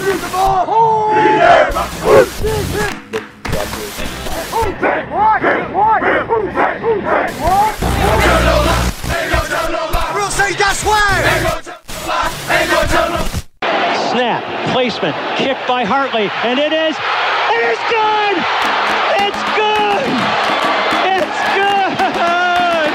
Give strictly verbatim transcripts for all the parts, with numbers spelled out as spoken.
Snap, placement, kick by Hartley, and it is, it is good! It's good! It's good!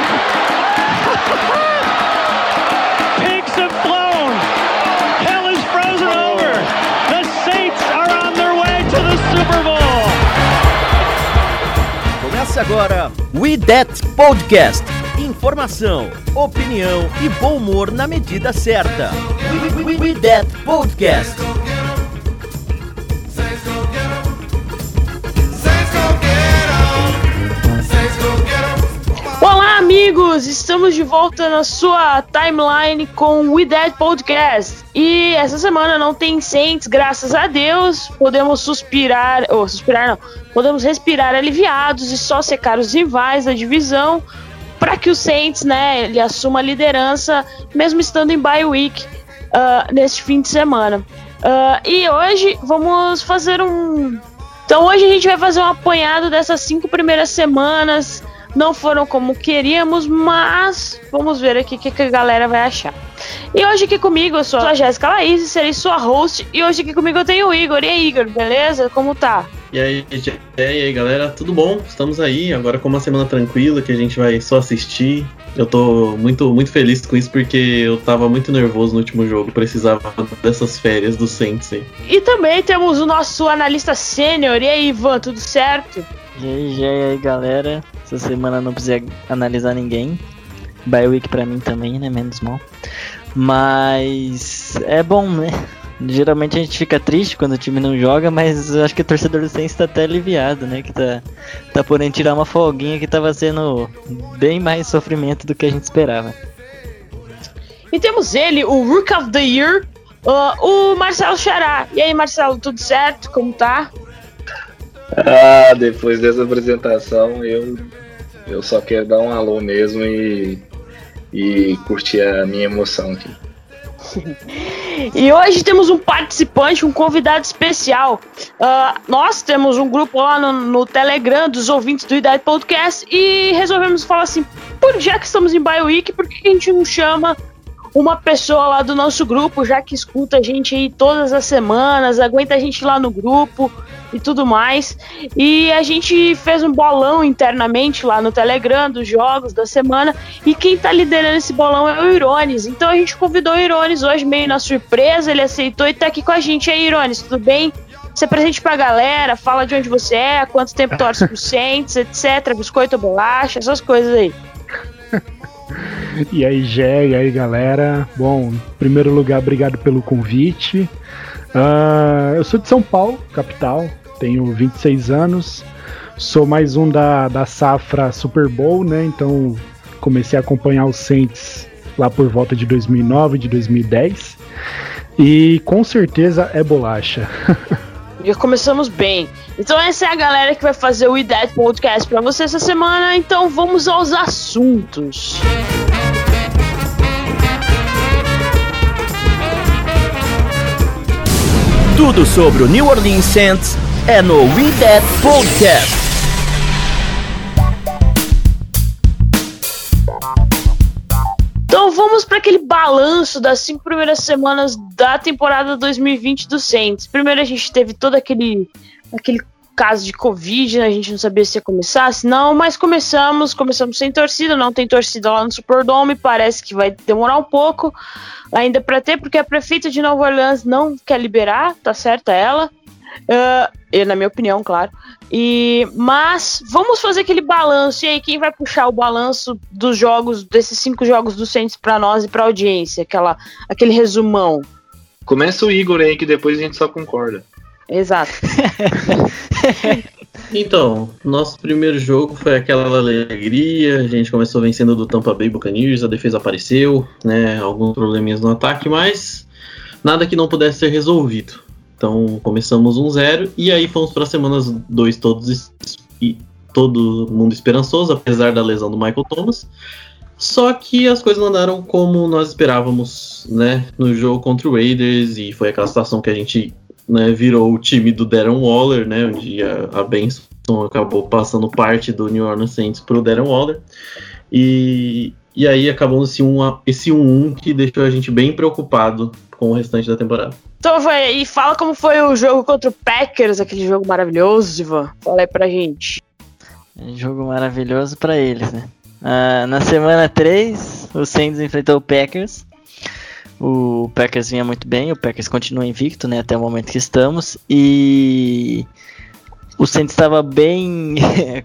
Pigs have flown! Hell is frozen over! The Saints are on their way to the Super Bowl! Começa agora We That Podcast. Informação, opinião e bom humor na medida certa. We, we, we That Podcast. Olá, amigos! Estamos de volta na sua timeline com We That Podcast. E essa semana não tem Saints, graças a Deus. Podemos suspirar, ou suspirar não, podemos respirar aliviados e só secar os rivais da divisão, para que o Saints, né, ele assuma a liderança, mesmo estando em bye week uh, neste fim de semana. Uh, e hoje vamos fazer um... Então hoje a gente vai fazer um apanhado dessas cinco primeiras semanas. Não foram como queríamos, mas vamos ver aqui o que, que a galera vai achar. E hoje aqui comigo, eu sou a Jéssica Laís, serei sua host. E hoje aqui comigo eu tenho o Igor. E aí, Igor, beleza? Como tá? E aí, e aí, galera, tudo bom? Estamos aí, agora com uma semana tranquila, que a gente vai só assistir. Eu tô muito, muito feliz com isso, porque eu tava muito nervoso no último jogo, precisava dessas férias do Saints aí. E também temos o nosso analista sênior. E aí, Ivan, tudo certo? E aí, e aí, galera, essa semana não precisa analisar ninguém. Bye week pra mim também, né, menos mal. Mas é bom, né? Geralmente a gente fica triste quando o time não joga, mas eu acho que o torcedor do Saints tá até aliviado, né? Que tá, tá podendo tirar uma folguinha que tava sendo bem mais sofrimento do que a gente esperava. E temos ele, o Rook of the Year, uh, o Marcelo Xará. E aí, Marcelo, tudo certo? Como tá? Ah, depois dessa apresentação eu, eu só quero dar um alô mesmo e, e curtir a minha emoção aqui. E hoje temos um participante, um convidado especial. Uh, nós temos um grupo lá no, no Telegram dos ouvintes do Idade Podcast e resolvemos falar assim, por, já que estamos em bye week, por que a gente não chama uma pessoa lá do nosso grupo, já que escuta a gente aí todas as semanas, aguenta a gente lá no grupo e tudo mais. E a gente fez um bolão internamente lá no Telegram dos jogos da semana, e quem tá liderando esse bolão é o Irones. Então a gente convidou o Irones hoje meio na surpresa, ele aceitou e tá aqui com a gente. E aí, Irones, tudo bem? Se apresente pra galera, fala de onde você é, quanto tempo torce pro Saints, etc, biscoito ou bolacha, essas coisas aí. E aí, Gé, e aí, galera. Bom, em primeiro lugar, obrigado pelo convite. Uh, eu sou de São Paulo, capital, tenho vinte e seis anos, sou mais um da, da safra Super Bowl, né? Então comecei a acompanhar os Saints lá por volta de dois mil e nove, de dois mil e dez, e com certeza é bolacha. Já começamos bem. Então essa é a galera que vai fazer o We That Podcast pra você essa semana. Então vamos aos assuntos. Tudo sobre o New Orleans Saints é no We That Podcast. Então vamos para aquele balanço das cinco primeiras semanas da temporada dois mil e vinte do Saints. Primeiro a gente teve todo aquele, aquele caso de Covid, né? A gente não sabia se ia começar, se não, mas começamos, começamos sem torcida, não tem torcida lá no Superdome, parece que vai demorar um pouco ainda para ter, porque a prefeita de Nova Orleans não quer liberar, tá certa ela, uh, eu, na minha opinião, claro. E, mas vamos fazer aquele balanço. E aí, quem vai puxar o balanço dos jogos, desses cinco jogos do Saints pra nós e pra audiência? Aquela, aquele resumão. Começa o Igor aí, que depois a gente só concorda. Exato. Então, nosso primeiro jogo foi aquela alegria, a gente começou vencendo do Tampa Bay Buccaneers, a defesa apareceu, né, alguns probleminhas no ataque, mas nada que não pudesse ser resolvido. Então começamos um zero e aí fomos para semanas dois todos e todo mundo esperançoso, apesar da lesão do Michael Thomas. Só que as coisas não andaram como nós esperávamos, né, no jogo contra o Raiders, e foi aquela situação que a gente né, virou o time do Darren Waller, né, onde a, a Benson acabou passando parte do New Orleans Saints para o Darren Waller, e, e aí acabou esse um a um que deixou a gente bem preocupado com o restante da temporada. Então, vai, e fala como foi o jogo contra o Packers, aquele jogo maravilhoso, Ivan. Fala aí pra gente. Jogo maravilhoso pra eles, né? Ah, na semana três, o Saints enfrentou o Packers. O Packers vinha muito bem, o Packers continua invicto, né, até o momento que estamos. E o Saints estava bem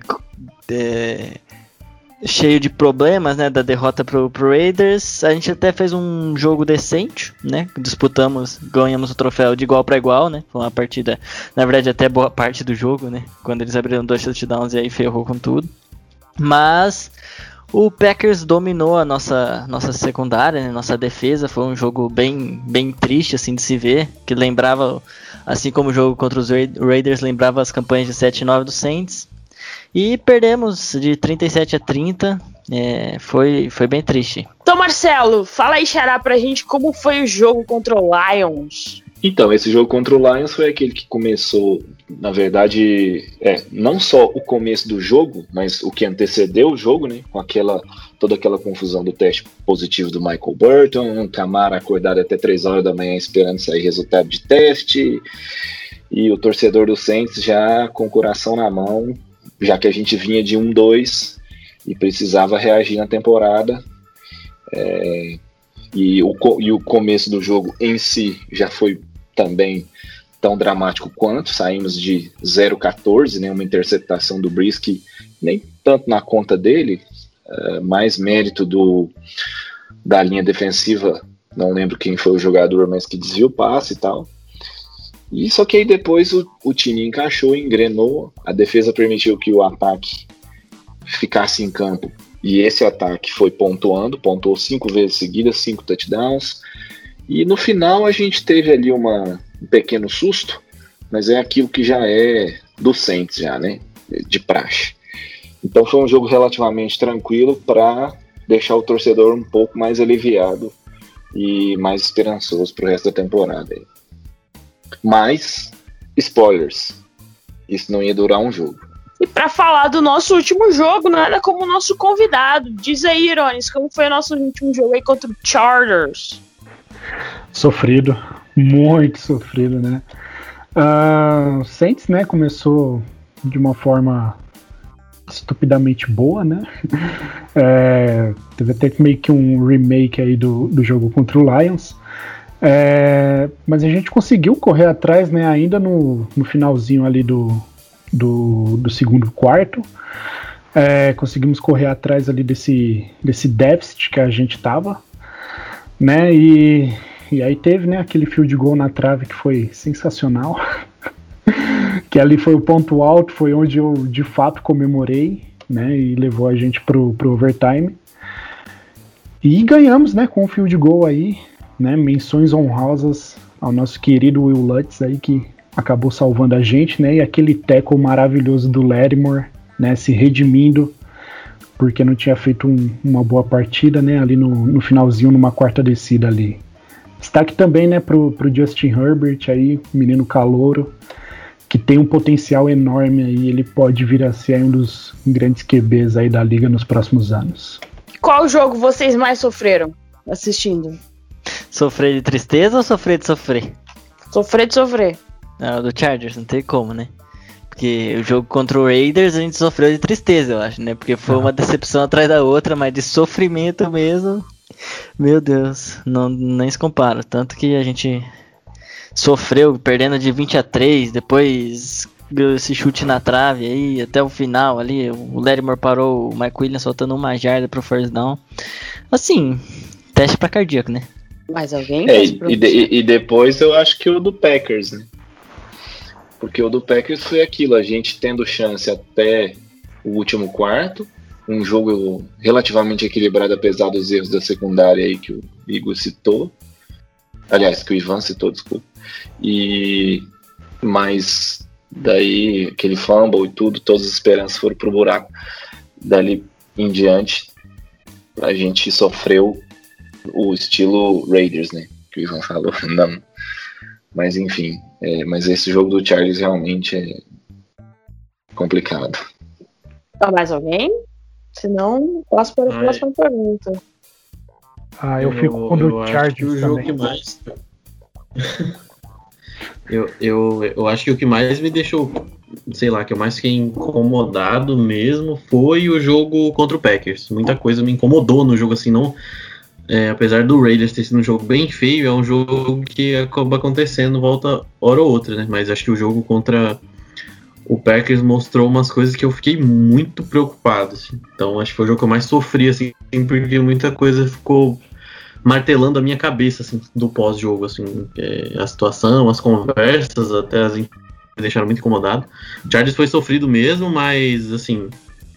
é, cheio de problemas, né, da derrota pro, pro Raiders. A gente até fez um jogo decente, né, disputamos, ganhamos o troféu de igual para igual, né, foi uma partida, na verdade até boa parte do jogo, né, quando eles abriram dois touchdowns e aí ferrou com tudo. Mas o Packers dominou a nossa, nossa secundária, né, nossa defesa. Foi um jogo bem, bem triste assim de se ver, que lembrava, assim como o jogo contra os Raiders, lembrava as campanhas de sete e nove do Saints. E perdemos de trinta e sete a trinta, é, foi, foi bem triste. Então, Marcelo, fala aí, Xará, pra gente como foi o jogo contra o Lions. Então, esse jogo contra o Lions foi aquele que começou, na verdade, é, não só o começo do jogo, mas o que antecedeu o jogo, né, com aquela, toda aquela confusão do teste positivo do Michael Burton, um Camara acordado até três horas da manhã esperando sair resultado de teste, e o torcedor do Saints já com o coração na mão, já que a gente vinha de um dois e precisava reagir na temporada. É, e, o, e o começo do jogo em si já foi também tão dramático quanto. Saímos de zero a quatorze, né, uma interceptação do Brees que nem tanto na conta dele, uh, mais mérito do, da linha defensiva, não lembro quem foi o jogador, mas que desviou o passe e tal. E só que aí depois o, o time encaixou, engrenou, a defesa permitiu que o ataque ficasse em campo, e esse ataque foi pontuando, pontuou cinco vezes seguidas, cinco touchdowns, e no final a gente teve ali uma, um pequeno susto, mas é aquilo que já é do Saints já, né, de praxe. Então foi um jogo relativamente tranquilo para deixar o torcedor um pouco mais aliviado e mais esperançoso para o resto da temporada. Mas, spoilers, isso não ia durar um jogo. E para falar do nosso último jogo, nada como o nosso convidado. Diz aí, Irones, como foi o nosso último jogo aí contra o Chargers? Sofrido, muito sofrido, né? Uh, o Saints, né, começou de uma forma estupidamente boa, né? É, teve até meio que um remake aí do, do jogo contra o Lions. É, mas a gente conseguiu correr atrás, né, ainda no, no finalzinho ali do, do, do segundo quarto. É, conseguimos correr atrás ali desse, desse déficit que a gente tava, né, e, e aí teve, né, aquele field goal na trave que foi sensacional. Que ali foi o ponto alto, foi onde eu de fato comemorei, né, e levou a gente pro, pro overtime. E ganhamos, né, com o field goal aí, né, menções honrosas ao nosso querido Will Lutz aí, que acabou salvando a gente, né, e aquele tackle maravilhoso do Lattimore, né, se redimindo, porque não tinha feito um, uma boa partida, né, ali no, no finalzinho, numa quarta descida ali. Destaque também, né, pro, pro Justin Herbert aí, menino calouro, que tem um potencial enorme aí, ele pode vir a ser um dos grandes Q Bs aí da liga nos próximos anos. Qual jogo vocês mais sofreram assistindo? Sofrer de tristeza ou sofrer de sofrer? Sofrer de sofrer. Não, do Chargers, não tem como, né? Porque o jogo contra o Raiders a gente sofreu de tristeza, eu acho, né? Porque foi uma decepção atrás da outra, mas de sofrimento mesmo, meu Deus, não, nem se compara. Tanto que a gente sofreu perdendo de vinte a três, depois esse chute na trave aí, até o final ali, o Lattimore parou o Mike Williams soltando uma jarda pro first down. Assim, teste pra cardíaco, né? Mais alguém? É, e, de, e depois eu acho que o do Packers, né? Porque o do Packers foi aquilo, a gente tendo chance até o último quarto, um jogo relativamente equilibrado apesar dos erros da secundária aí que o Igor citou, aliás, que o Ivan citou, desculpa, e mas daí aquele fumble e tudo, todas as esperanças foram pro buraco. Dali em diante a gente sofreu o estilo Raiders, né, que o Ivan falou, na, Mas enfim, é, mas esse jogo do Chargers realmente é complicado. Tá mais alguém? Se não, passo para a próxima pergunta. Ah, eu, eu fico com o Chargers o jogo que mais... eu, eu, eu acho que o que mais me deixou, sei lá, que eu mais fiquei incomodado mesmo foi o jogo contra o Packers. Muita coisa me incomodou no jogo, assim, não... É, apesar do Raiders ter sido um jogo bem feio, é um jogo que acaba acontecendo volta hora ou outra, né? Mas acho que o jogo contra o Packers mostrou umas coisas que eu fiquei muito preocupado, assim. Então acho que foi o jogo que eu mais sofri, assim, porque muita coisa ficou martelando a minha cabeça, assim, do pós-jogo, assim. É, a situação, as conversas, até as me deixaram muito incomodado. O Chargers foi sofrido mesmo, mas, assim...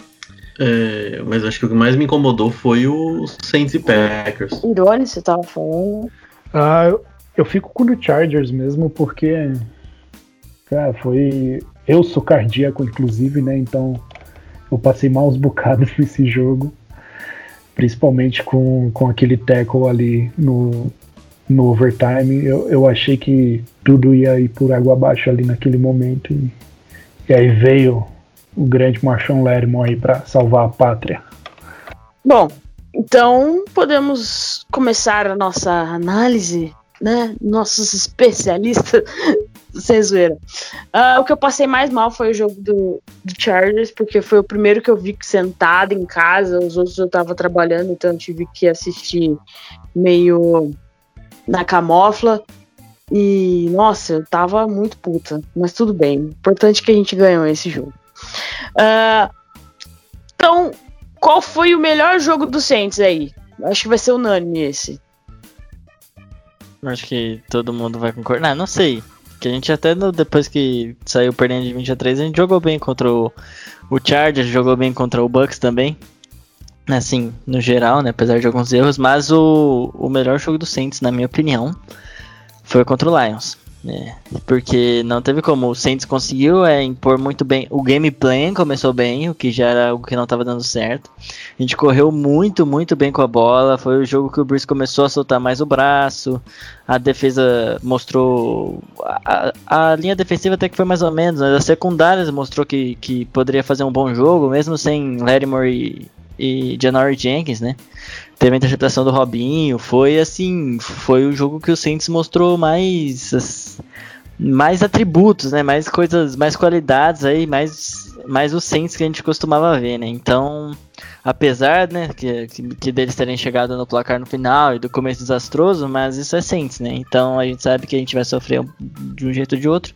É, mas acho que o que mais me incomodou foi o Saints e Packers. Irônico, você tava falando. Ah, eu, eu fico com o Chargers mesmo, porque cara, foi. Eu sou cardíaco, inclusive, né? Então eu passei maus bocados nesse jogo. Principalmente com, com aquele tackle ali no, no overtime. Eu, eu achei que tudo ia ir por água abaixo ali naquele momento. E, e aí veio o grande Marshawn Lattimore aí para salvar a pátria. Bom, então podemos começar a nossa análise, né? Nossos especialistas, sem zoeira. Uh, o que eu passei mais mal foi o jogo do, do Chargers, porque foi o primeiro que eu vi sentado em casa, os outros eu tava trabalhando, então eu tive que assistir meio na camofla. E, nossa, eu tava muito puta, mas tudo bem. Importante que a gente ganhou esse jogo. Uh, então, qual foi o melhor jogo do Saints aí? Acho que vai ser unânime esse. Acho que todo mundo vai concordar. Não, não sei. Que a gente até depois que saiu perdendo de vinte a três, a gente jogou bem contra o, o Chargers, jogou bem contra o Bucks também. Assim, no geral, né? Apesar de alguns erros. Mas o, o melhor jogo do Saints, na minha opinião, foi contra o Lions. É, porque não teve como, o Saints conseguiu é, impor muito bem, o game plan começou bem, o que já era algo que não estava dando certo, a gente correu muito, muito bem com a bola, foi o jogo que o Bruce começou a soltar mais o braço, a defesa mostrou, a, a, a linha defensiva até que foi mais ou menos, mas a secundária mostrou que, que poderia fazer um bom jogo, mesmo sem Lattimore e, e Janory Jenkins, né? Teve a interceptação do Robinho, foi assim, foi o jogo que o Saints mostrou mais, mais atributos, né, mais coisas, mais qualidades aí, mais, mais o Saints que a gente costumava ver, né, então, apesar, né, que, que, que deles terem chegado no placar no final e do começo desastroso, mas isso é Saints, né, então a gente sabe que a gente vai sofrer de um jeito ou de outro,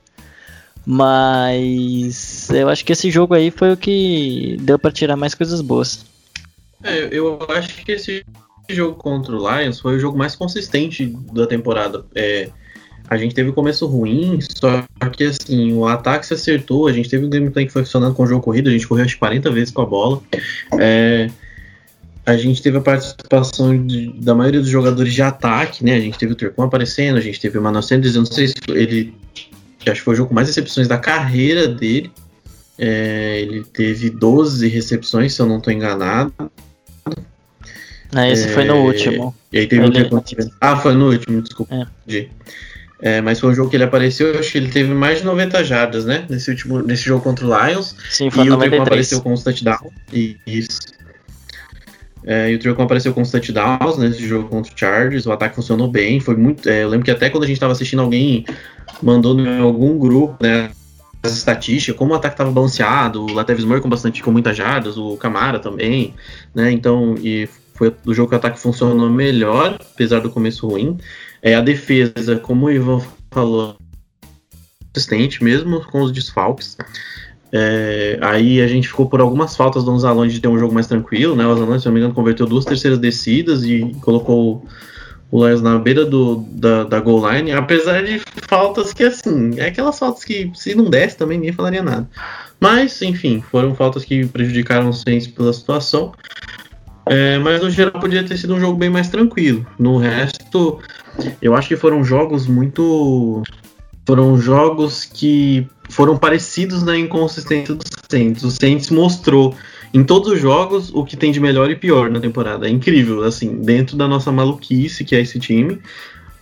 mas eu acho que esse jogo aí foi o que deu pra tirar mais coisas boas. É, eu acho que esse jogo contra o Lions foi o jogo mais consistente da temporada. É, a gente teve um começo ruim, só que assim, o ataque se acertou, a gente teve um gameplay que foi funcionando com o jogo corrido, a gente correu acho quarenta vezes com a bola. É, a gente teve a participação de, da maioria dos jogadores de ataque, né? A gente teve o Turcon aparecendo, a gente teve o Emmanuel Sanders, eu não sei se ele, acho que foi o jogo com mais recepções da carreira dele. É, ele teve doze recepções, se eu não estou enganado. Ah, esse é, foi no último. E aí teve ele... um Ah, foi no último, desculpa. É. É, mas foi um jogo que ele apareceu, eu acho que ele teve mais de noventa jardas, né? Nesse, último, nesse jogo contra o Lions. Sim, foi e noventa e três. O Tricon apareceu com os touchdowns. E, isso. É, e o Tricon apareceu com os touchdowns nesse jogo contra o Chargers. O ataque funcionou bem. Foi muito. É, eu lembro que até quando a gente estava assistindo, alguém mandou em algum grupo, né? As estatísticas, como o ataque estava balanceado, o Latavius Murray com bastante, com muitas jardas, o Camara também, né? Então, e foi o jogo que o ataque funcionou melhor, apesar do começo ruim. É, a defesa, como o Ivan falou, consistente, mesmo com os desfalques. É, aí a gente ficou por algumas faltas do Anzalone de ter um jogo mais tranquilo, né? O Anzalone, se não me engano, converteu duas terceiras descidas e colocou o Lions na beira do, da, da goal line, apesar de faltas que, assim, é aquelas faltas que se não desse também ninguém falaria nada. Mas, enfim, foram faltas que prejudicaram o Saints pela situação. É, mas no geral podia ter sido um jogo bem mais tranquilo. No resto, eu acho que foram jogos muito... Foram jogos que foram parecidos na inconsistência do Saints. O Saints mostrou em todos os jogos o que tem de melhor e pior na temporada. É incrível, assim, dentro da nossa maluquice, que é esse time,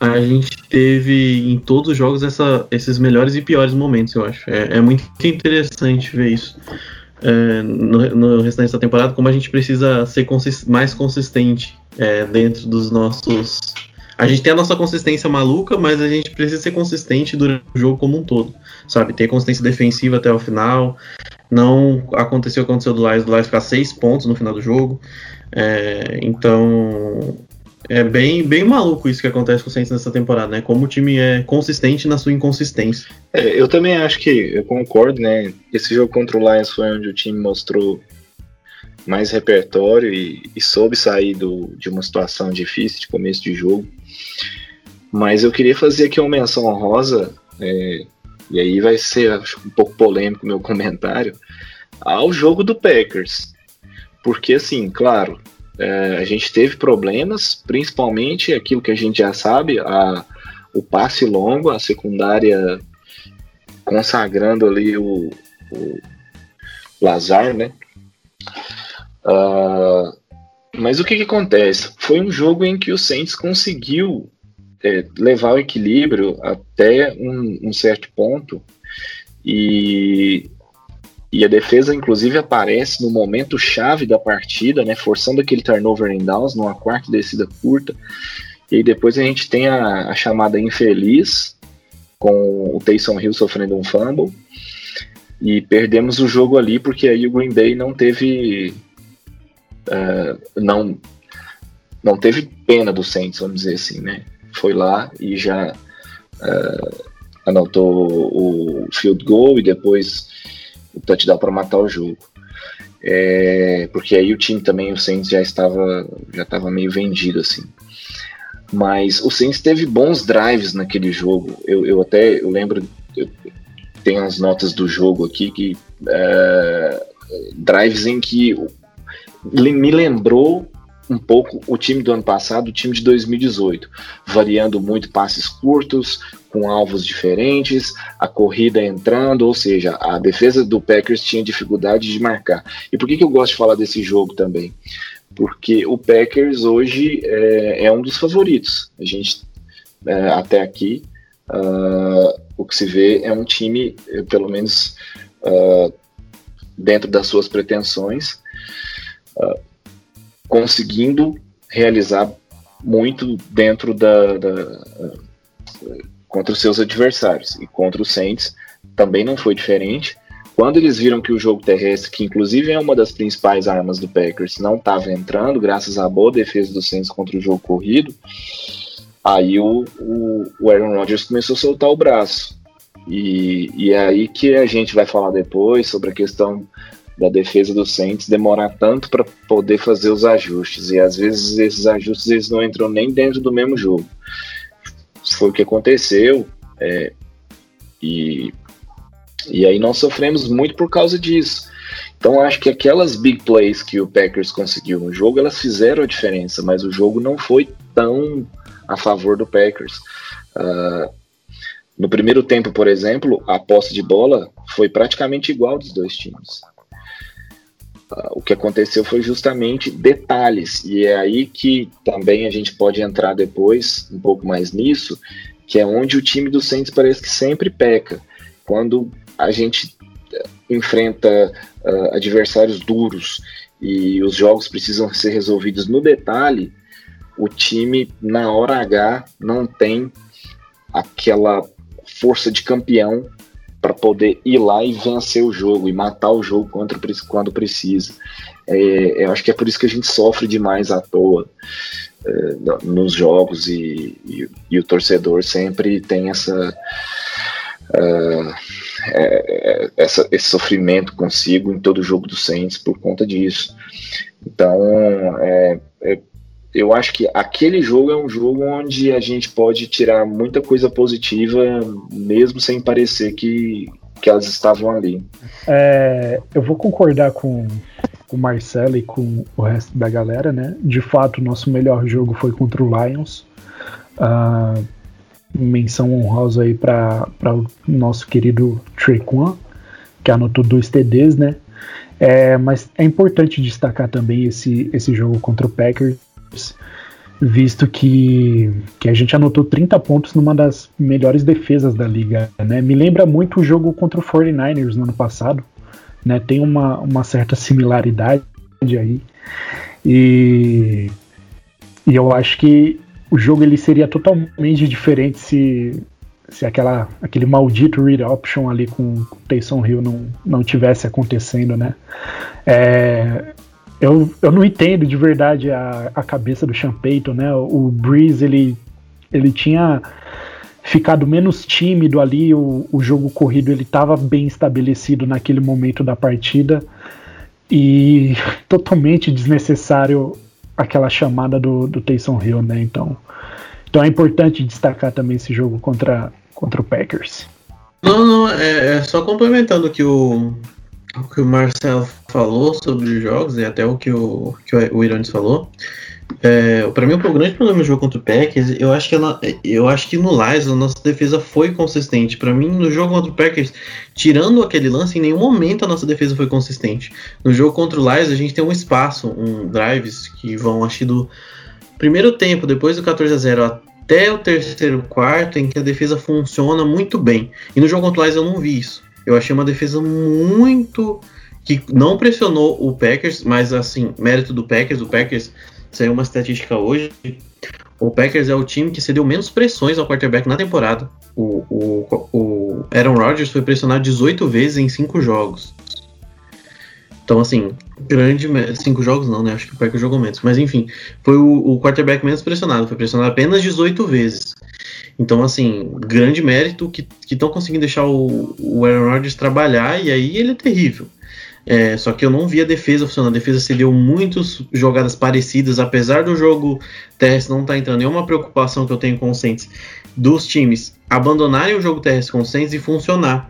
a gente teve em todos os jogos essa, esses melhores e piores momentos, eu acho. É, é muito interessante ver isso é, no, no restante da temporada, como a gente precisa ser consist- mais consistente é, dentro dos nossos... A gente tem a nossa consistência maluca, mas a gente precisa ser consistente durante o jogo como um todo, sabe? Ter consistência defensiva até o final. Não aconteceu o que aconteceu do Lions, do Lions ficar seis pontos no final do jogo. É, então... É bem, bem maluco isso que acontece com o Saints nessa temporada, né? Como o time é consistente na sua inconsistência. É, eu também acho que, eu concordo, né? Esse jogo contra o Lions foi onde o time mostrou mais repertório e, e soube sair do, de uma situação difícil de começo de jogo. Mas eu queria fazer aqui uma menção honrosa, é, e aí vai ser acho, um pouco polêmico o meu comentário, ao jogo do Packers. Porque, assim, claro... É, a gente teve problemas, principalmente aquilo que a gente já sabe, a, o passe longo, a secundária consagrando ali o, o Lazar, né? Uh, mas o que, que acontece? Foi um jogo em que o Saints conseguiu é, levar o equilíbrio até um, um certo ponto e... E a defesa, inclusive, aparece no momento chave da partida, né, forçando aquele turnover em downs, numa quarta descida curta. E aí depois a gente tem a, a chamada infeliz, com o Taysom Hill sofrendo um fumble. E perdemos o jogo ali, porque aí o Green Bay não teve... Uh, não, não teve pena do Saints, vamos dizer assim, né? Foi lá e já uh, anotou o field goal e depois... o touchdown para matar o jogo. É, porque aí o time também, o Saints já estava já estava meio vendido assim. Mas o Saints teve bons drives naquele jogo. Eu, eu até eu lembro, eu tenho as notas do jogo aqui que é, drives em que me lembrou um pouco o time do ano passado, o time de dois mil e dezoito, variando muito passes curtos, com alvos diferentes, a corrida entrando, ou seja, a defesa do Packers tinha dificuldade de marcar. E por que, que eu gosto de falar desse jogo também? Porque o Packers hoje é, é um dos favoritos. A gente, é, até aqui, uh, o que se vê é um time, pelo menos uh, dentro das suas pretensões, uh, conseguindo realizar muito dentro da, da uh, contra os seus adversários. E contra os Saints também não foi diferente. Quando eles viram que o jogo terrestre, que inclusive é uma das principais armas do Packers, não estava entrando, graças à boa defesa do Saints contra o jogo corrido, aí o, o, o Aaron Rodgers começou a soltar o braço. E, e é aí que a gente vai falar depois sobre a questão da defesa do Saints demorar tanto para poder fazer os ajustes. E às vezes esses ajustes eles não entram nem dentro do mesmo jogo. Foi o que aconteceu. É, e... E aí nós sofremos muito por causa disso. Então acho que aquelas big plays que o Packers conseguiu no jogo, elas fizeram a diferença, mas o jogo não foi tão a favor do Packers. Uh, no primeiro tempo, por exemplo, a posse de bola foi praticamente igual dos dois times. Uh, o que aconteceu foi justamente detalhes, e é aí que também a gente pode entrar depois um pouco mais nisso, que é onde o time do Saints parece que sempre peca. Quando a gente enfrenta uh, adversários duros e os jogos precisam ser resolvidos no detalhe, o time, na hora H, não tem aquela força de campeão para poder ir lá e vencer o jogo e matar o jogo quando, quando precisa. É, eu acho que é por isso que a gente sofre demais à toa é, nos jogos e, e, e o torcedor sempre tem essa... Uh, é, é, essa, esse sofrimento consigo em todo o jogo do Saints por conta disso. Então é, é, eu acho que aquele jogo é um jogo onde a gente pode tirar muita coisa positiva mesmo sem parecer que, que elas estavam ali. É, eu vou concordar com o Marcelo e com o resto da galera, né? De fato, o nosso melhor jogo foi contra o Lions. Uh, menção honrosa aí para o nosso querido Trequan, que anotou dois T Ds, né? É, mas é importante destacar também esse, esse jogo contra o Packers. visto que, que a gente anotou trinta pontos numa das melhores defesas da liga, né? Me lembra muito o jogo contra o forty-niners no ano passado, né? Tem uma, uma certa similaridade aí, e, e eu acho que o jogo ele seria totalmente diferente se, se aquela, aquele maldito read option ali com o Taysom Hill não, não tivesse acontecendo, né? É, eu, eu não entendo de verdade a, a cabeça do Sean Payton, né? O Breeze, ele, ele tinha ficado menos tímido ali, o, o jogo corrido ele estava bem estabelecido naquele momento da partida, e totalmente desnecessário aquela chamada do, do Taysom Hill, né? Então, então é importante destacar também esse jogo contra, contra o Packers. Não, não, é, é só complementando o que o, o que o Marcelo falou sobre os jogos e até o que o, que o Irones falou. É, para mim, o grande problema do jogo contra o Packers, eu acho que, ela, eu acho que no Lions a nossa defesa foi consistente. Para mim, no jogo contra o Packers, tirando aquele lance, em nenhum momento a nossa defesa foi consistente. No jogo contra o Lions, a gente tem um espaço, um drives que vão, acho que do primeiro tempo, depois do catorze a zero até o terceiro quarto, em que a defesa funciona muito bem. E no jogo contra o Lions eu não vi isso. Eu achei uma defesa muito... que não pressionou o Packers, mas assim, mérito do Packers, o Packers... Saiu uma estatística hoje. O Packers é o time que cedeu menos pressões ao quarterback na temporada. O, o, o Aaron Rodgers foi pressionado dezoito vezes em cinco jogos. Então, assim, grande... cinco jogos não, né? Acho que o Packers jogou menos. Mas, enfim, foi o, o quarterback menos pressionado. Foi pressionado apenas dezoito vezes. Então, assim, grande mérito que estão conseguindo deixar o, o Aaron Rodgers trabalhar. E aí ele é terrível. É, só que eu não vi a defesa funcionando. A defesa cedeu muitas jogadas parecidas, apesar do jogo terrestre não estar tá entrando. É uma preocupação que eu tenho com os Saints, dos times abandonarem o jogo terrestre com os Saints e funcionar.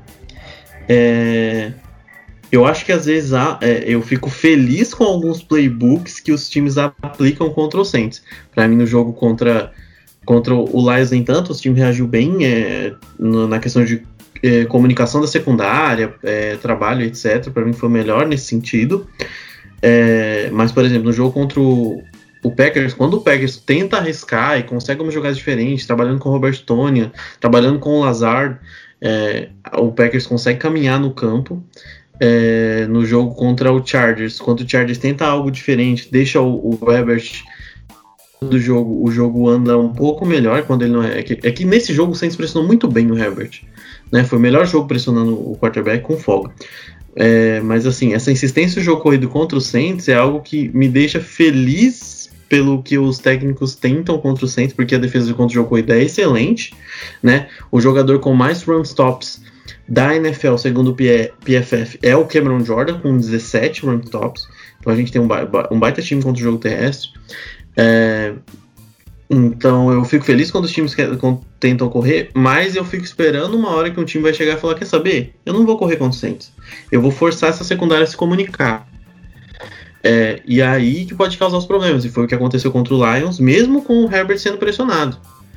É, eu acho que às vezes há, é, eu fico feliz com alguns playbooks que os times aplicam contra os Saints. Para mim, no jogo contra, contra o Lions, nem tanto, os times reagiu bem é, na questão de É, comunicação da secundária, é, trabalho, etcétera. Para mim foi melhor nesse sentido. É, mas, por exemplo, no jogo contra o, o Packers, quando o Packers tenta arriscar e consegue uma jogada diferente, trabalhando com o Robert Tonyan, trabalhando com o Lazard, é, o Packers consegue caminhar no campo. É, no jogo contra o Chargers, quando o Chargers tenta algo diferente, deixa o, o Herbert do jogo, o jogo anda um pouco melhor quando ele não é. É que, é que nesse jogo o Saints pressionou muito bem o Herbert. Né, foi o melhor jogo pressionando o quarterback com folga. É, mas assim, essa insistência do jogo corrido contra o Saints é algo que me deixa feliz pelo que os técnicos tentam contra o Saints, porque a defesa contra o jogo corrido é excelente. Né? O jogador com mais run stops da N F L, segundo o P F F, é o Cameron Jordan, com dezessete run stops. Então a gente tem um, ba- um baita time contra o jogo terrestre. É, então eu fico feliz quando os times que, quando tentam correr, mas eu fico esperando uma hora que um time vai chegar e falar: quer saber? Eu não vou correr contra os Saints, eu vou forçar essa secundária a se comunicar. É, e aí que pode causar os problemas, e foi o que aconteceu contra o Lions, mesmo com o Herbert sendo pressionado.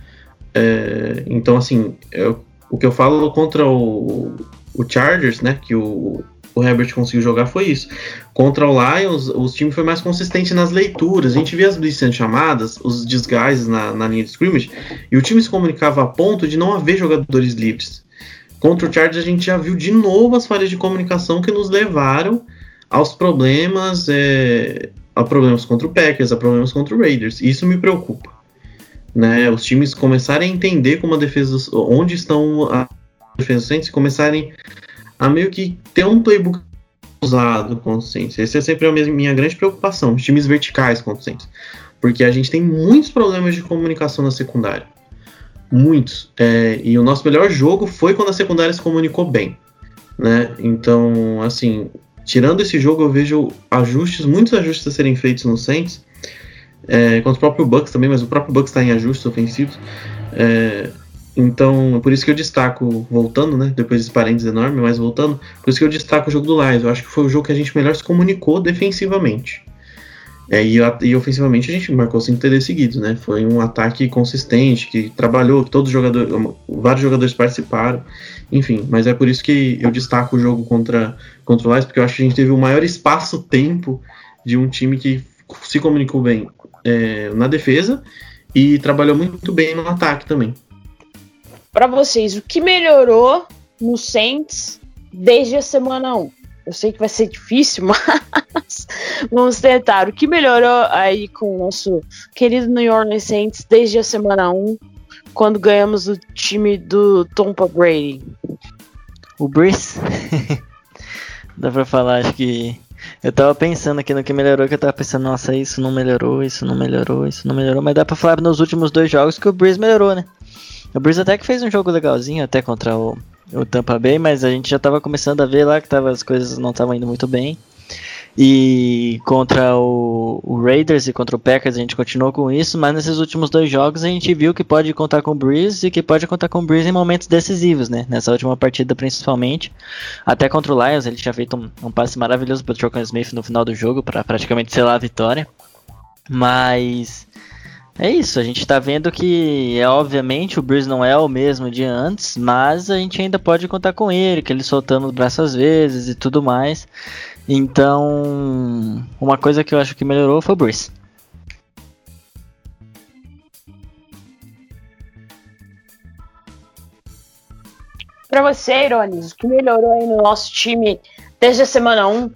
É, então assim, eu, o que eu falo contra o, o Chargers, né, que o o Herbert conseguiu jogar, foi isso. Contra o Lions, o time foi mais consistente nas leituras. A gente via as blitz sendo chamadas, os disguises na, na linha de scrimmage, e o time se comunicava a ponto de não haver jogadores livres. Contra o Chargers, a gente já viu de novo as falhas de comunicação que nos levaram aos problemas, é, a problemas contra o Packers, a problemas contra o Raiders. Isso me preocupa. Né? Os times começarem a entender como a defesa, onde estão a defesa dos Saints, e começarem a meio que ter um playbook usado contra os Saints. Essa é sempre a minha, minha grande preocupação, os times verticais contra os Saints. Porque a gente tem muitos problemas de comunicação na secundária. Muitos. É, e o nosso melhor jogo foi quando a secundária se comunicou bem. Né? Então, assim, tirando esse jogo, eu vejo ajustes, muitos ajustes a serem feitos no Saints. É, contra o próprio Bucks também, mas o próprio Bucks está em ajustes ofensivos. É, Então, por isso que eu destaco, voltando, né, depois desse parênteses enorme, mas voltando, por isso que eu destaco o jogo do Lions. Eu acho que foi o jogo que a gente melhor se comunicou defensivamente. É, e, e ofensivamente a gente marcou cinco T Ds seguidos, né? Foi um ataque consistente, que trabalhou, que todos os jogadores, vários jogadores participaram, enfim. Mas é por isso que eu destaco o jogo contra, contra o Lions, porque eu acho que a gente teve o maior espaço-tempo de um time que se comunicou bem é, na defesa e trabalhou muito bem no ataque também. Para vocês, o que melhorou no Saints desde a semana um? Eu sei que vai ser difícil, mas vamos tentar. O que melhorou aí com o nosso querido New Orleans Saints desde a semana um, quando ganhamos o time do Tampa Brady? O Brees? Dá pra falar, acho que... Eu tava pensando aqui no que melhorou, que eu tava pensando, nossa, isso não melhorou, isso não melhorou, isso não melhorou, mas dá pra falar nos últimos dois jogos que o Brees melhorou, né? O Brees até que fez um jogo legalzinho, até contra o, o Tampa Bay, mas a gente já tava começando a ver lá que tava, as coisas não estavam indo muito bem. E contra o, o Raiders e contra o Packers a gente continuou com isso, mas nesses últimos dois jogos a gente viu que pode contar com o Brees e que pode contar com o Brees em momentos decisivos, né? Nessa última partida principalmente, até contra o Lions ele tinha feito um, um passe maravilhoso para o Tre'Quan Smith no final do jogo para praticamente selar a vitória. Mas é isso, a gente tá vendo que é obviamente o Brees não é o mesmo de antes, mas a gente ainda pode contar com ele, que ele soltando o braço às vezes e tudo mais. Então, uma coisa que eu acho que melhorou foi o Brees. Pra você, Irones, o que melhorou aí no nosso time desde a semana um?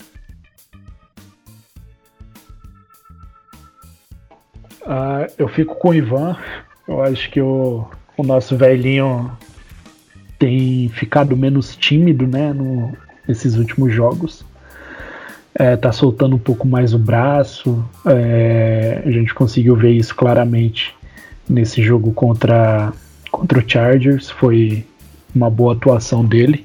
Uh, eu fico com o Ivan. Eu acho que o, o nosso velhinho tem ficado menos tímido, né, no, nesses últimos jogos. É, tá soltando um pouco mais o braço. É, a gente conseguiu ver isso claramente nesse jogo contra, contra o Chargers. Foi uma boa atuação dele.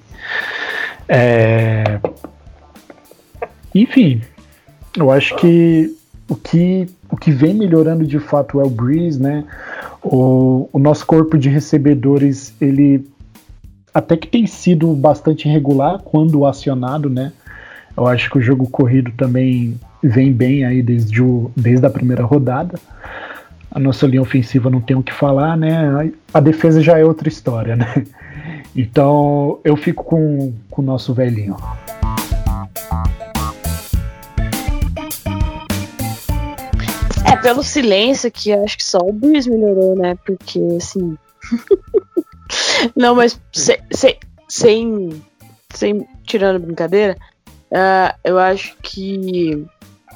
É, enfim, eu acho que o que, o que vem melhorando de fato é o Brees, né? O, o nosso corpo de recebedores, ele até que tem sido bastante irregular quando acionado, né? Eu acho que o jogo corrido também vem bem aí desde, o, desde a primeira rodada. A nossa linha ofensiva não tem o que falar, né? A defesa já é outra história, né? Então eu fico com, com o nosso velhinho. É, pelo silêncio que eu acho que só o Brees melhorou, né? Porque, assim... não, mas se, se, sem, sem... Tirando a brincadeira... Uh, eu acho que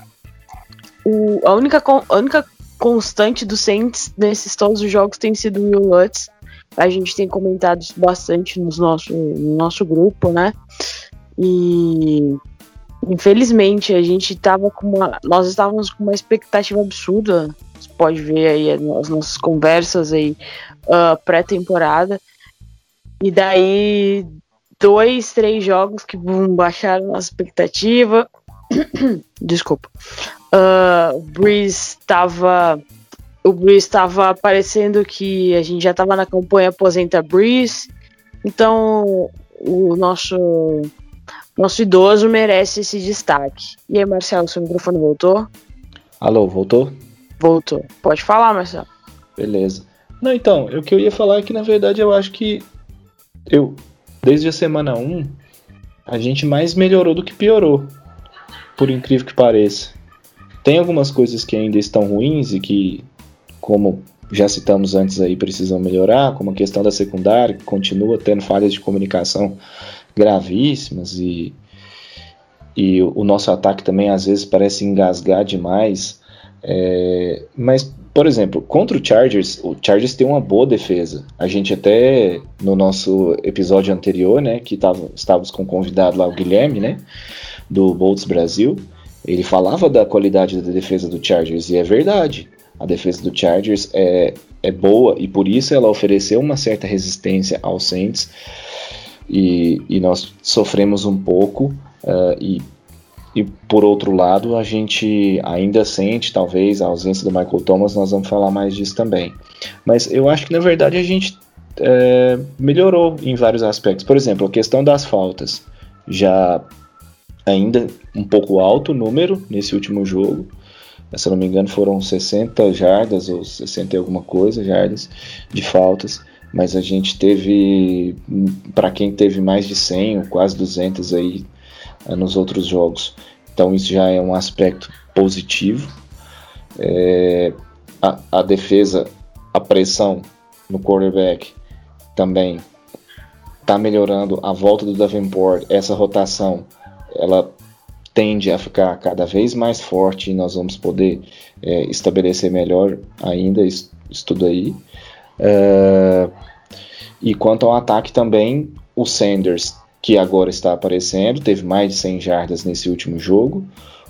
o, a, única, a única constante do Saints nesses todos os jogos tem sido o Will Lutz. A gente tem comentado isso bastante nos nosso, no nosso grupo, né? E infelizmente a gente tava com uma. Nós estávamos com uma expectativa absurda. Você pode ver aí as nossas conversas aí uh, pré-temporada. E daí. Dois, três jogos que boom, baixaram a expectativa. Desculpa. Uh, o Brees estava. O Brees estava parecendo que a gente já estava na campanha Aposenta Brees. Então, o nosso, nosso idoso merece esse destaque. E aí, Marcelo, seu microfone voltou? Alô, voltou? Voltou. Pode falar, Marcelo. Beleza. Não, então, o que eu ia falar é que, na verdade, eu acho que. Eu. Desde a semana um, a gente mais melhorou do que piorou, por incrível que pareça. Tem algumas coisas que ainda estão ruins e que, como já citamos antes aí, precisam melhorar, como a questão da secundária, que continua tendo falhas de comunicação gravíssimas e, e o nosso ataque também às vezes parece engasgar demais. É, mas, por exemplo, contra o Chargers, o Chargers tem uma boa defesa. A gente até, no nosso episódio anterior, né, que tava, estávamos com o convidado lá, o Guilherme, né, do Bolts Brasil, ele falava da qualidade da defesa do Chargers, e é verdade. A defesa do Chargers é, é boa, e por isso ela ofereceu uma certa resistência aos Saints, e, e nós sofremos um pouco, uh, e E por outro lado, a gente ainda sente talvez a ausência do Michael Thomas, nós vamos falar mais disso também. Mas eu acho que na verdade a gente é, melhorou em vários aspectos. Por exemplo, a questão das faltas. Já ainda um pouco alto o número nesse último jogo. Se eu não me engano foram sessenta jardas ou sessenta e alguma coisa jardas de faltas. Mas a gente teve, para quem teve mais de cem ou quase duzentas aí, nos outros jogos. Então isso já é um aspecto positivo. É, a, a defesa, a pressão no quarterback também está melhorando. A volta do Davenport, essa rotação, ela tende a ficar cada vez mais forte e nós vamos poder é, estabelecer melhor ainda isso, isso tudo aí. É, e quanto ao ataque também, o Sanders, que agora está aparecendo, teve mais de cem jardas nesse último jogo.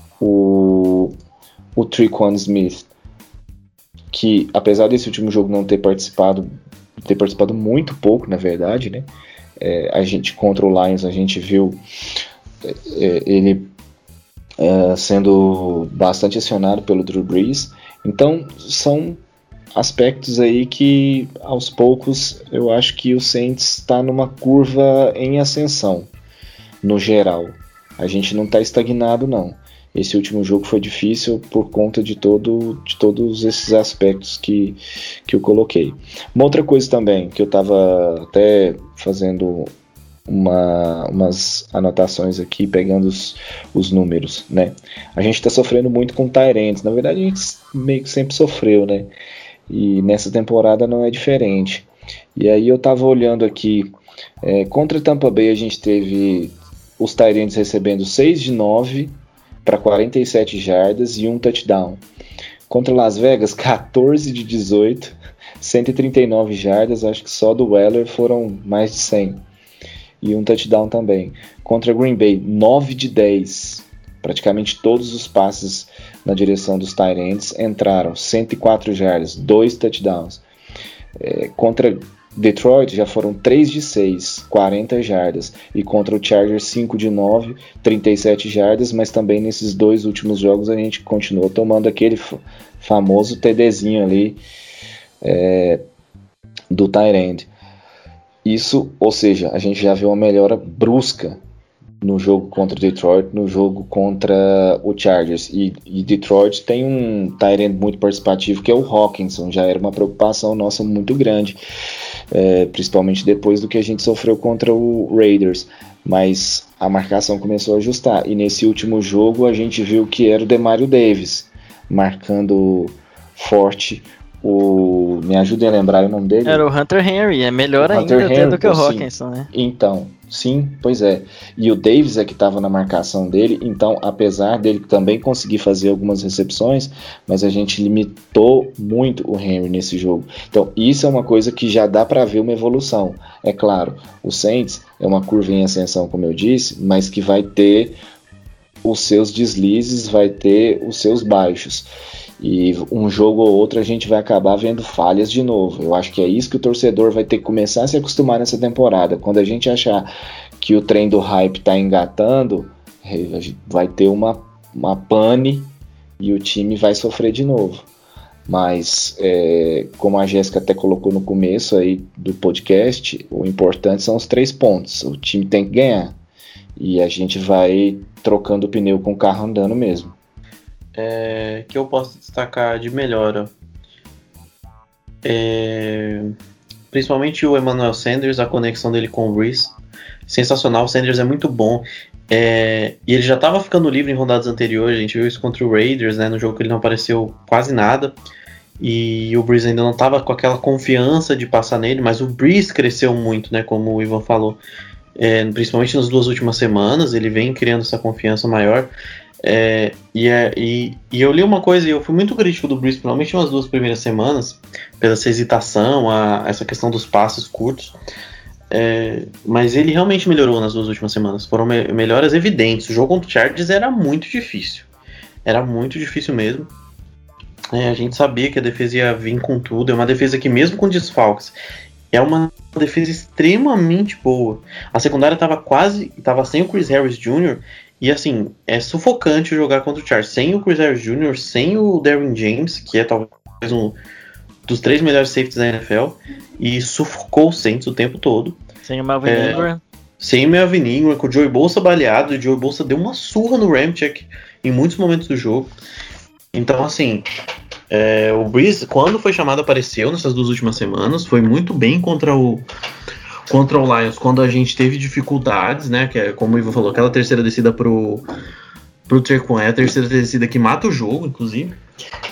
O, o Tre'Quan Smith, que apesar desse último jogo não ter participado, ter participado muito pouco, na verdade, né? É, a gente contra o Lions, a gente viu é, ele é, sendo bastante acionado pelo Drew Brees. Então são aspectos aí que aos poucos eu acho que o Saints está numa curva em ascensão no geral. A gente não está estagnado, não. Esse último jogo foi difícil por conta de, todo, de todos esses aspectos que, que eu coloquei. Uma outra coisa também, que eu estava até fazendo uma, umas anotações aqui, pegando os, os números, né? A gente está sofrendo muito com tight ends. Na verdade, a gente meio que sempre sofreu, né? E nessa temporada não é diferente. E aí eu estava olhando aqui, é, contra Tampa Bay a gente teve os tight ends recebendo seis de nove para quarenta e sete jardas e um touchdown. Contra Las Vegas, quatorze de dezoito, cento e trinta e nove jardas, acho que só do Weller foram mais de cem. E um touchdown também. Contra Green Bay, nove de dez. Praticamente todos os passes na direção dos tight ends entraram. cento e quatro jardas, dois touchdowns. É, contra Detroit já foram três de seis, quarenta jardas. E contra o Chargers, cinco de nove, trinta e sete jardas. Mas também nesses dois últimos jogos a gente continuou tomando aquele f- famoso TDzinho ali é, do tight end. Isso, ou seja, a gente já viu uma melhora brusca no jogo contra o Detroit, no jogo contra o Chargers. E, e Detroit tem um tight end muito participativo, que é o Hawkinson. Já era uma preocupação nossa muito grande, é, principalmente depois do que a gente sofreu contra o Raiders. Mas a marcação começou a ajustar. E nesse último jogo a gente viu que era o Demario Davis marcando forte. O... Me ajudem a lembrar o nome dele. Era o Hunter Henry, é melhor ainda até do que o Hawkinson, né? Então, sim, pois é. E o Davis é que estava na marcação dele, então apesar dele também conseguir fazer algumas recepções, mas a gente limitou muito o Henry nesse jogo. Então isso é uma coisa que já dá para ver uma evolução. É claro, o Saints é uma curva em ascensão, como eu disse, mas que vai ter os seus deslizes, vai ter os seus baixos. E um jogo ou outro a gente vai acabar vendo falhas de novo. Eu acho que é isso que o torcedor vai ter que começar a se acostumar nessa temporada. Quando a gente achar que o trem do hype está engatando, vai ter uma, uma pane e o time vai sofrer de novo. Mas, é, como a Jéssica até colocou no começo aí do podcast, o importante são os três pontos. O time tem que ganhar. E a gente vai trocando o pneu com o carro andando mesmo. É, que eu posso destacar de melhora, é, principalmente o Emmanuel Sanders, a conexão dele com o Brees, sensacional. O Sanders é muito bom, é, e ele já estava ficando livre em rodadas anteriores. A gente viu isso contra o Raiders, né, no jogo que ele não apareceu quase nada, e o Brees ainda não estava com aquela confiança de passar nele, mas o Brees cresceu muito, né, como o Ivan falou, é, principalmente nas duas últimas semanas. Ele vem criando essa confiança maior. É, e, é, e, e eu li uma coisa e eu fui muito crítico do Brees, principalmente nas duas primeiras semanas, pela essa hesitação, a, essa questão dos passes curtos, é, mas ele realmente melhorou nas duas últimas semanas. Foram me, melhoras evidentes. O jogo contra o Chargers era muito difícil, era muito difícil mesmo. É, a gente sabia que a defesa ia vir com tudo. É uma defesa que, mesmo com desfalques, é uma defesa extremamente boa. A secundária estava quase, estava sem o Chris Harris Júnior E assim, é sufocante jogar contra o Chargers sem o Chris Harris Júnior, sem o Derwin James, que é talvez um dos três melhores safeties da N F L, e sufocou o Saints o tempo todo. Sem o Melvin é, Ingram. Sem o Melvin Ingram, com o Joey Bosa baleado. O Joey Bosa deu uma surra no Ramczyk em muitos momentos do jogo. Então, assim, é, o Brees, quando foi chamado, apareceu nessas duas últimas semanas. Foi muito bem contra o Contra o Lions, quando a gente teve dificuldades, né? Que é, como o Ivo falou, aquela terceira descida pro, pro Tre'Quan, é a terceira descida que mata o jogo, inclusive.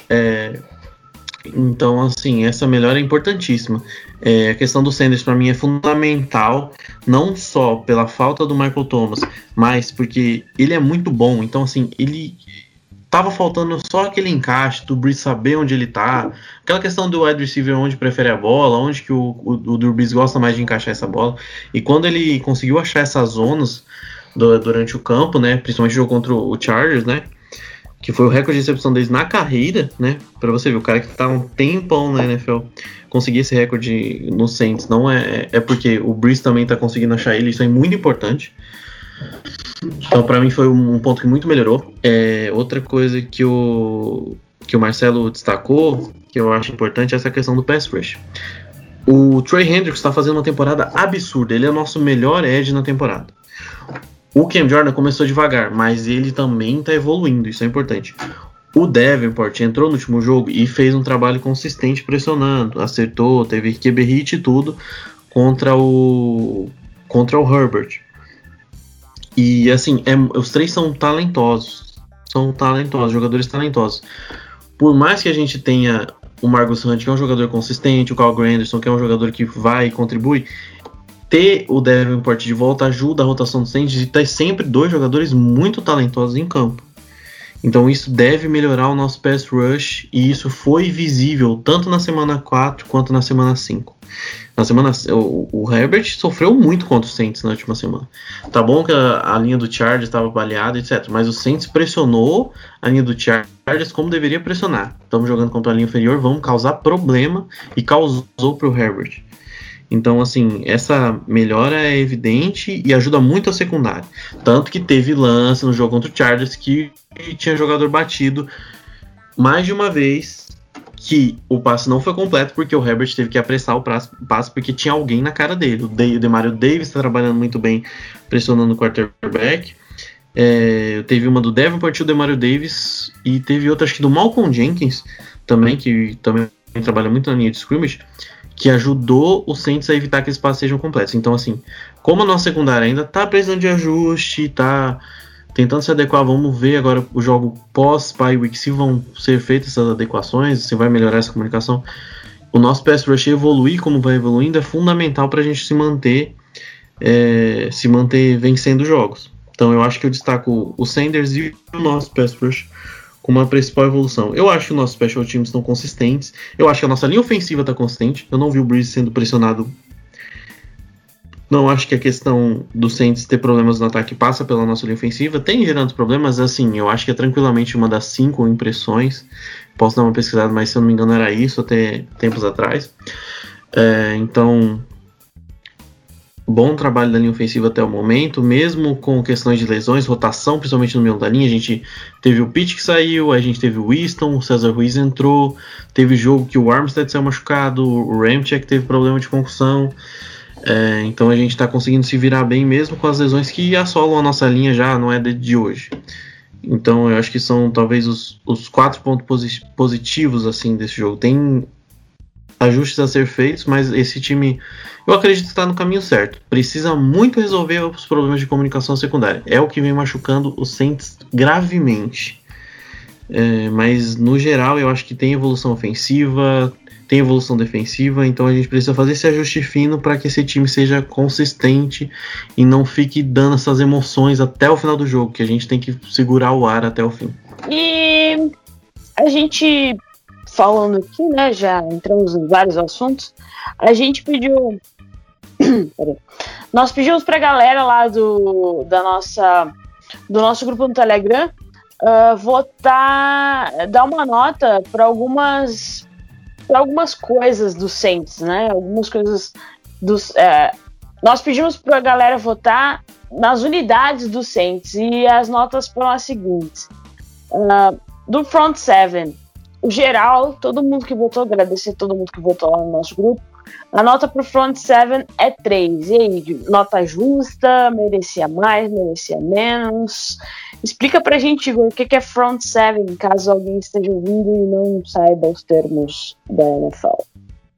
É, então, assim, essa melhora é importantíssima. É, a questão do Sanders, para mim, é fundamental, não só pela falta do Michael Thomas, mas porque ele é muito bom. Então, assim, ele tava faltando só aquele encaixe do Brees saber onde ele tá, aquela questão do wide receiver onde prefere a bola, onde que o, o, o Drew Brees gosta mais de encaixar essa bola. E quando ele conseguiu achar essas zonas do, durante o campo, né, principalmente o jogo contra o Chargers, né, que foi o recorde de recepção deles na carreira, né? Pra você ver, o cara que tá um tempão na N F L conseguir esse recorde no Saints, não é, é porque o Brees também tá conseguindo achar ele, isso é muito importante. Então, pra mim, foi um ponto que muito melhorou. É, outra coisa que o, que o Marcelo destacou, que eu acho importante, é essa questão do pass rush. O Trey Hendricks tá fazendo uma temporada absurda, ele é o nosso melhor edge na temporada. O Cam Jordan começou devagar, mas ele também está evoluindo, isso é importante. O Davenport entrou no último jogo e fez um trabalho consistente pressionando, acertou, teve Q B hit e tudo contra o, contra o Herbert. E assim, é, os três são talentosos, são talentosos, jogadores talentosos. Por mais que a gente tenha o Marcus Hunt, que é um jogador consistente, o Kyle Granderson, que é um jogador que vai e contribui, ter o Davenport de volta ajuda a rotação do Saints e ter sempre dois jogadores muito talentosos em campo. Então isso deve melhorar o nosso pass rush, e isso foi visível tanto na semana quatro quanto na semana cinco. Na semana, o, o Herbert sofreu muito contra o Saints na última semana. Tá bom que a, a linha do Chargers estava baleada, etcétera. Mas o Saints pressionou a linha do Chargers como deveria pressionar. Estamos jogando contra a linha inferior, vamos causar problema, e causou para o Herbert. Então, assim, essa melhora é evidente e ajuda muito a secundária. Tanto que teve lance no jogo contra o Chargers que tinha jogador batido mais de uma vez, que o passe não foi completo porque o Herbert teve que apressar o passe porque tinha alguém na cara dele. O Demario Davis está trabalhando muito bem pressionando o quarterback. É, teve uma do Davenport e o Demario Davis, e teve outra, acho que do Malcolm Jenkins também, que também trabalha muito na linha de scrimmage, que ajudou o Saints a evitar que esses passes sejam completos. Então, assim, como a nossa secundária ainda está precisando de ajuste, está tentando se adequar, vamos ver agora o jogo pós-bye week se vão ser feitas essas adequações, se vai melhorar essa comunicação. O nosso pass rush evoluir como vai evoluindo é fundamental para a gente se manter, é, se manter vencendo jogos. Então, eu acho que eu destaco o Sanders e o nosso pass rush como uma principal evolução. Eu acho que os nossos special teams estão consistentes. Eu acho que a nossa linha ofensiva está consistente. Eu não vi o Brees sendo pressionado. Não acho que a questão do Saints ter problemas no ataque passa pela nossa linha ofensiva. Tem gerando problemas, assim, eu acho que é tranquilamente uma das cinco impressões. Posso dar uma pesquisada, mas se eu não me engano era isso até tempos atrás. É, então, bom trabalho da linha ofensiva até o momento, mesmo com questões de lesões, rotação, principalmente no meio da linha. A gente teve o Pitt que saiu, a gente teve o Winston, o Cesar Ruiz entrou, teve jogo que o Armstead saiu machucado, o Ramczyk teve problema de concussão. É, então a gente está conseguindo se virar bem mesmo com as lesões que assolam a nossa linha já, não é de, de hoje. Então eu acho que são talvez os, os quatro pontos positivos assim desse jogo. Tem ajustes a ser feitos, mas esse time, eu acredito que está no caminho certo. Precisa muito resolver os problemas de comunicação secundária. É o que vem machucando o Saints gravemente. É, mas no geral eu acho que tem evolução ofensiva, tem evolução defensiva, então a gente precisa fazer esse ajuste fino para que esse time seja consistente e não fique dando essas emoções até o final do jogo, que a gente tem que segurar o ar até o fim. E a gente, falando aqui, né, já entramos em vários assuntos, a gente pediu nós pedimos pra galera lá do, da nossa, do nosso grupo no Telegram uh, votar, dar uma nota para algumas para algumas coisas do Saints, né, algumas coisas dos, uh, nós pedimos pra galera votar nas unidades do Saints e as notas foram as seguintes. Uh, do front seven, o geral, todo mundo que votou, agradecer a todo mundo que votou lá no nosso grupo. A nota pro front seven é três. E aí, nota justa, merecia mais, merecia menos? Explica pra gente, Igor, o que é front seven, caso alguém esteja ouvindo e não saiba os termos da N F L.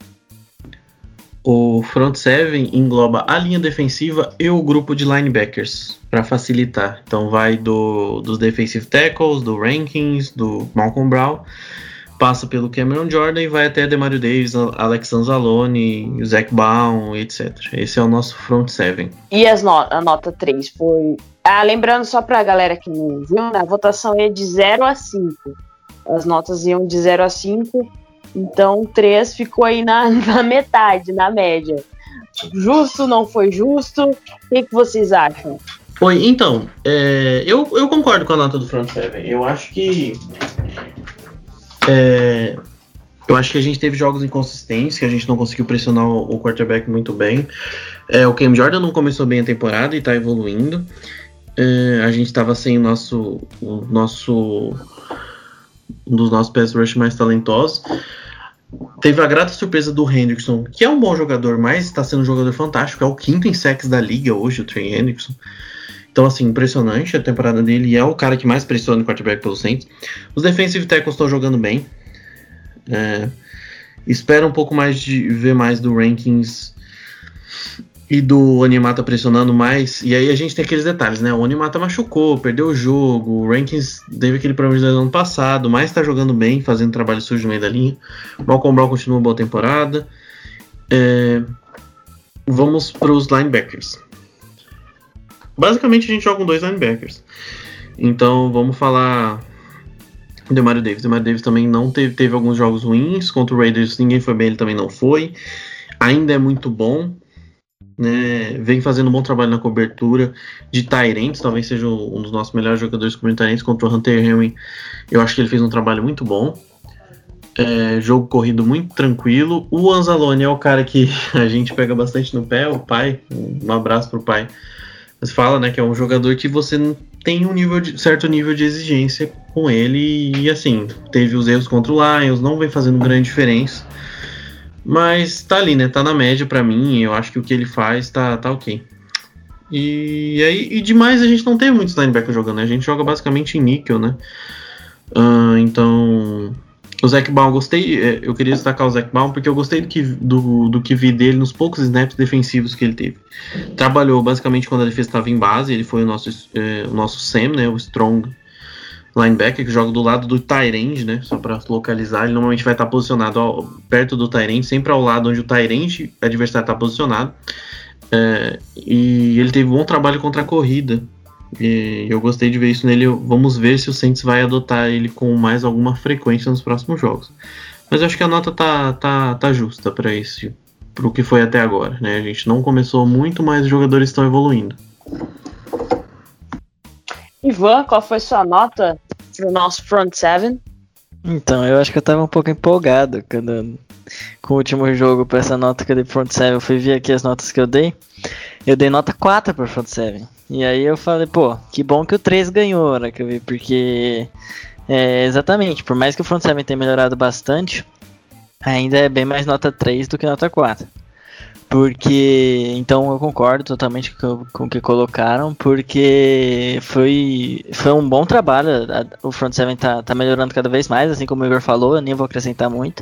O front seven engloba a linha defensiva e o grupo de linebackers, para facilitar. Então vai do, dos defensive tackles, do Rankins, do Malcolm Brown, passa pelo Cameron Jordan e vai até Demario Davis, Alex Anzalone, Zach Baum, etcétera. Esse é o nosso front seven. E as no- a nota três foi... Ah, lembrando só pra galera que não viu, né, a votação ia de zero a cinco. As notas iam de zero a cinco, então três ficou aí na, na metade, na média. Justo, não foi justo? O que, que vocês acham? Oi, então, é, eu, eu concordo com a nota do front seven. Eu acho que... É, eu acho que a gente teve jogos inconsistentes, que a gente não conseguiu pressionar o, o quarterback muito bem. É, o Cam Jordan não começou bem a temporada e tá evoluindo. É, a gente tava sem o nosso, o nosso um dos nossos pass rush mais talentosos. Teve a grata surpresa do Hendrickson, que é um bom jogador, mas está sendo um jogador fantástico. É o quinto em sacks da liga hoje, o Trey Hendrickson. Então, assim, impressionante a temporada dele. E é o cara que mais pressiona o quarterback pelo Saints. Os defensive tackles estão jogando bem. É, espero um pouco mais de ver mais do Rankins e do Onimata pressionando mais. E aí a gente tem aqueles detalhes, né? O Onimata machucou, perdeu o jogo. O Rankins teve aquele problema do ano passado, mas tá jogando bem, fazendo trabalho sujo no meio da linha. O Malcolm Brown continua uma boa temporada. É, vamos para os linebackers. Basicamente a gente joga com dois linebackers. Então vamos falar do Demario Davis. O Demario Davis também não teve, teve alguns jogos ruins. Contra o Raiders ninguém foi bem, ele também não foi. Ainda é muito bom. Né, vem fazendo um bom trabalho na cobertura de tight ends, talvez seja um dos nossos melhores jogadores cobrindo tight ends. Contra o Hunter Henry, eu acho que ele fez um trabalho muito bom. É, jogo corrido muito tranquilo. O Anzalone é o cara que a gente pega bastante no pé, o pai, um abraço pro pai. Mas fala, né, que é um jogador que você não tem um nível de, certo nível de exigência com ele, e assim, teve os erros contra o Lions, não vem fazendo grande diferença. Mas tá ali, né? Tá na média pra mim. Eu acho que o que ele faz tá, tá ok. E aí, e demais a gente não tem muitos linebackers jogando, né? A gente joga basicamente em níquel, né? Uh, então, o Zach Baum, eu gostei. Eu queria destacar o Zach Baum porque eu gostei do que, do, do que vi dele nos poucos snaps defensivos que ele teve. Trabalhou basicamente quando a defesa estava em base. Ele foi o nosso, é, o nosso Sam, né? O Strong linebacker, que joga do lado do tight end, né? Só para localizar, ele normalmente vai estar posicionado ao, perto do tight end, sempre ao lado onde o tight end adversário está posicionado. É, e ele teve um bom trabalho contra a corrida. E eu gostei de ver isso nele. Vamos ver se o Saints vai adotar ele com mais alguma frequência nos próximos jogos. Mas eu acho que a nota tá, tá, tá justa para esse, pro que foi até agora, né? A gente não começou muito, mas os jogadores estão evoluindo. Ivan, qual foi sua nota pro nosso front seven? Então, eu acho que eu tava um pouco empolgado quando, com o último jogo pra essa nota que eu dei pro front seven. Eu fui ver aqui as notas que eu dei. Eu dei nota quatro pro front seven. E aí eu falei, pô, que bom que o três ganhou, né, que eu vi, porque é, exatamente, por mais que o front seven tenha melhorado bastante, ainda é bem mais nota três do que nota quatro. Porque, então eu concordo totalmente com, com o que colocaram, porque foi, foi um bom trabalho. A, o front seven tá, tá melhorando cada vez mais, assim como o Igor falou, eu nem vou acrescentar muito.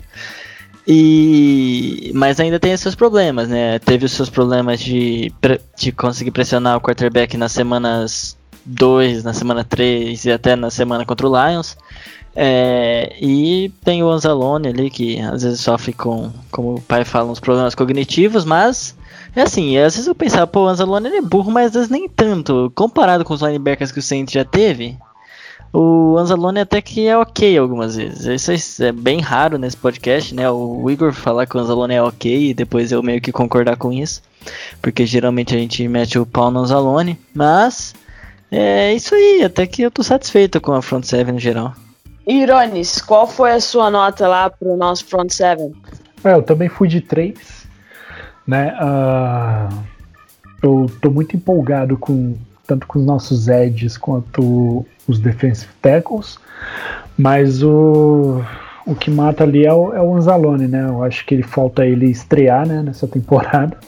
E, mas ainda tem os seus problemas, né? Teve os seus problemas de, de conseguir pressionar o quarterback nas semanas dois, na semana três e até na semana contra o Lions. É, e tem o Anzalone ali que às vezes sofre com, como o pai fala, uns problemas cognitivos, mas é assim, às vezes eu pensava, pô, o Anzalone ele é burro, mas às vezes nem tanto. Comparado com os linebackers que o Saints já teve, o Anzalone até que é ok algumas vezes. Isso é bem raro nesse podcast, né? O Igor falar que o Anzalone é ok e depois eu meio que concordar com isso, porque geralmente a gente mete o pau no Anzalone, mas é isso aí, até que eu tô satisfeito com a front seven no geral. Ironis, qual foi a sua nota lá pro nosso front seven? É, eu também fui de três, né? Uh, eu tô muito empolgado com tanto com os nossos edges quanto os defensive tackles, mas o, o que mata ali é o, é o Anzalone, né? Eu acho que ele falta ele estrear, né, nessa temporada.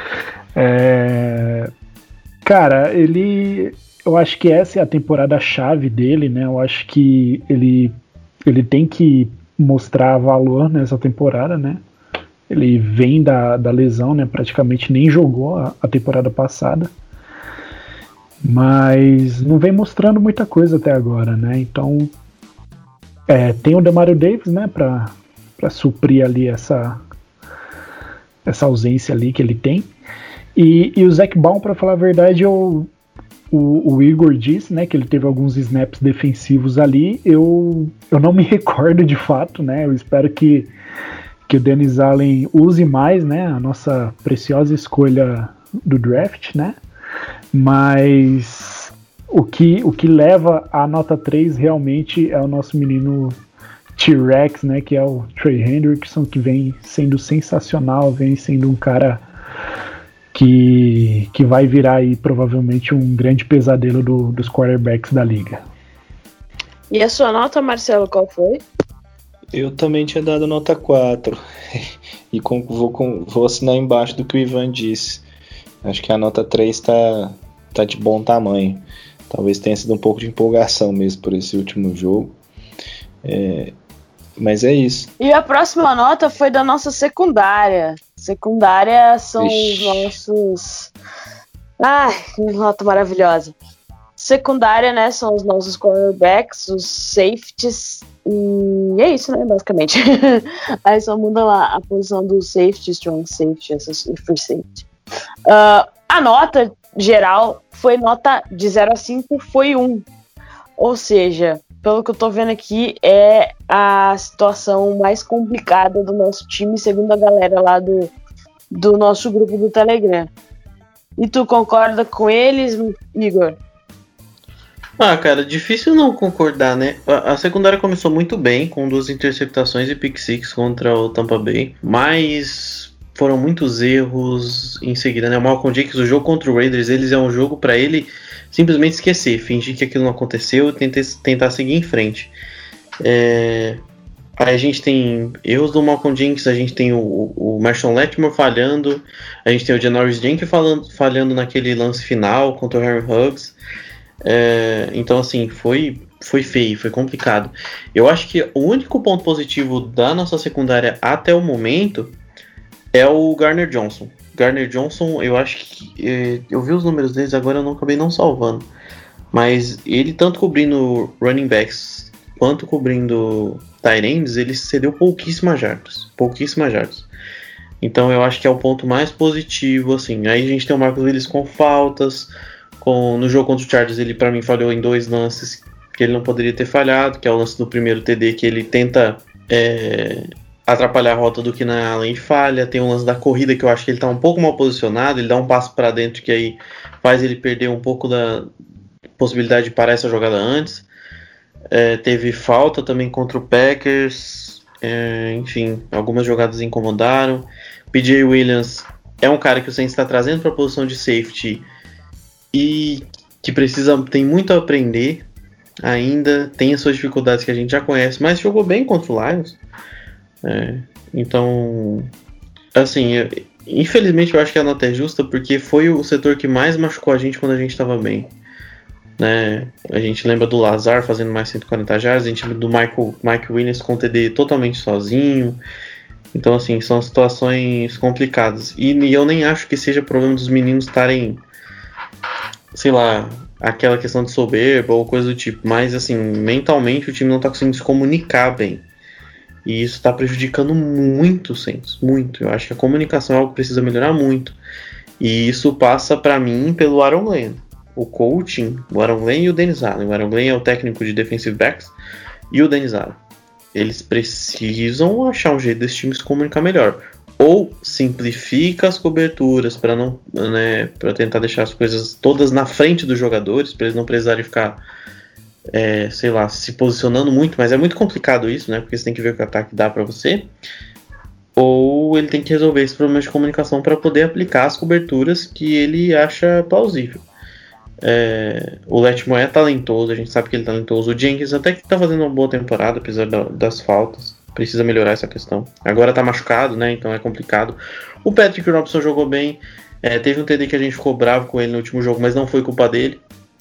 É, cara, ele... Eu acho que essa é a temporada-chave dele, né? Eu acho que ele, ele tem que mostrar valor nessa temporada, né? Ele vem da, da lesão, né? Praticamente nem jogou a, a temporada passada. Mas não vem mostrando muita coisa até agora, né? Então É, tem o Demario Davis, né, pra, pra suprir ali essa, essa ausência ali que ele tem. E, e o Zac Baun, pra falar a verdade, eu, o, o Igor disse, né, que ele teve alguns snaps defensivos ali. Eu, eu não me recordo de fato, né, eu espero que, que o Dennis Allen use mais, né, a nossa preciosa escolha do draft, né, mas o que, o que leva a nota três realmente é o nosso menino T-Rex, né, que é o Trey Hendrickson, que vem sendo sensacional, vem sendo um cara que, que vai virar aí provavelmente um grande pesadelo do, dos quarterbacks da liga. E a sua nota, Marcelo, qual foi? Eu também tinha dado nota quatro e com, vou, com, vou assinar embaixo do que o Ivan disse. Acho que a nota três tá, tá de bom tamanho. Talvez tenha sido um pouco de empolgação mesmo por esse último jogo. É, mas é isso. E a próxima nota foi da nossa secundária. Secundária são Ixi. os nossos... Ai, que nota maravilhosa. Secundária, né, são os nossos cornerbacks, os safeties, e é isso, né, basicamente. Aí só muda lá a posição do safety, strong safety e free safety. Uh, a nota geral foi nota de zero a cinco, foi um. Ou seja, pelo que eu tô vendo aqui, é a situação mais complicada do nosso time, segundo a galera lá do, do nosso grupo do Telegram. E tu concorda com eles, Igor? Ah, cara, difícil não concordar, né? A, a secundária começou muito bem, com duas interceptações e pick six contra o Tampa Bay, mas foram muitos erros em seguida, né? O Malcolm Jenkins, o jogo contra o Raiders, eles é um jogo pra ele simplesmente esquecer, fingir que aquilo não aconteceu e tentar, tentar seguir em frente. É... Aí a gente tem erros do Malcolm Jenkins, a gente tem o, o Marshawn Lattimore falhando, a gente tem o Janoris Jenkins falando, falhando naquele lance final contra o Henry Huggs. É, então assim, foi, foi feio, foi complicado. Eu acho que o único ponto positivo da nossa secundária até o momento é o Garner Johnson. Garner Johnson, eu acho que é, eu vi os números deles, agora eu não acabei não salvando, mas ele tanto cobrindo running backs quanto cobrindo tight ends, ele cedeu pouquíssimas jardas, pouquíssimas jardas. Então eu acho que é o ponto mais positivo, assim. Aí a gente tem o Marcus Willis com faltas. Com, no jogo contra o Chargers, ele para mim falhou em dois lances que ele não poderia ter falhado, que é o lance do primeiro T D, que ele tenta é, atrapalhar a rota do Keenan Allen e falha. Tem o lance da corrida, que eu acho que ele tá um pouco mal posicionado, ele dá um passo para dentro que aí faz ele perder um pouco da possibilidade de parar essa jogada antes. É, teve falta também contra o Packers, é, enfim, algumas jogadas incomodaram. P J Williams é um cara que o Saints está trazendo para a posição de safety e que precisa, tem muito a aprender ainda, tem as suas dificuldades que a gente já conhece, mas jogou bem contra o Lions. É, então, assim, eu, infelizmente eu acho que a nota é justa porque foi o setor que mais machucou a gente quando a gente estava bem. Né? A gente lembra do Lazar fazendo mais cento e quarenta jardas, a gente lembra do Michael, Mike Williams com T D totalmente sozinho. Então, assim, são situações complicadas. E, e eu nem acho que seja problema dos meninos estarem, sei lá, aquela questão de soberba ou coisa do tipo. Mas, assim, mentalmente o time não está conseguindo se comunicar bem. E isso está prejudicando muito o Saints, muito. Eu acho que a comunicação é algo que precisa melhorar muito. E isso passa, para mim, pelo Aaron Glenn. O coaching, o Aaron Glenn e o Dennis Allen. O Aaron Glenn é o técnico de defensive backs e o Dennis Allen. Eles precisam achar um jeito desse time se comunicar melhor. Ou simplifica as coberturas para não, né, para tentar deixar as coisas todas na frente dos jogadores, para eles não precisarem ficar, é, sei lá, se posicionando muito. Mas é muito complicado isso, né? Porque você tem que ver o que o ataque dá para você. Ou ele tem que resolver esse problema de comunicação para poder aplicar as coberturas que ele acha plausível. É, o Lattimore é talentoso, a gente sabe que ele é talentoso. O Jenkins até que tá fazendo uma boa temporada, apesar da, das faltas. Precisa melhorar essa questão. Agora tá machucado, né? Então é complicado. O Patrick Robinson jogou bem. É, teve um T D que a gente ficou bravo com ele no último jogo, mas não foi culpa dele.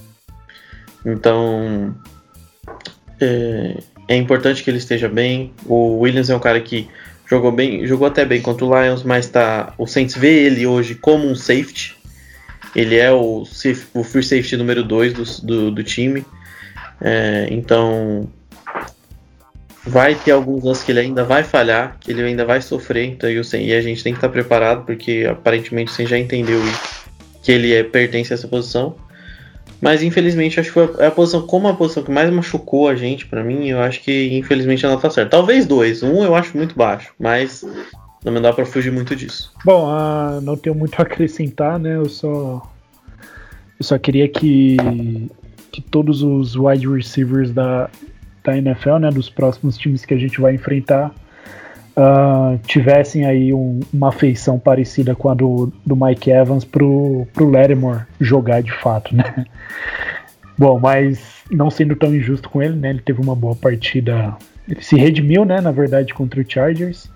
Então é, é importante que ele esteja bem. O Williams é um cara que jogou bem, jogou até bem contra o Lions, mas tá, o Saints vê ele hoje como um safety. Ele é o, o free safety número dois do, do, do time. É, então, vai ter alguns lances que ele ainda vai falhar, que ele ainda vai sofrer, então, e, o Sen, e a gente tem que estar preparado, porque aparentemente o Sen já entendeu isso, que ele é, pertence a essa posição. Mas infelizmente acho que foi a, a posição, como a posição que mais machucou a gente, pra mim, eu acho que infelizmente ela tá certa. Talvez dois, um eu acho muito baixo, mas não dá pra fugir muito disso. Bom, uh, não tenho muito a acrescentar, né? Eu só, eu só queria que, que todos os wide receivers da, da N F L, né, dos próximos times que a gente vai enfrentar, uh, tivessem aí um, uma afeição parecida com a do, do Mike Evans pro, pro Lattimore jogar de fato, né? Bom, mas não sendo tão injusto com ele, né? Ele teve uma boa partida, ele se redimiu, né, na verdade, contra o Chargers.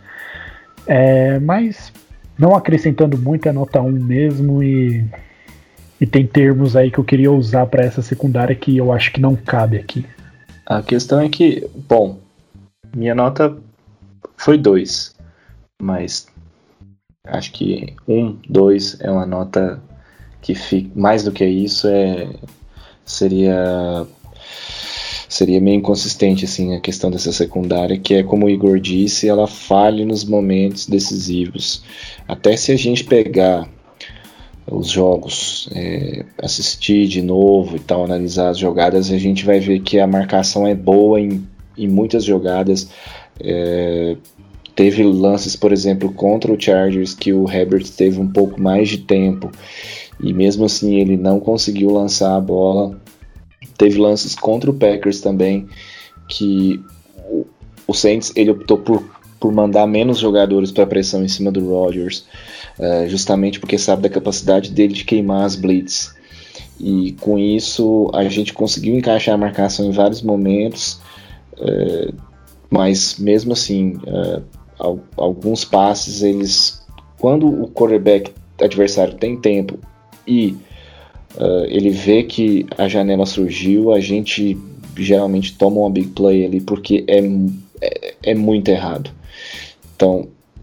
É, mas não acrescentando muito, é nota um mesmo, e, e tem termos aí que eu queria usar para essa secundária que eu acho que não cabe aqui. A questão é que, bom, minha nota foi dois, mas acho que um, dois é uma nota que fica, mais do que isso é, seria... Seria meio inconsistente assim, a questão dessa secundária, que é como o Igor disse, ela falha nos momentos decisivos. Até se a gente pegar os jogos, é, assistir de novo e tal, analisar as jogadas, a gente vai ver que a marcação é boa em, em muitas jogadas. É, teve lances, por exemplo, contra o Chargers, que o Herbert teve um pouco mais de tempo e mesmo assim ele não conseguiu lançar a bola. Teve lances contra o Packers também, que o, o Saints ele optou por, por mandar menos jogadores para pressão em cima do Rodgers, uh, justamente porque sabe da capacidade dele de queimar as blitz. E com isso a gente conseguiu encaixar a marcação em vários momentos, uh, mas mesmo assim, uh, al- alguns passes, eles, quando o quarterback adversário tem tempo e Uh, ele vê que a janela surgiu, a gente geralmente toma uma big play ali porque é, é, é muito errado. Então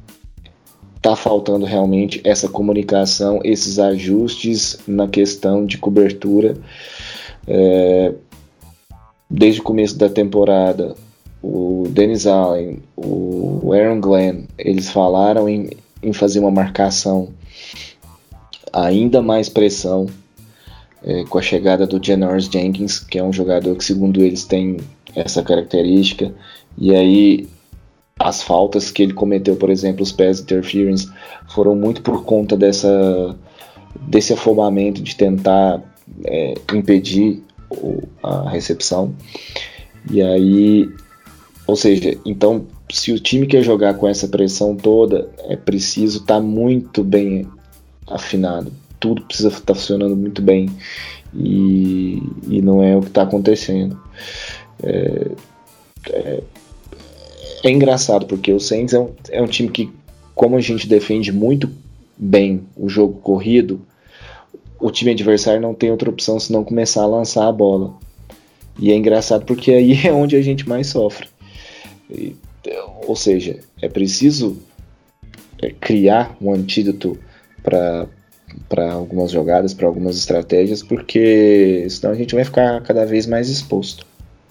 tá faltando realmente essa comunicação, esses ajustes na questão de cobertura. É, desde o começo da temporada, o Dennis Allen, o Aaron Glenn, eles falaram em, em fazer uma marcação, ainda mais pressão, É, com a chegada do Janoris Jenkins, que é um jogador que, segundo eles, tem essa característica. E aí as faltas que ele cometeu, por exemplo, os pass interference, foram muito por conta dessa, desse afobamento de tentar é, impedir o, a recepção. E aí, ou seja, então, se o time quer jogar com essa pressão toda, é preciso estar tá muito bem afinado. Tudo precisa estar tá funcionando muito bem, e, e não é o que está acontecendo. É, é, é engraçado porque o Saints é um, é um time que, como a gente defende muito bem o jogo corrido, o time adversário não tem outra opção senão começar a lançar a bola. E é engraçado porque aí é onde a gente mais sofre. E, ou seja, é preciso é, criar um antídoto para para algumas jogadas, para algumas estratégias, porque senão a gente vai ficar cada vez mais exposto.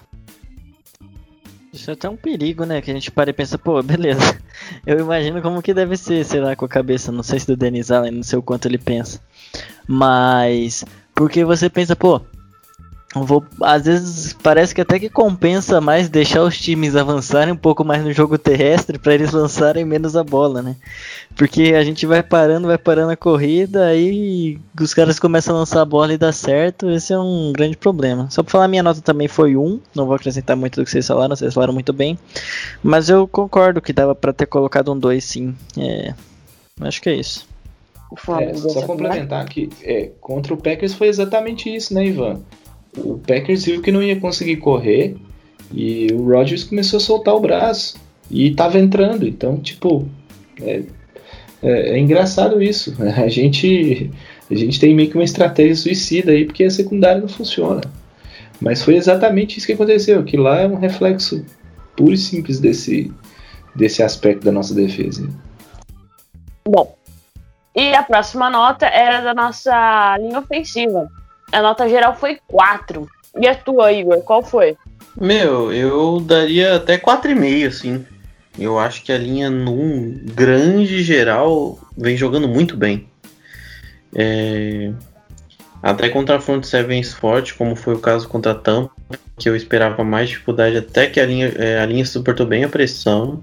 Isso é até um perigo, né? Que a gente para e pensa, pô, beleza. Eu imagino como que deve ser, sei lá, com a cabeça, não sei se do Dennis Allen, não sei o quanto ele pensa. Mas, porque você pensa, pô, vou, às vezes parece que até que compensa mais deixar os times avançarem um pouco mais no jogo terrestre para eles lançarem menos a bola, né? Porque a gente vai parando, vai parando a corrida, aí os caras começam a lançar a bola e dá certo. Esse é um grande problema. Só para falar, minha nota também foi um, não vou acrescentar muito do que vocês falaram, vocês falaram muito bem, mas eu concordo que dava para ter colocado um dois, sim. É, acho que é isso. É, só complementar que é, contra o Packers foi exatamente isso, né, Ivan? O Packers viu que não ia conseguir correr e o Rodgers começou a soltar o braço e tava entrando. Então, tipo, é, é, é engraçado isso. A gente, a gente tem meio que uma estratégia suicida aí porque a secundária não funciona. Mas foi exatamente isso que aconteceu, que lá é um reflexo puro e simples desse, desse aspecto da nossa defesa. Bom, e a próxima nota era da nossa linha ofensiva. A nota geral foi quatro. E a tua, Igor, qual foi? Meu, eu daria até quatro e meio, assim. Eu acho que a linha, num grande geral, vem jogando muito bem. É... Até contra a front sevens forte, como foi o caso contra a Tampa, que eu esperava mais dificuldade, até que a linha, é, a linha suportou bem a pressão.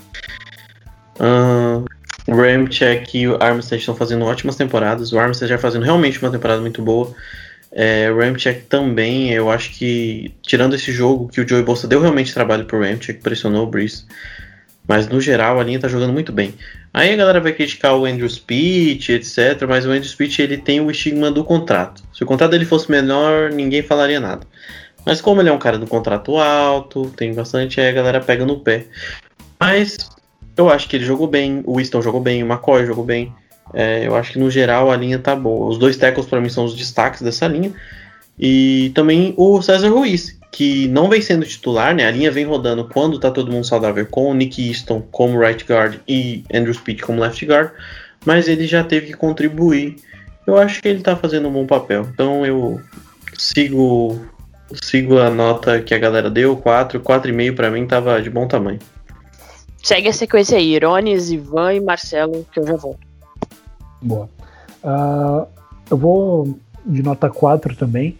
Uh, o Ramczyk e o Armstead estão fazendo ótimas temporadas. O Armstead já fazendo realmente uma temporada muito boa. É, o Ramczyk também, eu acho que, tirando esse jogo, que o Joey Bosa deu realmente trabalho pro Ramczyk, pressionou o Breeze. Mas no geral a linha tá jogando muito bem. Aí a galera vai criticar o Andrew Speech, etcétera. Mas o Andrew Speech, ele tem o estigma do contrato. Se o contrato dele fosse menor, ninguém falaria nada. Mas como ele é um cara do contrato alto, tem bastante, aí a galera pega no pé. Mas eu acho que ele jogou bem, o Winston jogou bem, o McCoy jogou bem. É, eu acho que no geral a linha tá boa. Os dois tackles pra mim são os destaques dessa linha. E também o César Ruiz, que não vem sendo titular, né? A linha vem rodando quando tá todo mundo saudável, com o Nick Easton como right guard e Andrew Speech como left guard, mas ele já teve que contribuir. Eu acho que ele tá fazendo um bom papel. Então eu sigo sigo a nota que a galera deu, quatro, quatro e meio pra mim tava de bom tamanho. Segue a sequência aí, Irones, Ivan e Marcelo, que eu já volto. Boa. Uh, eu vou de nota quatro também.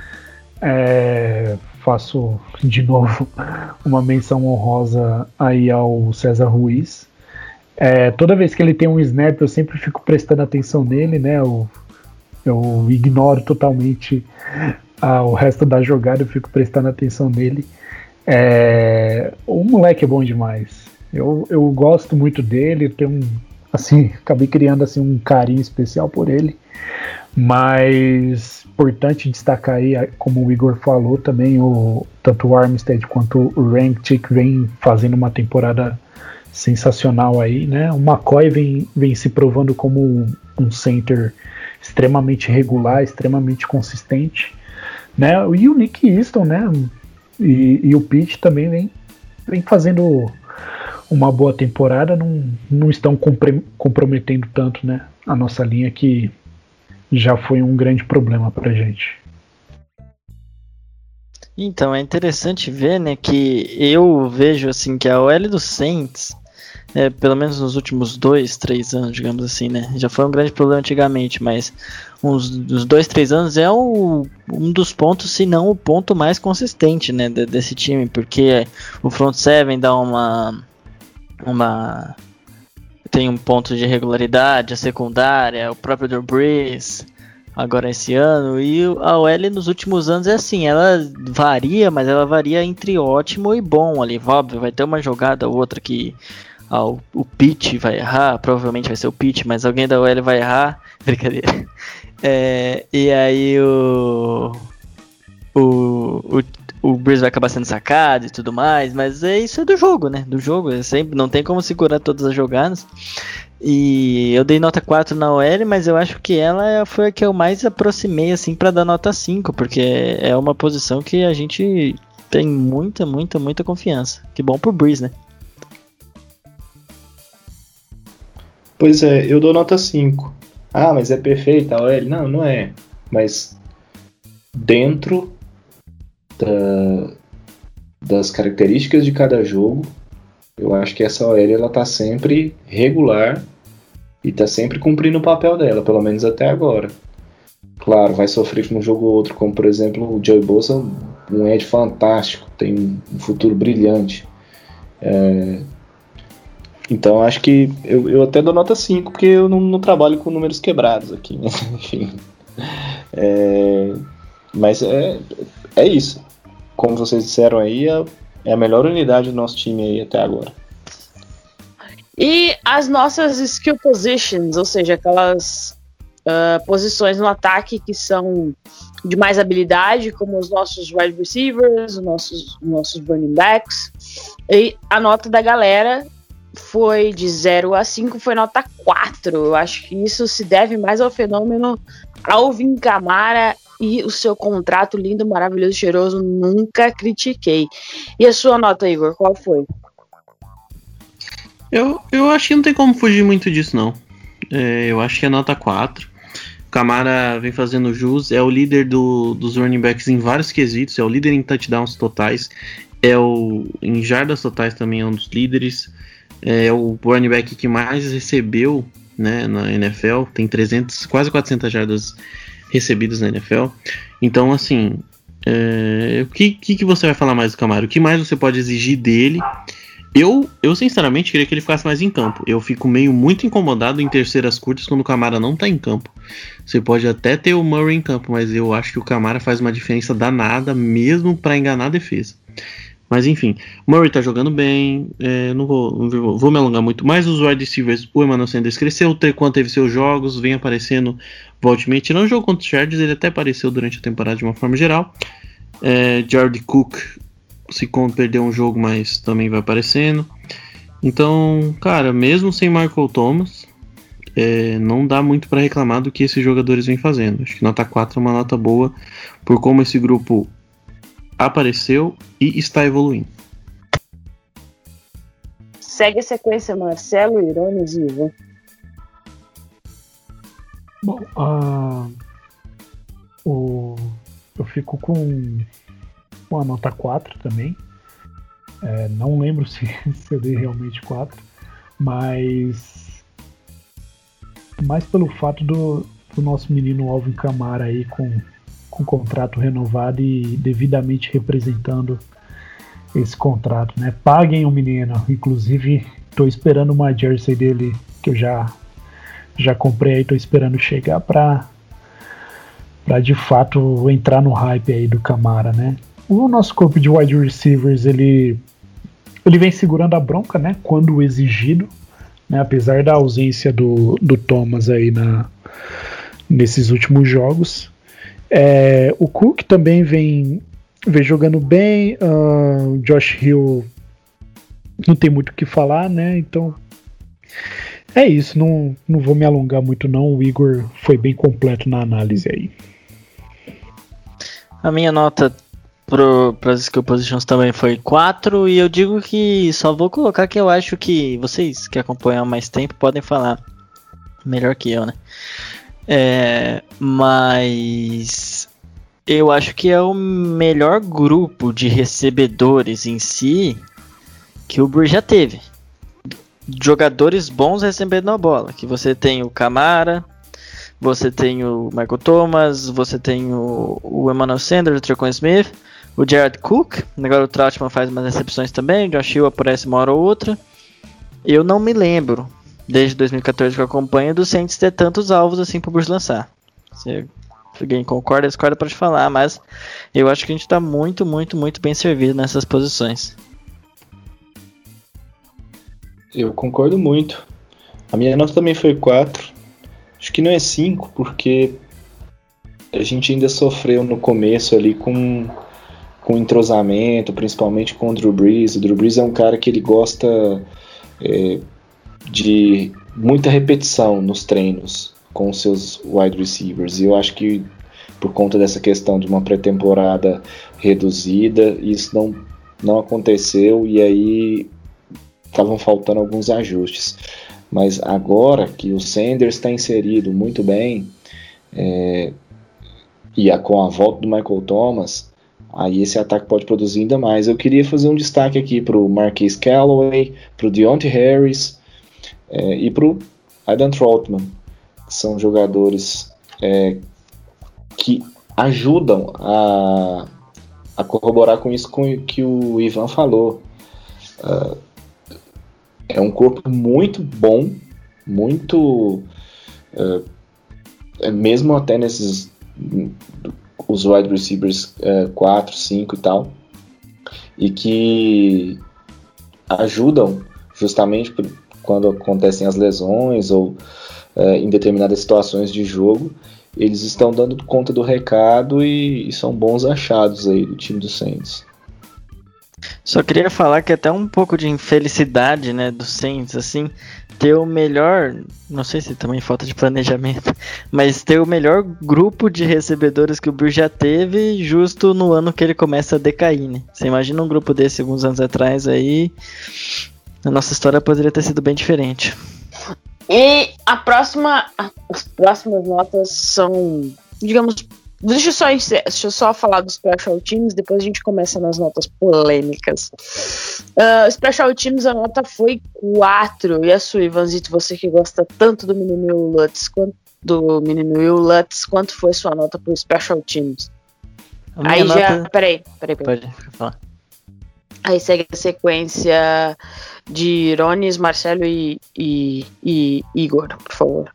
É, faço de novo uma menção honrosa aí ao César Ruiz. É, toda vez que ele tem um snap, eu sempre fico prestando atenção nele, né? Eu, eu ignoro totalmente ah, o resto da jogada, eu fico prestando atenção nele. É, o moleque é bom demais. Eu, eu gosto muito dele, tenho um, assim, acabei criando assim, um carinho especial por ele. Mas importante destacar aí, como o Igor falou também, o, tanto o Armstead quanto o Ramczyk vem fazendo uma temporada sensacional aí, né? O McCoy vem, vem se provando como um, um center extremamente regular, extremamente consistente, né? E o Nick Easton, né? E, e o Pitt também vem, vem fazendo uma boa temporada, não, não estão compre, comprometendo tanto, né? A nossa linha que já foi um grande problema pra gente. Então, é interessante ver, né, que eu vejo, assim, que a O L do Saints, é, pelo menos nos últimos dois, três anos, digamos assim, né, já foi um grande problema antigamente, mas uns dos dois, três anos é o, um dos pontos, se não o ponto mais consistente, né, de, desse time, porque o front seven dá uma... uma tem um ponto de regularidade, a secundária, o próprio Drew Brees, agora esse ano, e a O L nos últimos anos é assim, ela varia, mas ela varia entre ótimo e bom ali, óbvio, vai ter uma jogada ou outra que ah, o, o Pitt vai errar, provavelmente vai ser o Pitt, mas alguém da O L vai errar, brincadeira, é, e aí o o, o o Breeze vai acabar sendo sacado e tudo mais, mas é isso é do jogo, né? Do jogo, é sempre, não tem como segurar todas as jogadas. E eu dei nota quatro na O L, mas eu acho que ela foi a que eu mais aproximei assim para dar nota cinco, porque é uma posição que a gente tem muita, muita, muita confiança. Que bom pro Breeze, né? Pois é, eu dou nota cinco. Ah, mas é perfeita a O L? Não, não é. Mas dentro Da, das características de cada jogo, eu acho que essa O L ela tá sempre regular e tá sempre cumprindo o papel dela, pelo menos até agora. Claro, vai sofrer com um jogo ou outro, como por exemplo o Joey Bosa, um edge fantástico, tem um futuro brilhante. É, então acho que eu, eu até dou nota cinco, porque eu não, não trabalho com números quebrados aqui, né? Enfim. É, mas é, é isso. Como vocês disseram aí, é a melhor unidade do nosso time aí até agora. E as nossas skill positions, ou seja, aquelas uh, posições no ataque que são de mais habilidade, como os nossos wide receivers, os nossos, nossos running backs. E a nota da galera foi de zero a cinco, foi nota quatro. Eu acho que isso se deve mais ao fenômeno Alvin Kamara e o seu contrato lindo, maravilhoso, cheiroso, nunca critiquei. E a sua nota, Igor, qual foi? Eu, eu acho que não tem como fugir muito disso, não. É, eu acho que é nota quatro. O Kamara vem fazendo jus, é o líder do, dos running backs em vários quesitos, é o líder em touchdowns totais, é o em jardas totais também é um dos líderes, é o running back que mais recebeu, né, na N F L, tem trezentas, quase quatrocentas jardas recebidas na N F L. Então, assim, é, o que, que, que você vai falar mais do Kamara? O que mais você pode exigir dele? Eu, eu sinceramente queria que ele ficasse mais em campo. Eu fico meio muito incomodado em terceiras curtas quando o Kamara não tá em campo. Você pode até ter o Murray em campo, mas eu acho que o Kamara faz uma diferença danada, mesmo para enganar a defesa. Mas enfim, o Murray tá jogando bem, é, não, vou, não vou, vou me alongar muito mais. Os wide receivers, o Emmanuel Sanders cresceu, o Trequan teve seus jogos, vem aparecendo voltemente. Não jogou contra os Chargers, ele até apareceu durante a temporada de uma forma geral. é, Jared Cook, se perdeu um jogo, mas também vai aparecendo. Então, cara, mesmo sem Michael Thomas, é, não dá muito para reclamar do que esses jogadores vêm fazendo. Acho que nota quatro é uma nota boa por como esse grupo apareceu e está evoluindo. Segue a sequência, Marcelo, Irones e Ivan. Bom, uh, o, eu fico com uma nota quatro também. É, não lembro se, se eu dei realmente quatro, mas mais pelo fato do, do nosso menino Alvin Kamara aí com com contrato renovado e devidamente representando esse contrato, né? Paguem o menino. Inclusive, tô esperando uma jersey dele que eu já já comprei aí, tô esperando chegar para para de fato entrar no hype aí do Kamara, né? O nosso corpo de wide receivers, ele ele vem segurando a bronca, né? Quando exigido, né? Apesar da ausência do, do Thomas aí na nesses últimos jogos. É, o Cook também vem, vem jogando bem. O uh, Josh Hill não tem muito o que falar, né? Então é isso, não, não vou me alongar muito não. O Igor foi bem completo na análise aí. A minha nota para as skill positions também foi quatro, e eu digo que só vou colocar que eu acho que vocês que acompanham há mais tempo podem falar melhor que eu, né? É, mas eu acho que é o melhor grupo de recebedores em si que o Bree já teve. Jogadores bons recebendo a bola. Que você tem o Kamara, você tem o Michael Thomas, você tem o, o Emmanuel Sanders, o Trequan Smith, o Jared Cook. Agora o Trautman faz umas recepções também. O Josh Hill aparece uma hora ou outra. Eu não me lembro, desde dois mil e catorze que eu acompanho, do Saints ter tantos alvos assim pro Bruce lançar. Se alguém concorda, discorda, pode falar, mas eu acho que a gente tá muito, muito, muito bem servido nessas posições. Eu concordo muito. A minha nota também foi quatro. Acho que não é cinco, porque a gente ainda sofreu no começo ali com, com entrosamento, principalmente com o Drew Brees. O Drew Brees é um cara que ele gosta é, de muita repetição nos treinos com os seus wide receivers, e eu acho que por conta dessa questão de uma pré-temporada reduzida, isso não, não aconteceu, e aí estavam faltando alguns ajustes. Mas agora que o Sanders está inserido muito bem, é, e a, com a volta do Michael Thomas, aí esse ataque pode produzir ainda mais. Eu queria fazer um destaque aqui para o Marquise Callaway, para o Deontay Harris, É, e para o Aidan Trautman, que são jogadores é, que ajudam a, a corroborar com isso com que o Ivan falou. Uh, é um corpo muito bom, muito uh, é, mesmo até nesses os wide receivers uh, quatro, cinco e tal, e que ajudam justamente por, quando acontecem as lesões ou é, em determinadas situações de jogo, eles estão dando conta do recado e, e são bons achados aí do time do Saints. Só queria falar que até um pouco de infelicidade, né, do Saints, assim, ter o melhor, não sei se também falta de planejamento, mas ter o melhor grupo de recebedores que o Bruce já teve justo no ano que ele começa a decair, né? Você imagina um grupo desse alguns anos atrás aí, a nossa história poderia ter sido bem diferente. E a próxima, as próximas notas são, digamos, deixa eu só, deixa eu só falar dos Special Teams, depois a gente começa nas notas polêmicas. Uh, Special Teams, a nota foi quatro. E a sua, Ivanzito, você que gosta tanto do menino Will Lutz, quanto, do menino Will Lutz, quanto foi sua nota pro Special Teams? Aí nota... já, peraí, peraí, peraí. Pode falar. Aí segue a sequência de Ronis, Marcelo e, e, e Igor, por favor.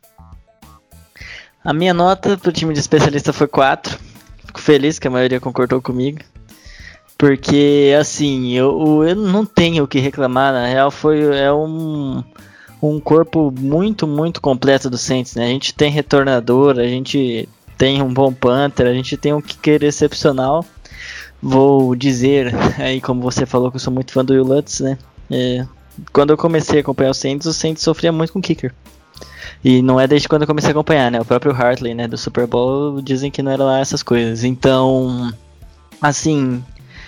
A minha nota pro time de especialista foi quatro. Fico feliz que a maioria concordou comigo. Porque, assim, eu, eu não tenho o que reclamar. Na real, foi, é um, um corpo muito, muito completo do Saints, né? A gente tem retornador, a gente tem um bom punter, a gente tem um kicker excepcional. Vou dizer, aí como você falou que eu sou muito fã do Will Lutz, né? É, quando eu comecei a acompanhar o Saints, o Saints sofria muito com kicker. E não é desde quando eu comecei a acompanhar, né? O próprio Hartley, né, do Super Bowl, dizem que não era lá essas coisas. Então, assim,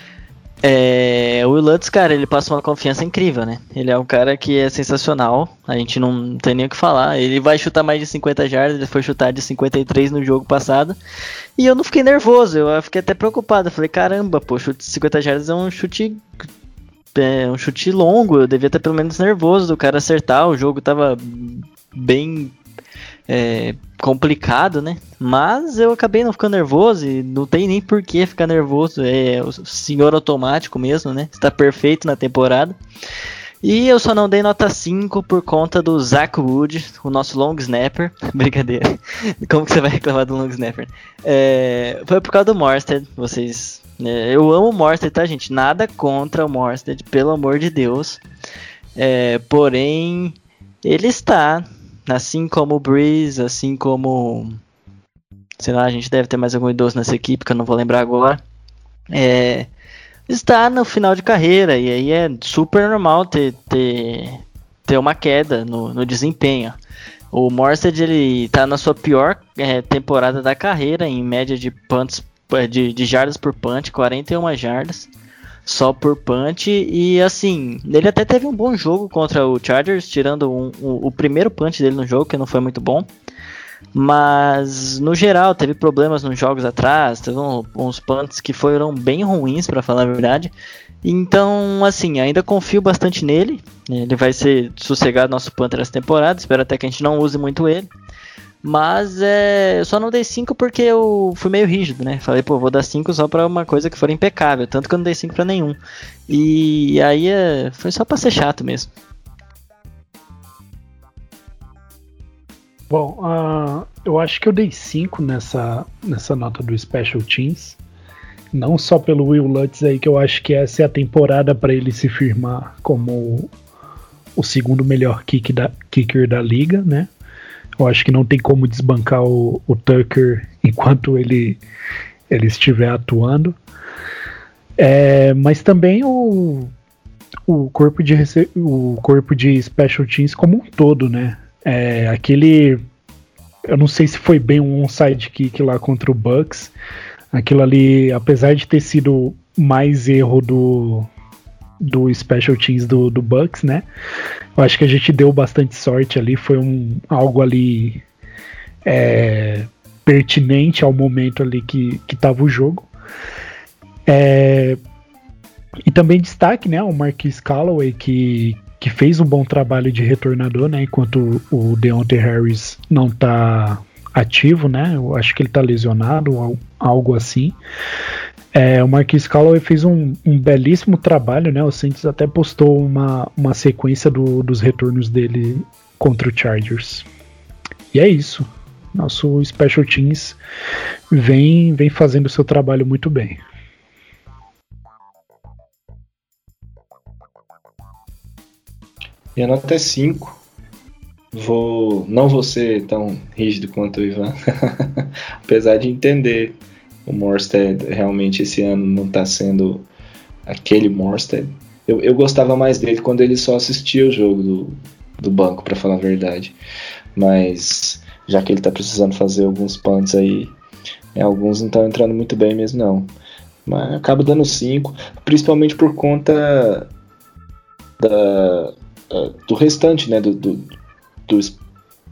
é, o Will Lutz, cara, ele passa uma confiança incrível, né? Ele é um cara que é sensacional, a gente não tem nem o que falar. Ele vai chutar mais de cinquenta jardas, ele foi chutar de cinquenta e três no jogo passado. E eu não fiquei nervoso, eu fiquei até preocupado. Eu falei, caramba, pô, chute de cinquenta jardas é um chute... É um chute longo, eu devia estar pelo menos nervoso do cara acertar. O jogo tava bem é, complicado, né? Mas eu acabei não ficando nervoso e não tem nem por que ficar nervoso. É o senhor automático mesmo, né? Está perfeito na temporada. E eu só não dei nota cinco por conta do Zach Wood, o nosso long snapper. Brincadeira. Como que você vai reclamar do long snapper? É, foi por causa do Morstead, vocês... Eu amo o Morstead, tá, gente? Nada contra o Morstead, pelo amor de Deus. É, porém, ele está, assim como o Breeze, assim como... Sei lá, a gente deve ter mais algum idoso nessa equipe, que eu não vou lembrar agora. É, está no final de carreira, e aí é super normal ter, ter, ter uma queda no, no desempenho. O Morstead, ele tá na sua pior é, temporada da carreira, em média de punts De, de jardas por punch, quarenta e uma jardas só por punch. E assim, ele até teve um bom jogo contra o Chargers, tirando um, um, o primeiro punch dele no jogo, que não foi muito bom. Mas no geral teve problemas nos jogos atrás, teve um, uns punts que foram bem ruins, para falar a verdade. Então, assim, ainda confio bastante nele. Ele vai ser sossegado nosso punter essa temporada, espero até que a gente não use muito ele. Mas é, eu só não dei cinco porque eu fui meio rígido, né? Falei, pô, vou dar cinco só pra uma coisa que for impecável. Tanto que eu não dei cinco pra nenhum. E aí é, foi só pra ser chato mesmo. Bom, uh, eu acho que eu dei cinco nessa, nessa nota do Special Teams. Não só pelo Will Lutz aí, que eu acho que essa é a temporada pra ele se firmar como o segundo melhor kick da, kicker da liga, né? Eu acho que não tem como desbancar o, o Tucker enquanto ele, ele estiver atuando. É, mas também o, o, corpo de, o corpo de Special Teams como um todo, né? É, aquele... Eu não sei se foi bem um onside kick lá contra o Bucks. Aquilo ali, apesar de ter sido mais erro do... do Special Teams do, do Bucks, né? Eu acho que a gente deu bastante sorte ali, foi um, algo ali é, pertinente ao momento ali que, que tava o jogo. É, e também destaque, né, o Marquise Callaway, que, que fez um bom trabalho de retornador, né, enquanto o Deontay Harris não tá ativo, né? Eu acho que ele tá lesionado, algo assim. É, o Marquise Callaway fez um, um belíssimo trabalho, né? O Saints até postou uma, uma sequência do, dos retornos dele contra o Chargers. E é isso. Nosso Special Teams vem, vem fazendo o seu trabalho muito bem. Minha nota é cinco. Vou, não vou ser tão rígido quanto o Ivan. Apesar de entender o Morstead realmente esse ano não está sendo aquele Morstead. Eu, eu gostava mais dele quando ele só assistia o jogo do, do banco, para falar a verdade. Mas já que ele está precisando fazer alguns punts aí, né, alguns não estão entrando muito bem mesmo não. Mas acabo dando cinco, principalmente por conta da, do restante, né, do, do, do,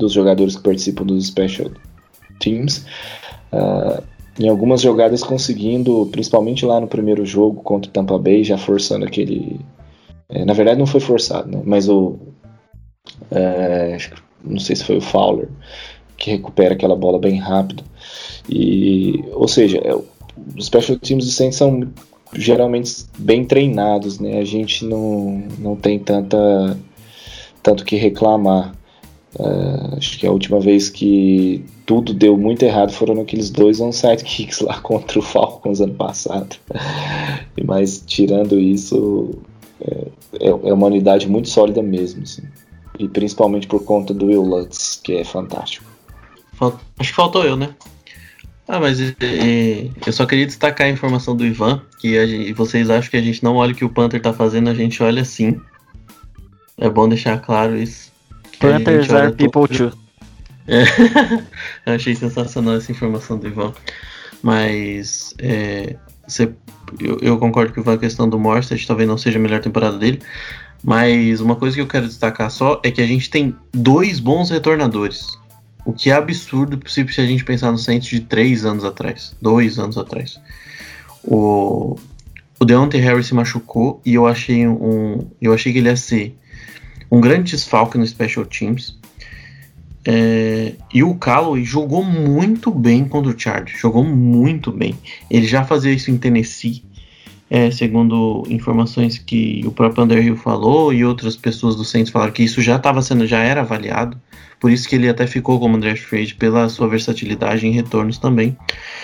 dos jogadores que participam dos Special Teams, uh, em algumas jogadas conseguindo, principalmente lá no primeiro jogo contra o Tampa Bay, já forçando aquele... É, na verdade não foi forçado, né? Mas o... É, não sei se foi o Fowler, que recupera aquela bola bem rápido. E, ou seja, é, os Special Teams do Saints são geralmente bem treinados, né? A gente não, não tem tanta, tanto que reclamar. Uh, acho que a última vez que tudo deu muito errado foram naqueles dois onside kicks lá contra o Falcons ano passado. Mas tirando isso, é, é uma unidade muito sólida mesmo, assim. E principalmente por conta do Will Lutz, que é fantástico. Acho que faltou eu, né? Ah, mas é, eu só queria destacar a informação do Ivan, que a gente, vocês acham que a gente não olha o que o Panther tá fazendo, a gente olha sim. É bom deixar claro isso. Panthers are people too. É. Eu achei sensacional essa informação do Ivan. Mas é, você, eu, eu concordo com o Ivan, a questão do Morstead talvez não seja a melhor temporada dele. Mas uma coisa que eu quero destacar só é que a gente tem dois bons retornadores. O que é absurdo se a gente pensar no Saints de três anos atrás. Dois anos atrás. O, o Deontay Harris se machucou e eu achei, um, eu achei que ele ia ser um grande desfalque no Special Teams. É, e o Callaway jogou muito bem contra o Chargers. Jogou muito bem. Ele já fazia isso em Tennessee. É, segundo informações que o próprio Underhill falou e outras pessoas do Saints falaram que isso já estava sendo, já era avaliado, por isso que ele até ficou como draft free pela sua versatilidade em retornos também.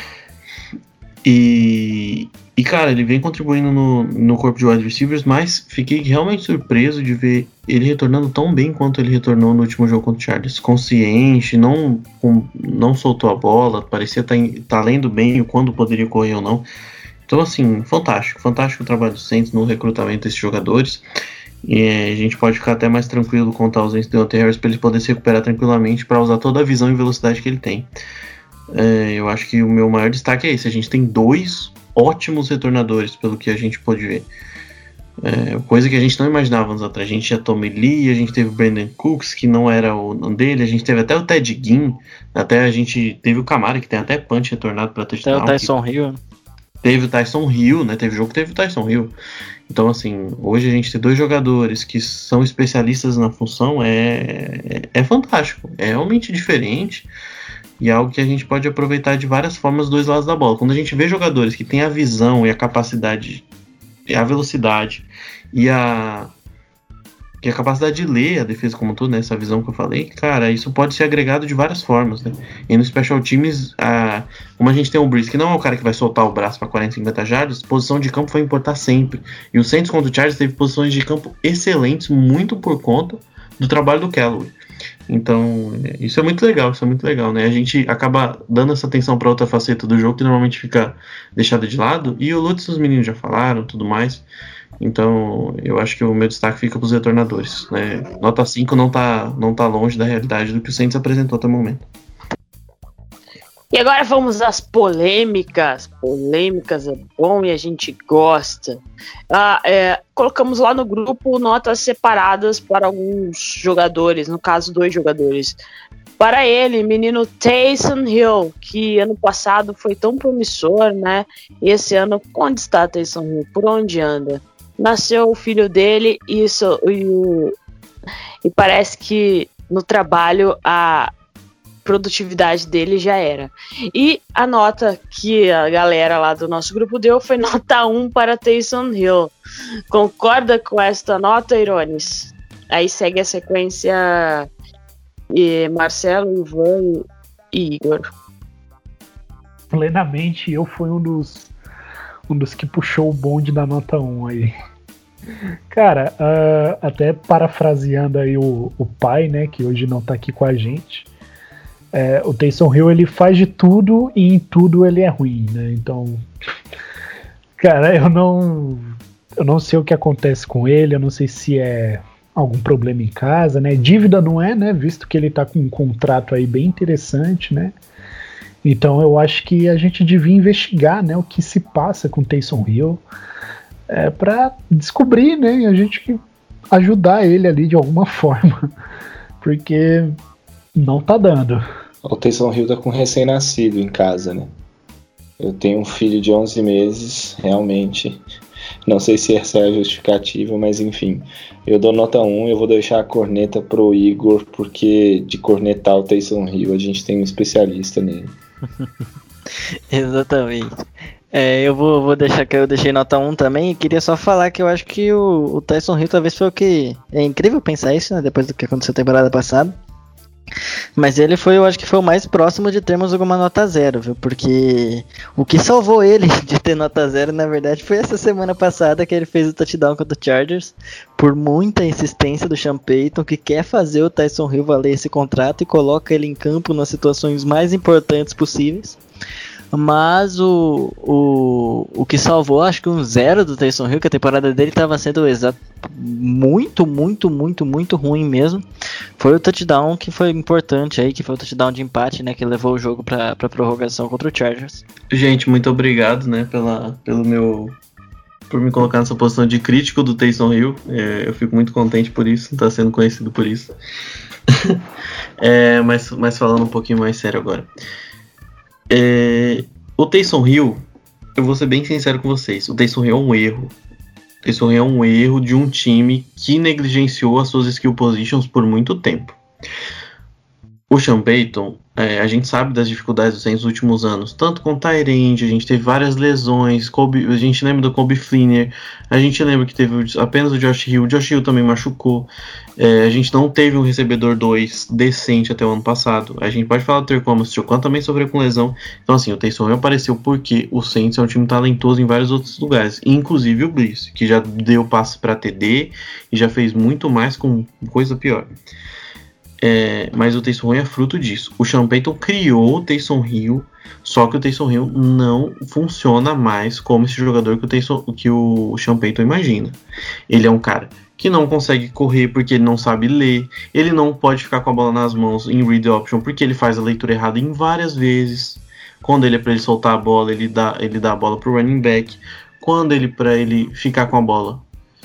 E, e cara, ele vem contribuindo no, no corpo de wide receivers, mas fiquei realmente surpreso de ver ele retornando tão bem quanto ele retornou no último jogo contra o Chargers. Consciente, não, com, não soltou a bola, parecia estar tá, tá lendo bem o quando poderia correr ou não. Então, assim, fantástico, fantástico o trabalho do Saints no recrutamento desses jogadores. E é, a gente pode ficar até mais tranquilo com a ausência do Deontay Harris para ele poder se recuperar tranquilamente para usar toda a visão e velocidade que ele tem. É, eu acho que o meu maior destaque é esse. A gente tem dois ótimos retornadores, pelo que a gente pôde ver. É, coisa que a gente não imaginava anos atrás. A gente tinha Tommy Lee, a gente teve o Brandon Cooks, que não era o nome dele, a gente teve até o Ted Ginn, até a gente teve o Camara, que tem até punch retornado para touchdown. Até o Tyson que... Hill. Teve o Tyson Hill, né? Teve jogo que teve o Tyson Hill. Então, assim, hoje a gente ter dois jogadores que são especialistas na função é, é, é fantástico. É realmente diferente e é algo que a gente pode aproveitar de várias formas dos dois lados da bola. Quando a gente vê jogadores que têm a visão e a capacidade, e a velocidade e a, e a capacidade de ler a defesa como um todo, né? Essa visão que eu falei, cara, isso pode ser agregado de várias formas, né? E no Special Teams, a, como a gente tem o Breeze, que não é o cara que vai soltar o braço para quarenta, cinquenta jardas, posição de campo vai importar sempre. E o Saints contra o Chargers teve posições de campo excelentes, muito por conta do trabalho do Callaway. Então, isso é muito legal, isso é muito legal, né? A gente acaba dando essa atenção para outra faceta do jogo que normalmente fica deixada de lado, e o Lutz, os meninos já falaram, tudo mais. Então, eu acho que o meu destaque fica para os retornadores, né? Nota cinco não tá, não tá longe da realidade do que o Saints apresentou até o momento. E agora vamos às polêmicas. Polêmicas é bom e a gente gosta. Ah, é, colocamos lá no grupo notas separadas para alguns jogadores, no caso, dois jogadores. Para ele, menino Taysom Hill, que ano passado foi tão promissor, né? E esse ano, onde está Taysom Hill? Por onde anda? Nasceu o filho dele e, isso, e, o, e parece que no trabalho a produtividade dele já era. E a nota que a galera lá do nosso grupo deu foi nota um para Taysom Hill. Concorda com esta nota, Irones? Aí segue a sequência e Marcelo, Ivan e Igor. Plenamente, eu fui um dos um dos que puxou o bonde da nota um aí. Cara, uh, até parafraseando aí o, o pai, né, que hoje não tá aqui com a gente, é, o Taysom Hill, ele faz de tudo e em tudo ele é ruim, né, então, cara, eu não, eu não sei o que acontece com ele, eu não sei se é algum problema em casa, né, dívida não é, né, visto que ele tá com um contrato aí bem interessante, né. Então eu acho que a gente devia investigar, né, o que se passa com o Taysom Hill, é, para descobrir, né, e a gente ajudar ele ali de alguma forma, porque não tá dando. O Taysom Hill tá com um recém-nascido em casa, né? Eu tenho um filho de onze meses, realmente. Não sei se essa é a justificativa, mas enfim. Eu dou nota um, eu vou deixar a corneta pro Igor, porque de cornetar o Taysom Hill a gente tem um especialista nele. Exatamente. É, eu vou, vou deixar que eu deixei nota um também, e queria só falar que eu acho que o, o Taysom Hill talvez foi o que... É incrível pensar isso, né, depois do que aconteceu na temporada passada. Mas ele foi, eu acho que foi o mais próximo de termos alguma nota zero, viu? Porque o que salvou ele de ter nota zero, na verdade, foi essa semana passada que ele fez o touchdown contra o Chargers, por muita insistência do Sean Payton, que quer fazer o Taysom Hill valer esse contrato e coloca ele em campo nas situações mais importantes possíveis. Mas o, o, o que salvou, acho que um zero do Taysom Hill, que a temporada dele estava sendo exato, muito, muito, muito, muito ruim mesmo, foi o touchdown que foi importante aí, que foi o touchdown de empate, né, que levou o jogo para pra prorrogação contra o Chargers. Gente, muito obrigado, né, pela, pelo meu... por me colocar nessa posição de crítico do Taysom Hill. É, eu fico muito contente por isso, tá sendo conhecido por isso. é, mas, mas falando um pouquinho mais sério agora. É, o Taysom Hill, eu vou ser bem sincero com vocês, o Taysom Hill é um erro. O Taysom Hill é um erro de um time que negligenciou as suas skill positions por muito tempo. O Sean Payton, é, a gente sabe das dificuldades dos Saints nos últimos anos, tanto com o tight end, a gente teve várias lesões, Colby, a gente lembra do Colby Fleener, a gente lembra que teve apenas o Josh Hill, o Josh Hill também machucou, é, a gente não teve um recebedor dois decente até o ano passado, a gente pode falar do Terry Thomas, o Choquan também sofreu com lesão, então assim, o Taysom Hill apareceu porque o Saints é um time talentoso em vários outros lugares, inclusive o Bliss, que já deu passe para T D e já fez muito mais com coisa pior. É, mas o Taysom Hill é fruto disso. O Sean Payton criou o Taysom Hill, só que o Taysom Hill não funciona mais como esse jogador que o, Taysom, que o Sean Payton imagina. Ele é um cara que não consegue correr porque ele não sabe ler, ele não pode ficar com a bola nas mãos em read option porque ele faz a leitura errada em várias vezes. Quando ele é para ele soltar a bola, ele dá, ele dá a bola pro running back. Quando ele para ele ficar com a bola,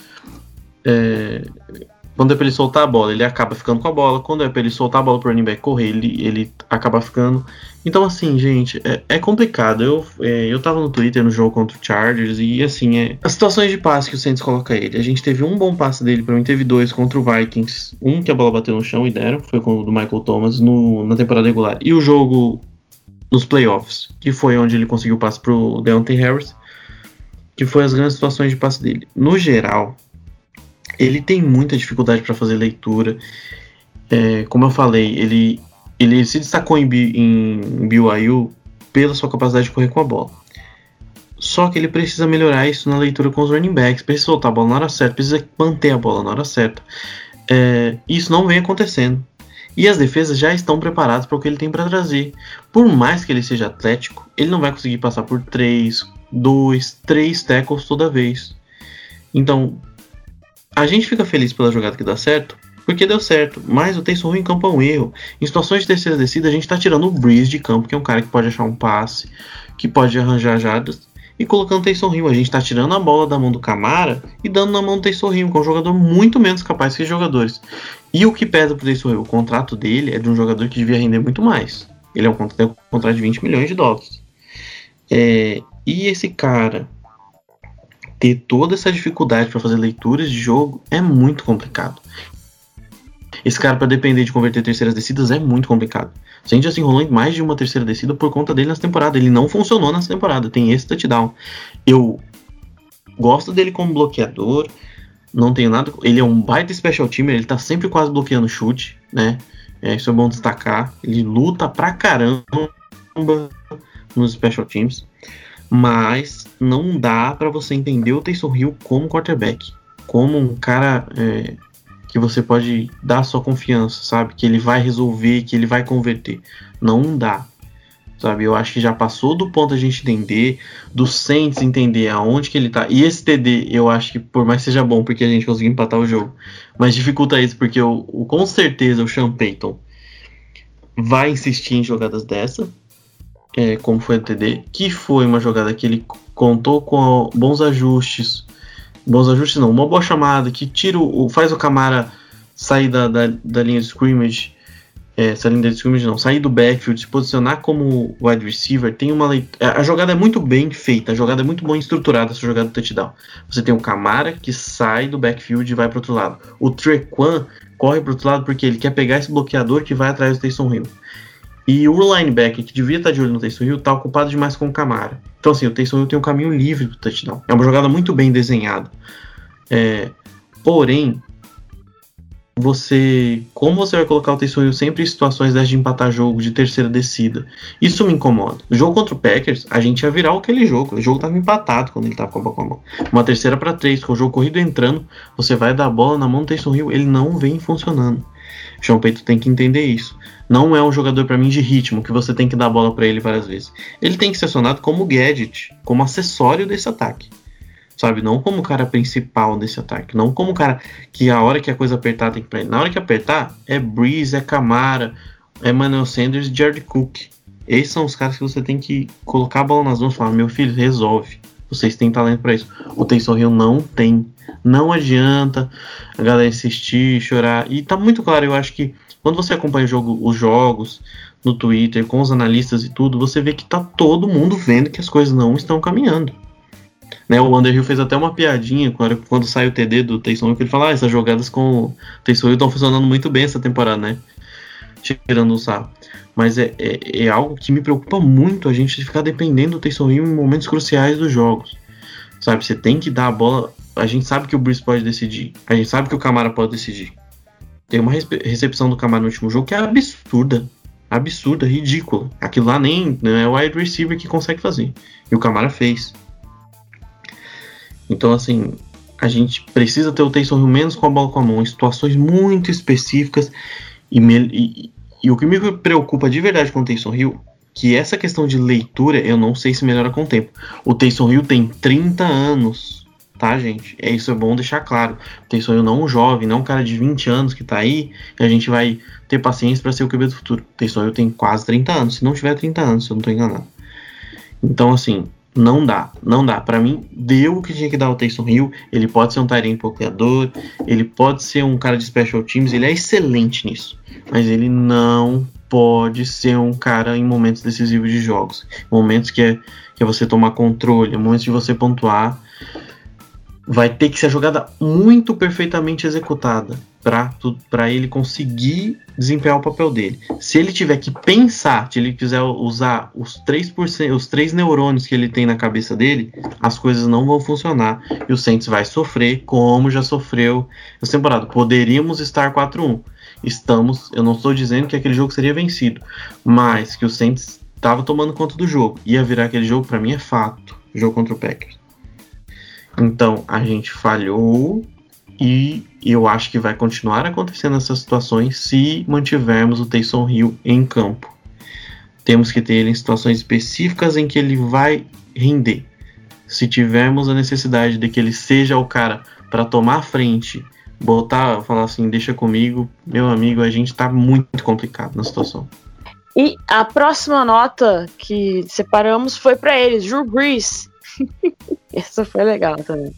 é... Quando é pra ele soltar a bola, ele acaba ficando com a bola. Quando é pra ele soltar a bola pro running back correr, ele, ele acaba ficando. Então, assim, gente, é, é complicado. Eu, é, eu tava no Twitter no jogo contra o Chargers e, assim, é, as situações de passe que o Saints coloca ele. A gente teve um bom passe dele, pra mim teve dois contra o Vikings. Um que a bola bateu no chão e deram, foi com o do Michael Thomas no, na temporada regular. E o jogo nos playoffs, que foi onde ele conseguiu o passe pro Deontay Harris, que foi as grandes situações de passe dele. No geral, ele tem muita dificuldade para fazer leitura. É, como eu falei, ele, ele se destacou em, em B Y U pela sua capacidade de correr com a bola. Só que ele precisa melhorar isso na leitura com os running backs. Precisa soltar a bola na hora certa, precisa manter a bola na hora certa. É, isso não vem acontecendo. E as defesas já estão preparadas para o que ele tem para trazer. Por mais que ele seja atlético, ele não vai conseguir passar por três, dois, três tackles toda vez. Então, a gente fica feliz pela jogada que dá certo, porque deu certo, mas o Taysom Hill em campo é um erro. Em situações de terceira descida, a gente tá tirando o Breeze de campo, que é um cara que pode achar um passe, que pode arranjar jadas, e colocando o Taysom Hill. A gente tá tirando a bola da mão do Kamara e dando na mão do Taysom Hill, que é um jogador muito menos capaz que os jogadores. E o que pesa pro Taysom Hill? O contrato dele é de um jogador que devia render muito mais. Ele é um contrato, um contrato de vinte milhões de dólares. É, e esse cara ter toda essa dificuldade para fazer leituras de jogo é muito complicado. Esse cara, para depender de converter terceiras descidas, é muito complicado. A gente já se enrolou em mais de uma terceira descida por conta dele nessa temporada. Ele não funcionou nessa temporada, tem esse touchdown. Eu gosto dele como bloqueador, não tenho nada. Ele é um baita special teamer, ele tá sempre quase bloqueando chute, né? É, isso é bom destacar. Ele luta pra caramba nos special teams. Mas não dá para você entender o Taysom Hill como quarterback, como um cara é, que você pode dar sua confiança, sabe? Que ele vai resolver, que ele vai converter. Não dá, sabe? Eu acho que já passou do ponto a gente entender, do Saints entender aonde que ele tá. E esse T D, eu acho que por mais que seja bom, porque a gente conseguiu empatar o jogo, mas dificulta isso, porque o, o, com certeza o Sean Payton vai insistir em jogadas dessa. É, como foi o T D, que foi uma jogada que ele contou com bons ajustes, bons ajustes não, uma boa chamada, que tira o, faz o Kamara sair da, da, da linha de scrimmage É, essa linha de scrimmage não, sair do backfield, se posicionar como wide receiver, tem uma leit- a jogada é muito bem feita, a jogada é muito bem estruturada, essa jogada do touchdown. Você tem o Camara que sai do backfield e vai pro outro lado. O Trequan corre pro outro lado porque ele quer pegar esse bloqueador que vai atrás do Taysom Hill. E o linebacker que devia estar de olho no Taysom Hill tá ocupado demais com o Camara. Então assim, o Taysom Hill tem um caminho livre pro touchdown. É uma jogada muito bem desenhada. É, porém, você, como você vai colocar o Taysom Hill sempre em situações de empatar jogo, de terceira descida? Isso me incomoda. O jogo contra o Packers, a gente ia virar aquele jogo. O jogo estava empatado quando ele estava com a bola com a mão. Uma terceira para três, com o jogo corrido entrando, você vai dar a bola na mão do Taysom Hill, ele não vem funcionando. O Sean Payton tem que entender isso. Não é um jogador para mim de ritmo, que você tem que dar a bola para ele várias vezes. Ele tem que ser acionado como gadget, como acessório desse ataque. Sabe, não como o cara principal desse ataque, não como o cara que a hora que a coisa apertar tem que ir pra ele. Na hora que apertar, é Breeze, é Camara, é Emmanuel Sanders e Jared Cook. Esses são os caras que você tem que colocar a bola nas mãos e falar, meu filho, resolve. Vocês têm talento pra isso. O Taysom Hill não tem. Não adianta a galera insistir, chorar. E tá muito claro, eu acho que quando você acompanha o jogo, os jogos no Twitter, com os analistas e tudo, você vê que tá todo mundo vendo que as coisas não estão caminhando. Né, o Underhill fez até uma piadinha quando, quando sai o T D do Taysom Hill, que ele fala, ah, essas jogadas com o Taysom Hill estão funcionando muito bem essa temporada, né? Tirando o sarro. Mas é, é, é algo que me preocupa muito, a gente ficar dependendo do Taysom Hill em momentos cruciais dos jogos. Sabe, você tem que dar a bola, a gente sabe que o Breeze pode decidir, a gente sabe que o Camara pode decidir. Tem uma recepção do Camara no último jogo que é absurda, absurda, ridícula. Aquilo lá nem não é o wide receiver que consegue fazer, e o Camara fez. Então, assim, a gente precisa ter o Taysom Hill menos com a bola com a mão, em situações muito específicas. E, me, e, e o que me preocupa de verdade com o Taysom Hill, que essa questão de leitura, eu não sei se melhora com o tempo. O Taysom Hill tem trinta anos, tá, gente? É, isso é bom deixar claro. O Taysom Hill não é um jovem, não é um cara de vinte anos que tá aí, e a gente vai ter paciência para ser o Q B do futuro. O Taysom Hill tem quase trinta anos, se não tiver trinta anos, se eu não tô enganado. Então, assim... Não dá, não dá. Pra mim, deu o que tinha que dar o Taysom Hill. Ele pode ser um tight end bloqueador, ele pode ser um cara de special teams, ele é excelente nisso. Mas ele não pode ser um cara em momentos decisivos de jogos. Momentos que é, que é você tomar controle, momentos de você pontuar. Vai ter que ser a jogada muito perfeitamente executada para ele conseguir desempenhar o papel dele. Se ele tiver que pensar, se ele quiser usar os três por cento, os três neurônios que ele tem na cabeça dele, as coisas não vão funcionar e o Saints vai sofrer como já sofreu essa temporada. Poderíamos estar quatro a um. Estamos, eu não estou dizendo que aquele jogo seria vencido, mas que o Saints estava tomando conta do jogo. Ia virar aquele jogo, para mim é fato. Jogo contra o Packers. Então, a gente falhou e eu acho que vai continuar acontecendo essas situações se mantivermos o Taysom Hill em campo. Temos que ter ele em situações específicas em que ele vai render. Se tivermos a necessidade de que ele seja o cara para tomar a frente, botar, falar assim, deixa comigo, meu amigo, a gente tá muito complicado na situação. E a próxima nota que separamos foi para eles, Drew Brees. Essa foi legal também.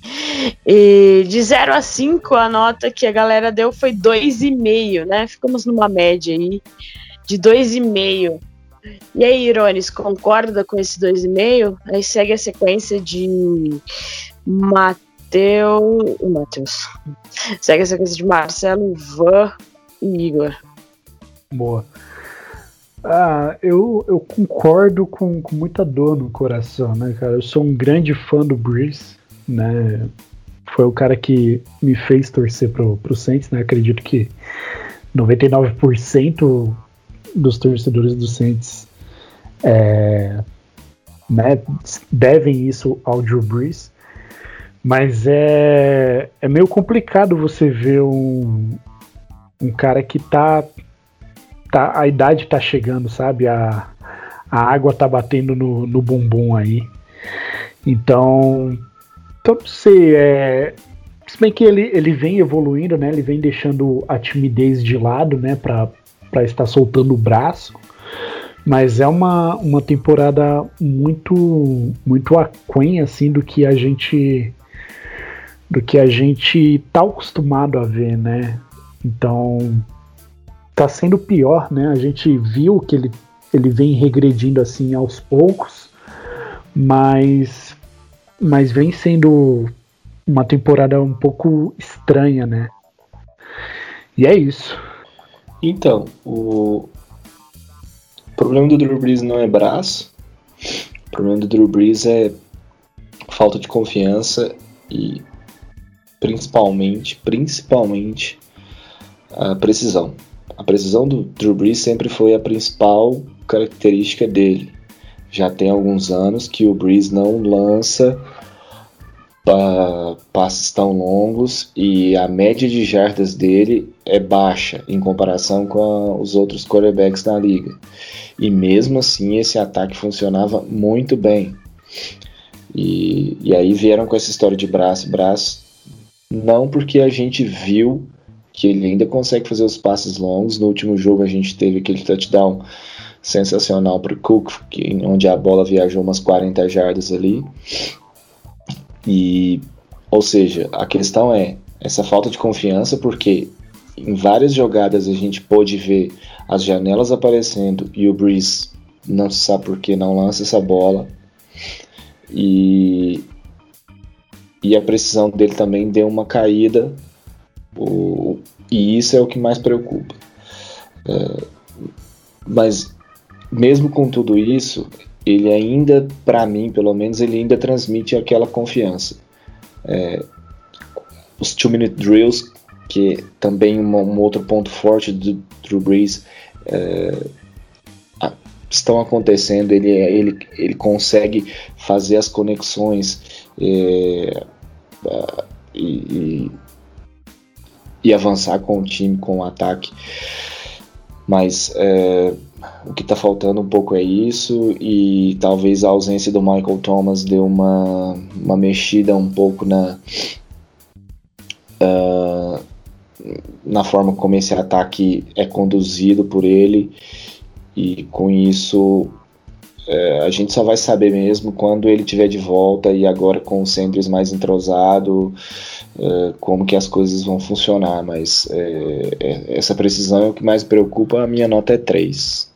E de zero a cinco, a nota que a galera deu foi dois vírgula cinco, né? Ficamos numa média aí de dois vírgula cinco. E aí, Irones, concorda com esse dois vírgula cinco? Aí segue a sequência de Mateus. Mateus. Segue a sequência de Marcelo, Ivan e Igor. Boa. Ah, eu, eu concordo com, com muita dor no coração, né, cara? Eu sou um grande fã do Breeze, né? Foi o cara que me fez torcer pro, pro Saints, né? Acredito que noventa e nove por cento dos torcedores do Saints é, né, devem isso ao Drew Brees. Mas é, é meio complicado você ver um, um cara que tá... Tá, a idade tá chegando, sabe? A, a água tá batendo no, no bumbum aí. Então, então não sei, é, se bem que ele, ele vem evoluindo, né? Ele vem deixando a timidez de lado, né? Pra, pra estar soltando o braço. Mas é uma, uma temporada muito, muito aquém, assim, do que a gente do que a gente tá acostumado a ver, né? Então... tá sendo pior, né? A gente viu que ele, ele vem regredindo assim aos poucos, mas, mas vem sendo uma temporada um pouco estranha, né? E é isso. Então, o problema do Drew Brees não é braço, o problema do Drew Brees é falta de confiança e principalmente, principalmente a precisão. A precisão do Drew Brees sempre foi a principal característica dele. Já tem alguns anos que o Brees não lança uh, passes tão longos e a média de jardas dele é baixa em comparação com a, os outros quarterbacks na liga. E mesmo assim esse ataque funcionava muito bem. E, e aí vieram com essa história de braço, braço, não porque a gente viu que ele ainda consegue fazer os passes longos. No último jogo a gente teve aquele touchdown sensacional para o Cook, que, onde a bola viajou umas quarenta jardas ali. E, ou seja, a questão é essa falta de confiança, porque em várias jogadas a gente pôde ver as janelas aparecendo e o Brees não se sabe por que não lança essa bola. E, e a precisão dele também deu uma caída, o, e isso é o que mais preocupa. É, mas mesmo com tudo isso, ele ainda, para mim pelo menos, ele ainda transmite aquela confiança. É, os two minute drills, que também uma, um outro ponto forte do Drew Brees, é, estão acontecendo. Ele, ele, ele consegue fazer as conexões é, e, e, e avançar com o time, com o ataque. Mas é, o que está faltando um pouco é isso, e talvez a ausência do Michael Thomas deu uma, uma mexida um pouco na, uh, na forma como esse ataque é conduzido por ele. E com isso é, a gente só vai saber mesmo quando ele estiver de volta, e agora com o Sanders mais entrosado, é, como que as coisas vão funcionar. Mas é, é, essa precisão é o que mais preocupa. A minha nota é três.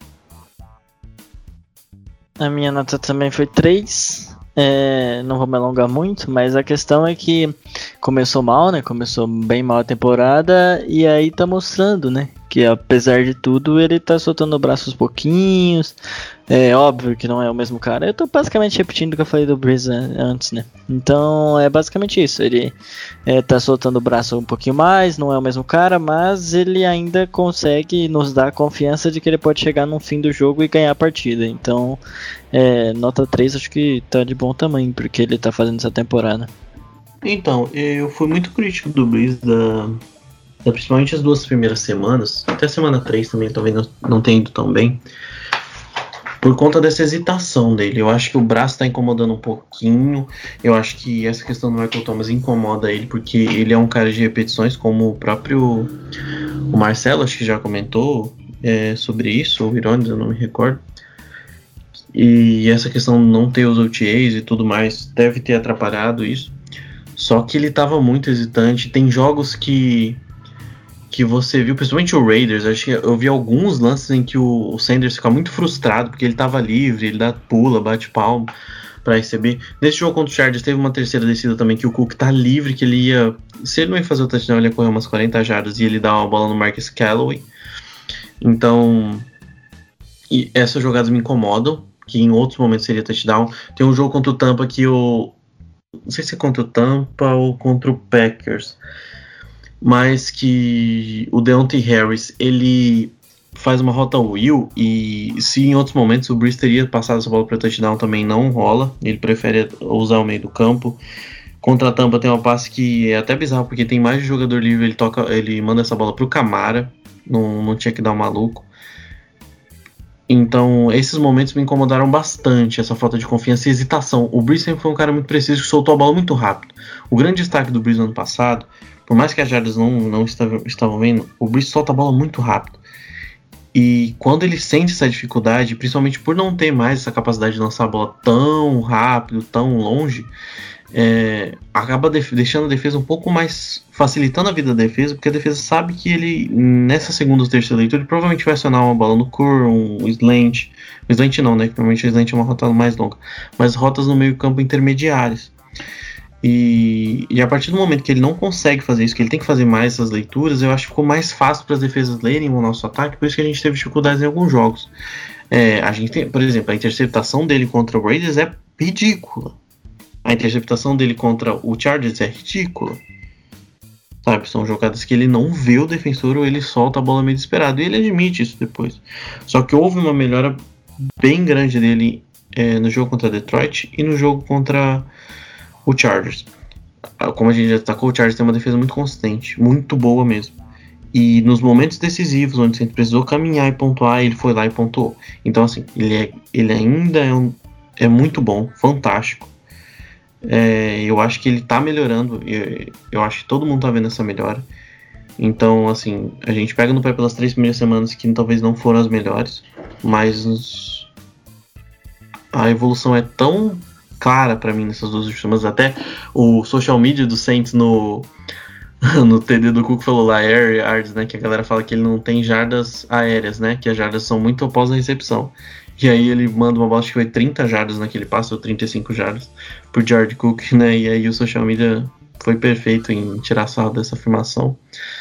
A minha nota também foi três. É, não vou me alongar muito, mas a questão é que começou mal, né? Começou bem mal a temporada, e aí tá mostrando, né? Que apesar de tudo, ele tá soltando o braço aos pouquinhos. É óbvio que não é o mesmo cara. Eu tô basicamente repetindo o que eu falei do Brees antes, né? Então é basicamente isso. Ele é, tá soltando o braço um pouquinho mais, não é o mesmo cara, mas ele ainda consegue nos dar a confiança de que ele pode chegar no fim do jogo e ganhar a partida. Então, é, nota três acho que tá de bom tamanho porque ele tá fazendo essa temporada. Então, eu fui muito crítico do Brees, da, da, principalmente as duas primeiras semanas, até a semana três também, talvez não, não tenha ido tão bem, por conta dessa hesitação dele. Eu acho que o braço está incomodando um pouquinho. Eu acho que essa questão do Michael Thomas incomoda ele, porque ele é um cara de repetições, como o próprio o Marcelo, acho que já comentou é, sobre isso, ou o Irônios, eu não me recordo. E essa questão de não ter os O T As e tudo mais deve ter atrapalhado isso. Só que ele estava muito hesitante. Tem jogos que que você viu, principalmente o Raiders, acho que eu vi alguns lances em que o, o Sanders fica muito frustrado porque ele estava livre, ele dá pula, bate palmo para receber. Nesse jogo contra o Chargers teve uma terceira descida também que o Cook tá livre, que ele ia, se ele não ia fazer o touchdown, ele ia correr umas quarenta jardas e ele dá uma bola no Marcus Callaway. Então, e essas jogadas me incomodam, que em outros momentos seria touchdown. Tem um jogo contra o Tampa que o não sei se é contra o Tampa ou contra o Packers, mas que o Deontay Harris, ele faz uma rota wheel, e se em outros momentos o Brees teria passado essa bola para touchdown, também não rola, ele prefere usar o meio do campo. Contra a Tampa tem uma passe que é até bizarro, porque tem mais de jogador livre, ele, toca, ele manda essa bola pro Camara, não, não tinha que dar um maluco. Então esses momentos me incomodaram bastante, essa falta de confiança e hesitação. O Brees sempre foi um cara muito preciso, que soltou a bola muito rápido. O grande destaque do Brees no ano passado, por mais que as jardas não, não estavam, estavam vendo, o Brees solta a bola muito rápido. E quando ele sente essa dificuldade, principalmente por não ter mais essa capacidade de lançar a bola tão rápido, tão longe, é, acaba def- deixando a defesa um pouco mais, facilitando a vida da defesa, porque a defesa sabe que ele, nessa segunda ou terceira leitura, ele provavelmente vai acionar uma bola no curl, um slant, um slant não, né, que normalmente o slant é uma rota mais longa, mas rotas no meio campo intermediárias. E, e a partir do momento que ele não consegue fazer isso, que ele tem que fazer mais essas leituras, eu acho que ficou mais fácil para as defesas lerem o nosso ataque, por isso que a gente teve dificuldades em alguns jogos. É, a gente tem, por exemplo, a interceptação dele contra o Raiders é ridícula. A interceptação dele contra o Chargers é ridícula. Sabe, são jogadas que ele não vê o defensor ou ele solta a bola meio desesperado. E ele admite isso depois. Só que houve uma melhora bem grande dele é, no jogo contra Detroit e no jogo contra o Chargers. Como a gente já destacou, o Chargers tem uma defesa muito consistente, muito boa mesmo. E nos momentos decisivos, onde você precisou caminhar e pontuar, ele foi lá e pontuou. Então, assim, ele, é, ele ainda é, um, é muito bom, fantástico. É, eu acho que ele tá melhorando. Eu, eu acho que todo mundo tá vendo essa melhora. Então, assim, a gente pega no pé pelas três primeiras semanas que talvez não foram as melhores, mas a evolução é tão clara pra mim nessas duas últimas semanas. Até o social media do Saints no, no T D do Cook falou lá, air yards, né, que a galera fala que ele não tem jardas aéreas, né, que as jardas são muito após a recepção. E aí ele manda uma bola, acho que foi trinta jardas naquele passe, ou trinta e cinco jardas por Jared Cook, né, e aí o social media foi perfeito em tirar sarro dessa afirmação.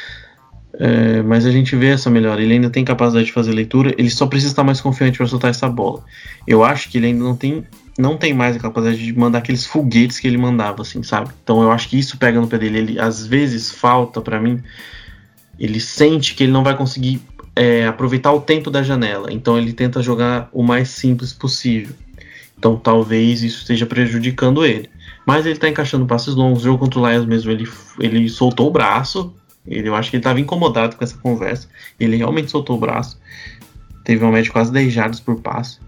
É, mas a gente vê essa melhora, ele ainda tem capacidade de fazer leitura, ele só precisa estar mais confiante para soltar essa bola. Eu acho que ele ainda não tem, não tem mais a capacidade de mandar aqueles foguetes que ele mandava, assim, sabe? Então eu acho que isso pega no pé dele, ele às vezes falta para mim, ele sente que ele não vai conseguir é, aproveitar o tempo da janela, então ele tenta jogar o mais simples possível. Então talvez isso esteja prejudicando ele. Mas ele está encaixando passes longos, o jogo contra o Lions mesmo, ele, ele soltou o braço. Ele, eu acho que ele estava incomodado com essa conversa. Ele realmente soltou o braço. Teve uma média de quase dez jardas por passe.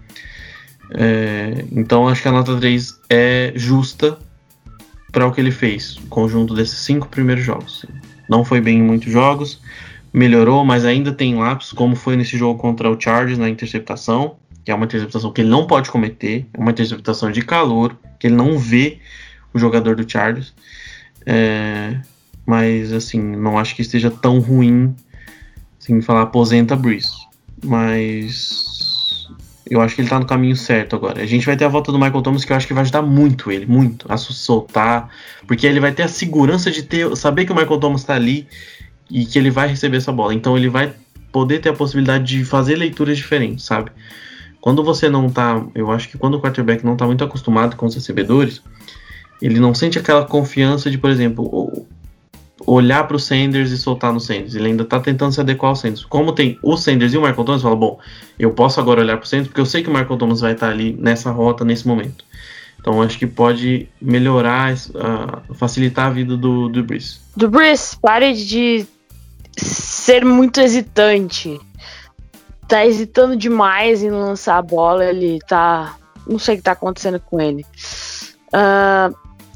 É, então acho que a nota três é justa para o que ele fez. O conjunto desses cinco primeiros jogos. Não foi bem em muitos jogos. Melhorou, mas ainda tem lapsos, como foi nesse jogo contra o Chargers na interceptação. Que é uma interceptação que ele não pode cometer. É uma interceptação de calor. Que ele não vê o jogador do Chargers. É... Mas, assim, não acho que esteja tão ruim, assim, falar aposenta Brees. Mas eu acho que ele tá no caminho certo agora. A gente vai ter a volta do Michael Thomas, que eu acho que vai ajudar muito ele, muito, a soltar. Porque ele vai ter a segurança de ter, saber que o Michael Thomas tá ali e que ele vai receber essa bola. Então ele vai poder ter a possibilidade de fazer leituras diferentes, sabe? Quando você não tá... Eu acho que quando o quarterback não tá muito acostumado com os recebedores, ele não sente aquela confiança de, por exemplo... olhar para o Sanders e soltar no Sanders. Ele ainda está tentando se adequar ao Sanders. Como tem o Sanders e o Michael Thomas, fala, bom, eu posso agora olhar para o Sanders porque eu sei que o Michael Thomas vai estar ali nessa rota, nesse momento. Então acho que pode melhorar, uh, facilitar a vida do, do Brees. Do Brees, pare de ser muito hesitante. Tá hesitando demais em lançar a bola, ele tá... Não sei o que tá acontecendo com ele. Uh,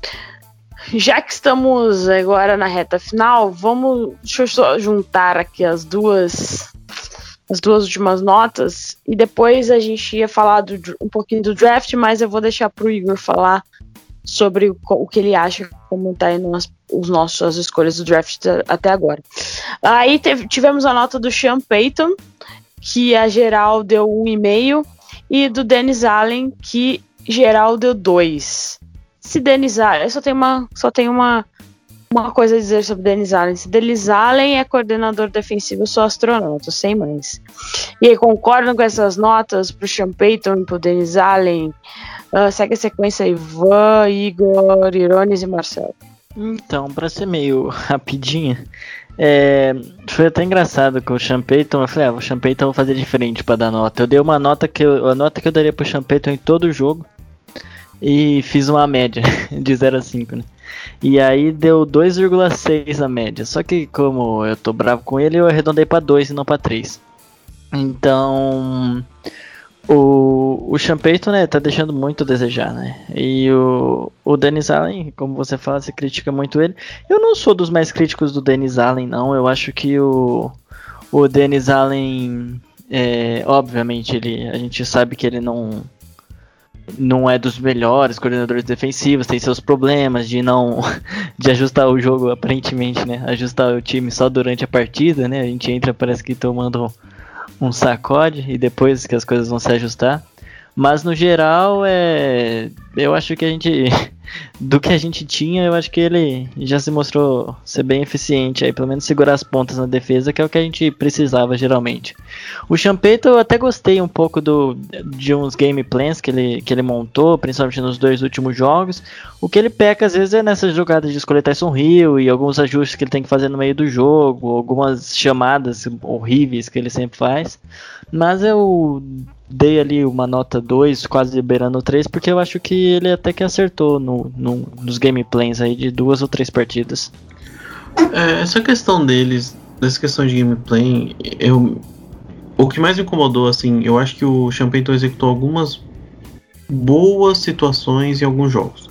já que estamos agora na reta final, vamos... Deixa eu só juntar aqui as duas... As duas últimas notas. E depois a gente ia falar do, um pouquinho do draft, mas eu vou deixar pro Igor falar sobre o, o que ele acha, como tá indo as, os nossos, as escolhas do draft até agora. Aí teve, tivemos a nota do Sean Payton, que a geral deu um e meio, e do Dennis Allen, que geral deu dois. Se Dennis Allen, eu só tenho uma, só tenho uma, uma coisa a dizer sobre Dennis Allen. Se Dennis Allen é coordenador defensivo, eu sou astronauta, sem mais. E aí, concordam com essas notas pro Sean Payton e pro Dennis Allen? Uh, segue a sequência aí, Ivan, Igor, Irones e Marcelo. Então, pra ser meio rapidinho, é, foi até engraçado com o Sean Payton. Eu falei, ah, o Sean Payton eu vou fazer diferente pra dar nota. Eu dei uma nota que eu, a nota que eu daria pro Sean Payton em todo jogo e fiz uma média de zero a cinco, né? E aí deu dois vírgula seis a média. Só que como eu tô bravo com ele, eu arredondei pra dois e não pra três. Então... O, o Sean Payton, né, tá deixando muito a desejar, né? E o, o Dennis Allen, como você fala, você critica muito ele. Eu não sou dos mais críticos do Dennis Allen, não. Eu acho que o, o Dennis Allen, é, obviamente, ele, a gente sabe que ele não, não é dos melhores coordenadores defensivos, tem seus problemas de não de ajustar o jogo, aparentemente, né? Ajustar o time só durante a partida, né? A gente entra, parece que tomando um sacode e depois que as coisas vão se ajustar. Mas no geral, é, eu acho que a gente, do que a gente tinha, eu acho que ele já se mostrou ser bem eficiente aí, pelo menos segurar as pontas na defesa, que é o que a gente precisava geralmente. O Champeito eu até gostei um pouco do, de uns game plans que ele, que ele montou, principalmente nos dois últimos jogos. O que ele peca às vezes é nessas jogadas de escolher Tyson Hill e alguns ajustes que ele tem que fazer no meio do jogo, algumas chamadas horríveis que ele sempre faz. Mas eu dei ali uma nota dois, quase liberando três, porque eu acho que ele até que acertou no, no, nos gameplays aí de duas ou três partidas. É, essa questão deles, dessa questão de gameplay, eu, o que mais me incomodou, assim, eu acho que o Champeito executou algumas boas situações em alguns jogos.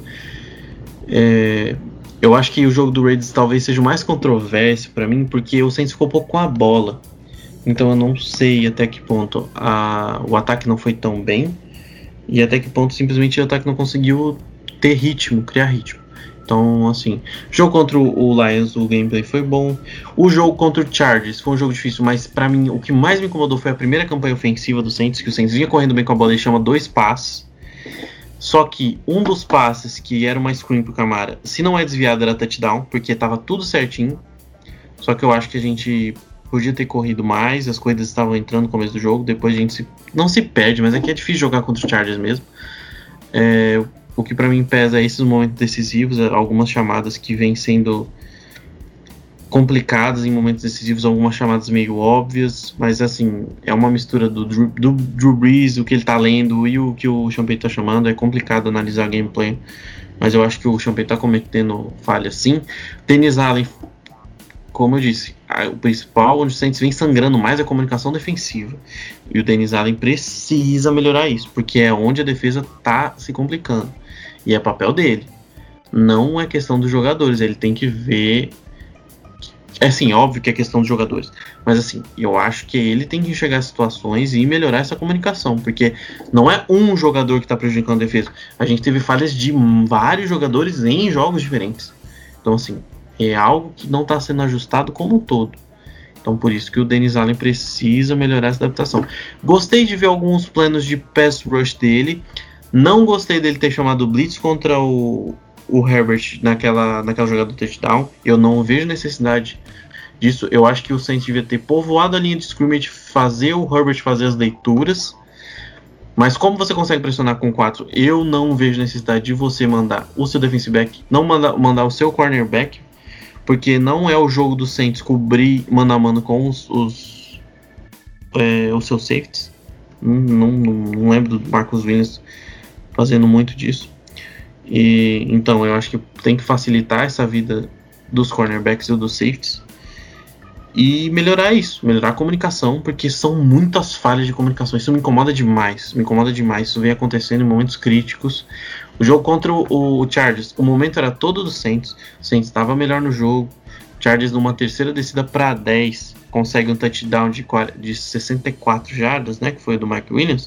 É, eu acho que o jogo do Raiders talvez seja o mais controverso pra mim, porque o Saints ficou pouco com a bola. Então eu não sei até que ponto a, o ataque não foi tão bem e até que ponto simplesmente o ataque não conseguiu ter ritmo, criar ritmo. Então, assim, jogo contra o Lions, o gameplay foi bom. O jogo contra o Chargers foi um jogo difícil, mas pra mim o que mais me incomodou foi a primeira campanha ofensiva do Saints, que o Saints vinha correndo bem com a bola e chama dois passes. Só que um dos passes, que era uma screen pro Camara, se não é desviado era touchdown, porque tava tudo certinho. Só que eu acho que a gente podia ter corrido mais, as corridas estavam entrando no começo do jogo, depois a gente se, não se perde, mas é que é difícil jogar contra os Chargers mesmo. É, o que pra mim pesa é esses momentos decisivos, algumas chamadas que vêm sendo complicadas em momentos decisivos, algumas chamadas meio óbvias, mas assim, é uma mistura do Drew, do Drew Brees, o que ele tá lendo e o que o Champeito tá chamando, é complicado analisar a gameplay, mas eu acho que o Champeito tá cometendo falhas sim. Dennis Allen, como eu disse, a, o principal, onde o Saints vem sangrando mais é a comunicação defensiva. E o Dennis Allen precisa melhorar isso, porque é onde a defesa tá se complicando. E é papel dele. Não é questão dos jogadores, ele tem que ver. É assim, óbvio que é questão dos jogadores. Mas assim, eu acho que ele tem que enxergar as situações e melhorar essa comunicação. Porque não é um jogador que tá prejudicando a defesa. A gente teve falhas de vários jogadores em jogos diferentes. Então assim, é algo que não está sendo ajustado como um todo. Então por isso que o Dennis Allen precisa melhorar essa adaptação. Gostei de ver alguns planos de pass rush dele. Não gostei dele ter chamado o blitz contra o, o Herbert naquela, naquela jogada do touchdown. Eu não vejo necessidade disso. Eu acho que o Saints devia ter povoado a linha de scrimmage, fazer o Herbert fazer as leituras. Mas como você consegue pressionar com quatro, eu não vejo necessidade de você mandar o seu defensive back, não mandar, mandar o seu cornerback, porque não é o jogo do Saints cobrir mano a mano com os, os, é, os seus safeties. Não, não, não lembro do Marcus Williams fazendo muito disso. E, então eu acho que tem que facilitar essa vida dos cornerbacks e dos safeties e melhorar isso, melhorar a comunicação, porque são muitas falhas de comunicação. Isso me incomoda demais, me incomoda demais. Isso vem acontecendo em momentos críticos. O jogo contra o, o Chargers, o momento era todo do Saints. O Saints estava melhor no jogo. O Chargers, numa terceira descida para dez, consegue um touchdown de, de sessenta e quatro jardas, né, que foi do Mike Williams.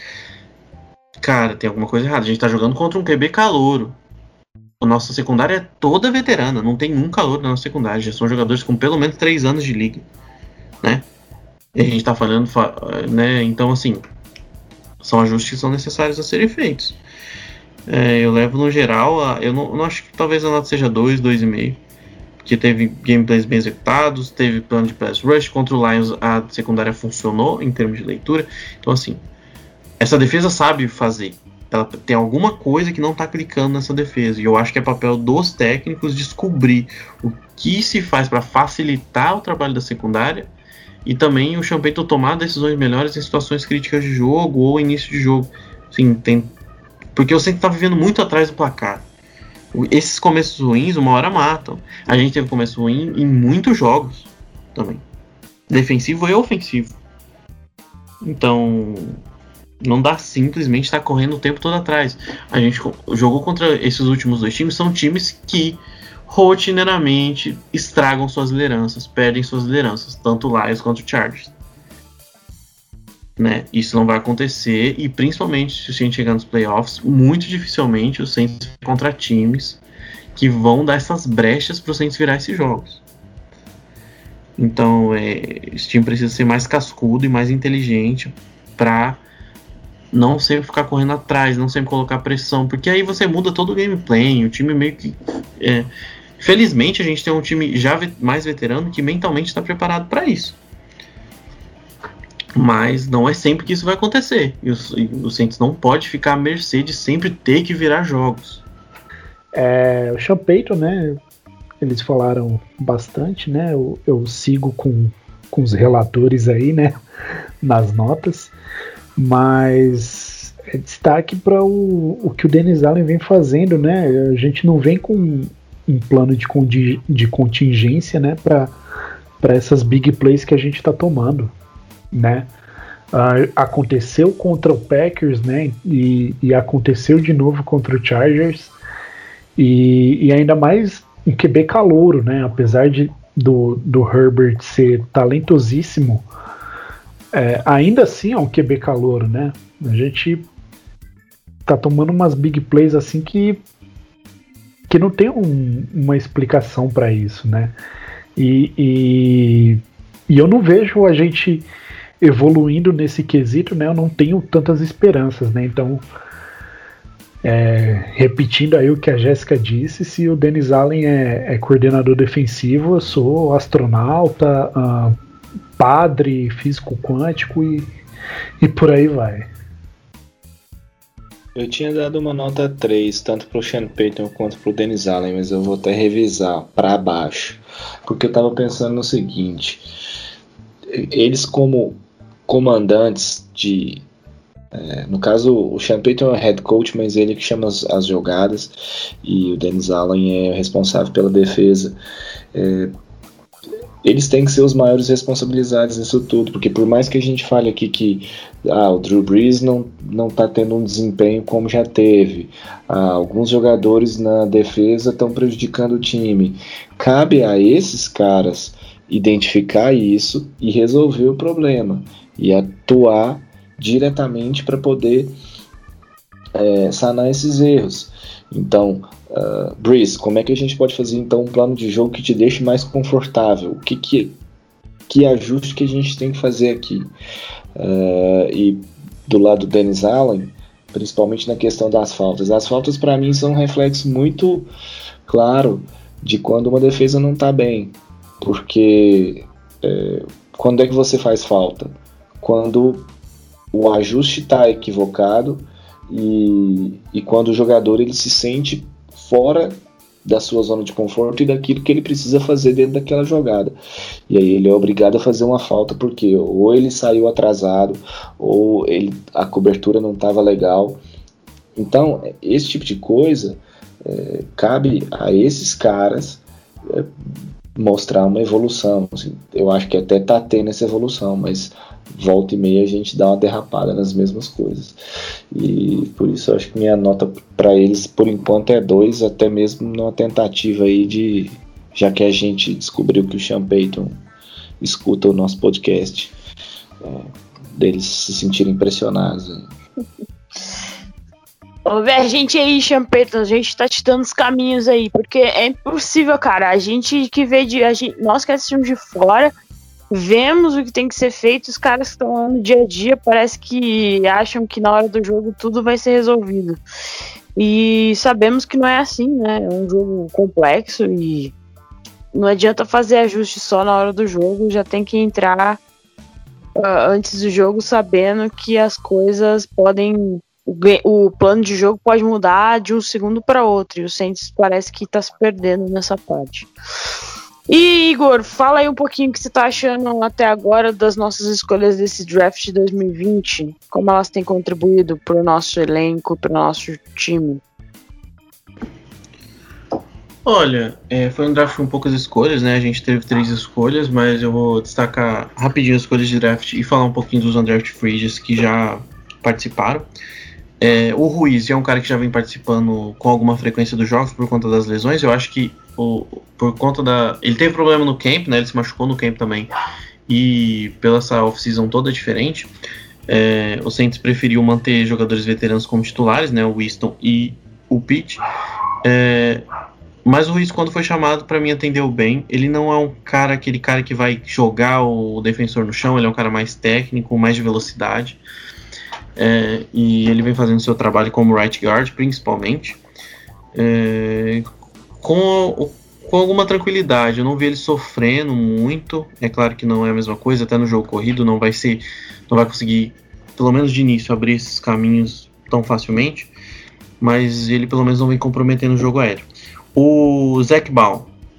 Cara, tem alguma coisa errada. A gente tá jogando contra um Q B calouro. A nossa secundária é toda veterana, não tem um calouro na nossa secundária. Já são jogadores com pelo menos três anos de liga, né? E a gente tá falando, né? Então, assim, são ajustes que são necessários a serem feitos. É, eu levo no geral, a, eu não, não acho que talvez a nota seja dois, dois e meio, porque teve gameplays bem executados, teve plano de pass rush. Contra o Lions a secundária funcionou em termos de leitura. Então, assim, essa defesa sabe fazer. Ela tem alguma coisa que não está clicando nessa defesa. E eu acho que é papel dos técnicos descobrir o que se faz para facilitar o trabalho da secundária. E também o Champeito tomar decisões melhores em situações críticas de jogo ou início de jogo. Sim, tem... Porque eu sempre tá vivendo muito atrás do placar. Esses começos ruins, uma hora matam. A gente teve começo ruim em muitos jogos também. Defensivo e ofensivo. Então... não dá simplesmente estar correndo o tempo todo atrás. A gente jogou contra esses últimos dois times, são times que rotineiramente estragam suas lideranças, perdem suas lideranças, tanto o Lions quanto o Chargers. né? Isso não vai acontecer, e principalmente se a gente chegar nos playoffs, muito dificilmente o Saints vai contra times que vão dar essas brechas para o Saints virar esses jogos. Então, é, esse time precisa ser mais cascudo e mais inteligente para não sempre ficar correndo atrás, não sempre colocar pressão, porque aí você muda todo o gameplay, o time meio que... É, felizmente a gente tem um time já ve- mais veterano que mentalmente está preparado para isso. Mas não é sempre que isso vai acontecer, e o, e o Saints não pode ficar à mercê de sempre ter que virar jogos. É, o Sean Payton, né, eles falaram bastante, né, eu, eu sigo com, com os relatores aí, né, nas notas, mas é destaque para o, o que o Dennis Allen vem fazendo, né, a gente não vem com um plano de, condi, de contingência, né, para essas big plays que a gente está tomando, né. Uh, aconteceu contra o Packers, né, e, e aconteceu de novo contra o Chargers, e, e ainda mais um Q B calouro, né, apesar de, do, do Herbert ser talentosíssimo, é, ainda assim é um Q B calouro, né, a gente tá tomando umas big plays assim que que não tem um, uma explicação para isso, né, e, e, e eu não vejo a gente evoluindo nesse quesito, né, eu não tenho tantas esperanças, né, então é, repetindo aí o que a Jéssica disse, se o Dennis Allen é, é coordenador defensivo, eu sou astronauta, uh, padre, físico quântico e, e por aí vai. Eu tinha dado uma nota três, tanto pro Sean Payton quanto pro Dennis Allen, mas eu vou até revisar para baixo, porque eu tava pensando no seguinte: eles como comandantes de... É, no caso, o Sean Payton é o head coach, mas ele que chama as, as jogadas, e o Dennis Allen é responsável pela defesa. É, eles têm que ser os maiores responsabilizados nisso tudo, porque por mais que a gente fale aqui que ah, o Drew Brees não não está tendo um desempenho como já teve, ah, alguns jogadores na defesa estão prejudicando o time, cabe a esses caras identificar isso e resolver o problema e atuar diretamente para poder é, sanar esses erros. Então, uh, Brees, como é que a gente pode fazer então um plano de jogo que te deixe mais confortável? O que, que, que ajuste que a gente tem que fazer aqui? Uh, e do lado do Dennis Allen, principalmente na questão das faltas. As faltas para mim são um reflexo muito claro de quando uma defesa não está bem. Porque é, quando é que você faz falta? Quando o ajuste está equivocado e, e quando o jogador ele se sente fora da sua zona de conforto e daquilo que ele precisa fazer dentro daquela jogada. E aí ele é obrigado a fazer uma falta porque ou ele saiu atrasado ou ele, a cobertura não estava legal. Então, esse tipo de coisa é, cabe a esses caras é, mostrar uma evolução. Assim, eu acho que até tá tendo essa evolução, mas volta e meia a gente dá uma derrapada nas mesmas coisas. E por isso eu acho que minha nota para eles por enquanto é dois, até mesmo numa tentativa aí de, já que a gente descobriu que o Sean Payton escuta o nosso podcast, é, deles se sentirem pressionados. Ô, ver a gente aí, Sean Payton, a gente tá te dando os caminhos aí, porque é impossível, cara, a gente que vê de, a gente, nós que assistimos de fora, vemos o que tem que ser feito, os caras que estão lá no dia a dia parece que acham que na hora do jogo tudo vai ser resolvido. E sabemos que não é assim, né? É um jogo complexo e não adianta fazer ajuste só na hora do jogo, já tem que entrar uh, antes do jogo sabendo que as coisas podem... O, o plano de jogo pode mudar de um segundo para outro, e o Saints parece que está se perdendo nessa parte. E Igor, fala aí um pouquinho o que você está achando até agora das nossas escolhas desse draft de dois mil e vinte, como elas têm contribuído para o nosso elenco, para o nosso time. Olha, é, foi um draft com poucas escolhas, né? A gente teve três escolhas, mas eu vou destacar rapidinho as escolhas de draft e falar um pouquinho dos undrafted free agents que já participaram. É, o Ruiz é um cara que já vem participando com alguma frequência dos jogos por conta das lesões. Eu acho que o, por conta da... Ele teve problema no camp, né? Ele se machucou no camp também. E pela essa off-season toda diferente, É, o Saints preferiu manter jogadores veteranos como titulares, né, o Winston e o Pitt. É, mas o Ruiz, quando foi chamado, para mim atendeu bem. Ele não é um cara, aquele cara que vai jogar o defensor no chão, ele é um cara mais técnico, mais de velocidade. É, e ele vem fazendo seu trabalho como right guard, principalmente, é, com, com alguma tranquilidade. Eu não vi ele sofrendo muito. É claro que não é a mesma coisa, até no jogo corrido não vai ser, não vai conseguir, pelo menos de início, abrir esses caminhos tão facilmente, mas ele pelo menos não vem comprometendo o jogo aéreo. O Zach Baum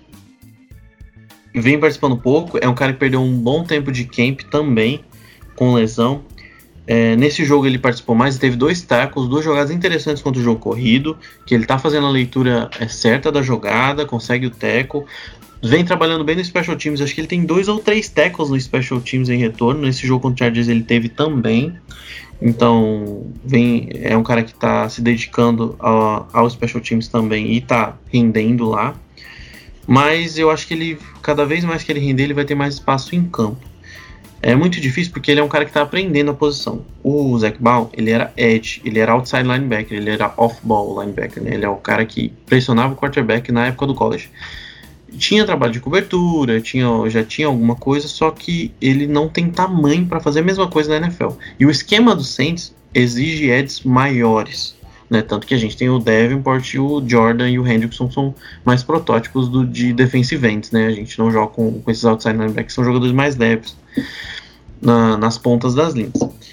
vem participando pouco, é um cara que perdeu um bom tempo de camp também, com lesão. É, nesse jogo ele participou mais, teve dois tackles, duas jogadas interessantes contra o jogo corrido, que ele tá fazendo a leitura é, certa da jogada, consegue o tackle, vem trabalhando bem no Special Teams, acho que ele tem dois ou três tackles no Special Teams em retorno, nesse jogo contra o Chargers ele teve também. Então, vem, é um cara que está se dedicando ao, ao Special Teams também e está rendendo lá. Mas eu acho que ele, cada vez mais que ele render, ele vai ter mais espaço em campo. É muito difícil porque ele é um cara que está aprendendo a posição. O Zach Baum, ele era edge, ele era outside linebacker, ele era off-ball linebacker, né? Ele é o cara que pressionava o quarterback na época do college. Tinha trabalho de cobertura, tinha, já tinha alguma coisa, só que ele não tem tamanho para fazer a mesma coisa na N F L. E o esquema do Saints exige edges maiores, né? Tanto que a gente tem o Davenport, o Jordan e o Hendrickson são mais protótipos do, de defensive ends, né? A gente não joga com, com esses outside linebackers, são jogadores mais leves na, nas pontas das linhas.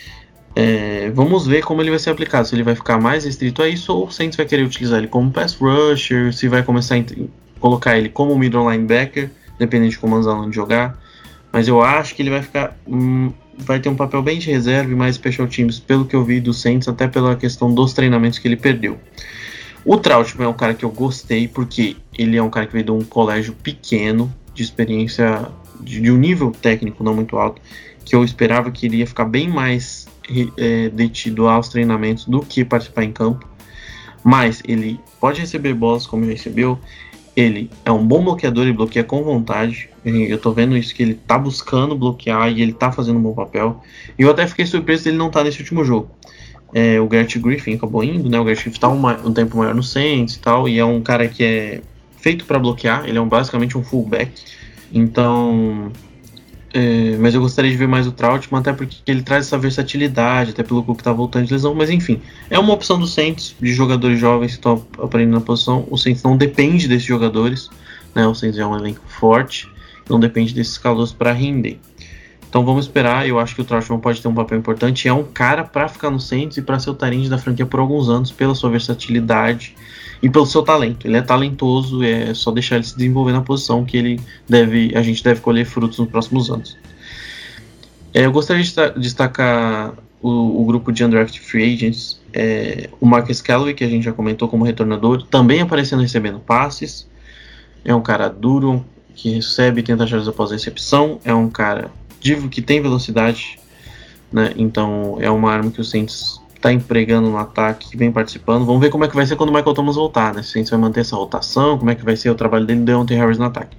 É, vamos ver como ele vai ser aplicado, se ele vai ficar mais restrito a isso ou o Saints vai querer utilizar ele como pass rusher, se vai começar a colocar ele como middle linebacker, dependendo de como o Anzalone jogar. Mas eu acho que ele vai ficar hum, vai ter um papel bem de reserva e mais special teams, pelo que eu vi do Saints, até pela questão dos treinamentos que ele perdeu. O Trautman é um cara que eu gostei, porque ele é um cara que veio de um colégio pequeno, de experiência, de, de um nível técnico não muito alto, que eu esperava que iria ficar bem mais é, detido aos treinamentos do que participar em campo. Mas ele pode receber bolas como ele recebeu. Ele é um bom bloqueador e bloqueia com vontade. Eu tô vendo isso, que ele tá buscando bloquear e ele tá fazendo um bom papel. E eu até fiquei surpreso dele não estar tá nesse último jogo. É, o Garrett Griffin acabou indo, né? O Garrett Griffin tá um, um tempo maior no Saints e tal. E é um cara que é feito para bloquear. Ele é um, basicamente um fullback. Então... É, mas eu gostaria de ver mais o Trautman, até porque ele traz essa versatilidade, até pelo que tá voltando de lesão, mas enfim, é uma opção do Saints, de jogadores jovens que estão aprendendo na posição. O Saints não depende desses jogadores, né? O Saints é um elenco forte, não depende desses calouros para render. Então vamos esperar. Eu acho que o Trautman pode ter um papel importante, é um cara para ficar no Saints e para ser o tarinde da franquia por alguns anos, pela sua versatilidade e pelo seu talento. Ele é talentoso, é só deixar ele se desenvolver na posição que ele deve, a gente deve colher frutos nos próximos anos. É, eu gostaria de destacar o, o grupo de undrafted free agents, é, o Marcus Callaway, que a gente já comentou como retornador, também aparecendo recebendo passes. É um cara duro, que recebe e tenta jardas após a recepção. É um cara divo, que tem velocidade, né? Então é uma arma que o Saints está empregando no ataque, que vem participando. Vamos ver como é que vai ser quando o Michael Thomas voltar, né? Se a gente vai manter essa rotação, como é que vai ser o trabalho dele e Deontay Harris no ataque.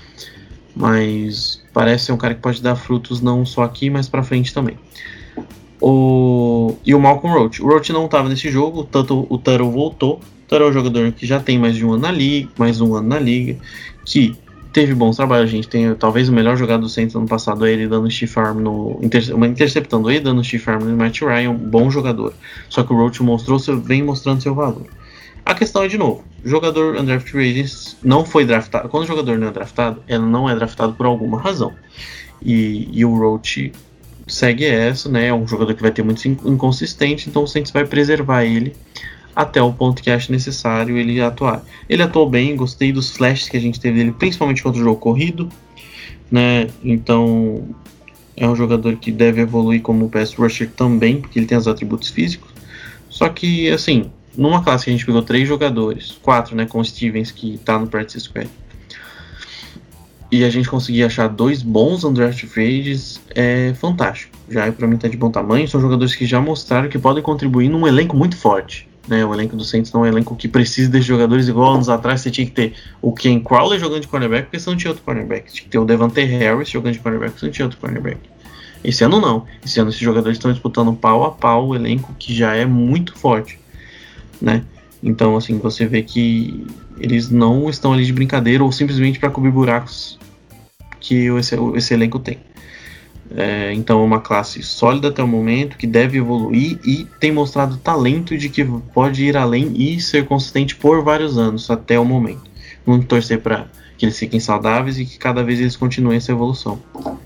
Mas parece ser um cara que pode dar frutos não só aqui, mas pra frente também. O... E o Malcolm Roach. O Roach não estava nesse jogo, tanto o Tuttle voltou. O Tuttle é um jogador que já tem mais de um ano na liga, mais um ano na liga, que teve bons trabalhos. A gente tem talvez o melhor jogador do Saints ano passado, ele dando stiff arm no interce- interceptando ele, dando stiff arm no Matt Ryan, um bom jogador. Só que o Roach mostrou seu, vem mostrando seu valor. A questão é, de novo, jogador undrafted free agents não foi draftado. Quando o jogador não é draftado, ele não é draftado por alguma razão. E, e o Roach segue essa, né? É um jogador que vai ter muito inconsistente, então o Saints vai preservar ele até o ponto que acha necessário ele atuar. Ele atuou bem, gostei dos flashes que a gente teve dele, principalmente contra o jogo corrido, né? Então é um jogador que deve evoluir como pass rusher também, porque ele tem os atributos físicos. Só que, assim, numa classe que a gente pegou três jogadores, quatro, né, com o Stevens, que tá no practice squad, e a gente conseguir achar dois bons undrafted free agents, é fantástico. Já pra mim tá de bom tamanho, são jogadores que já mostraram que podem contribuir num elenco muito forte. Né, o elenco do Saints não é um elenco que precisa desses jogadores, igual anos atrás você tinha que ter o Ken Crowley jogando de cornerback, porque você não tinha outro cornerback. Tinha que ter o Devante Harris jogando de cornerback, porque você não tinha outro cornerback. Esse ano não. Esse ano esses jogadores estão disputando pau a pau o elenco que já é muito forte, né? Então, assim, você vê que eles não estão ali de brincadeira ou simplesmente para cobrir buracos que esse, esse elenco tem. É, então é uma classe sólida até o momento, que deve evoluir e tem mostrado talento de que pode ir além e ser consistente por vários anos até o momento. Vamos torcer para que eles fiquem saudáveis e que cada vez eles continuem essa evolução.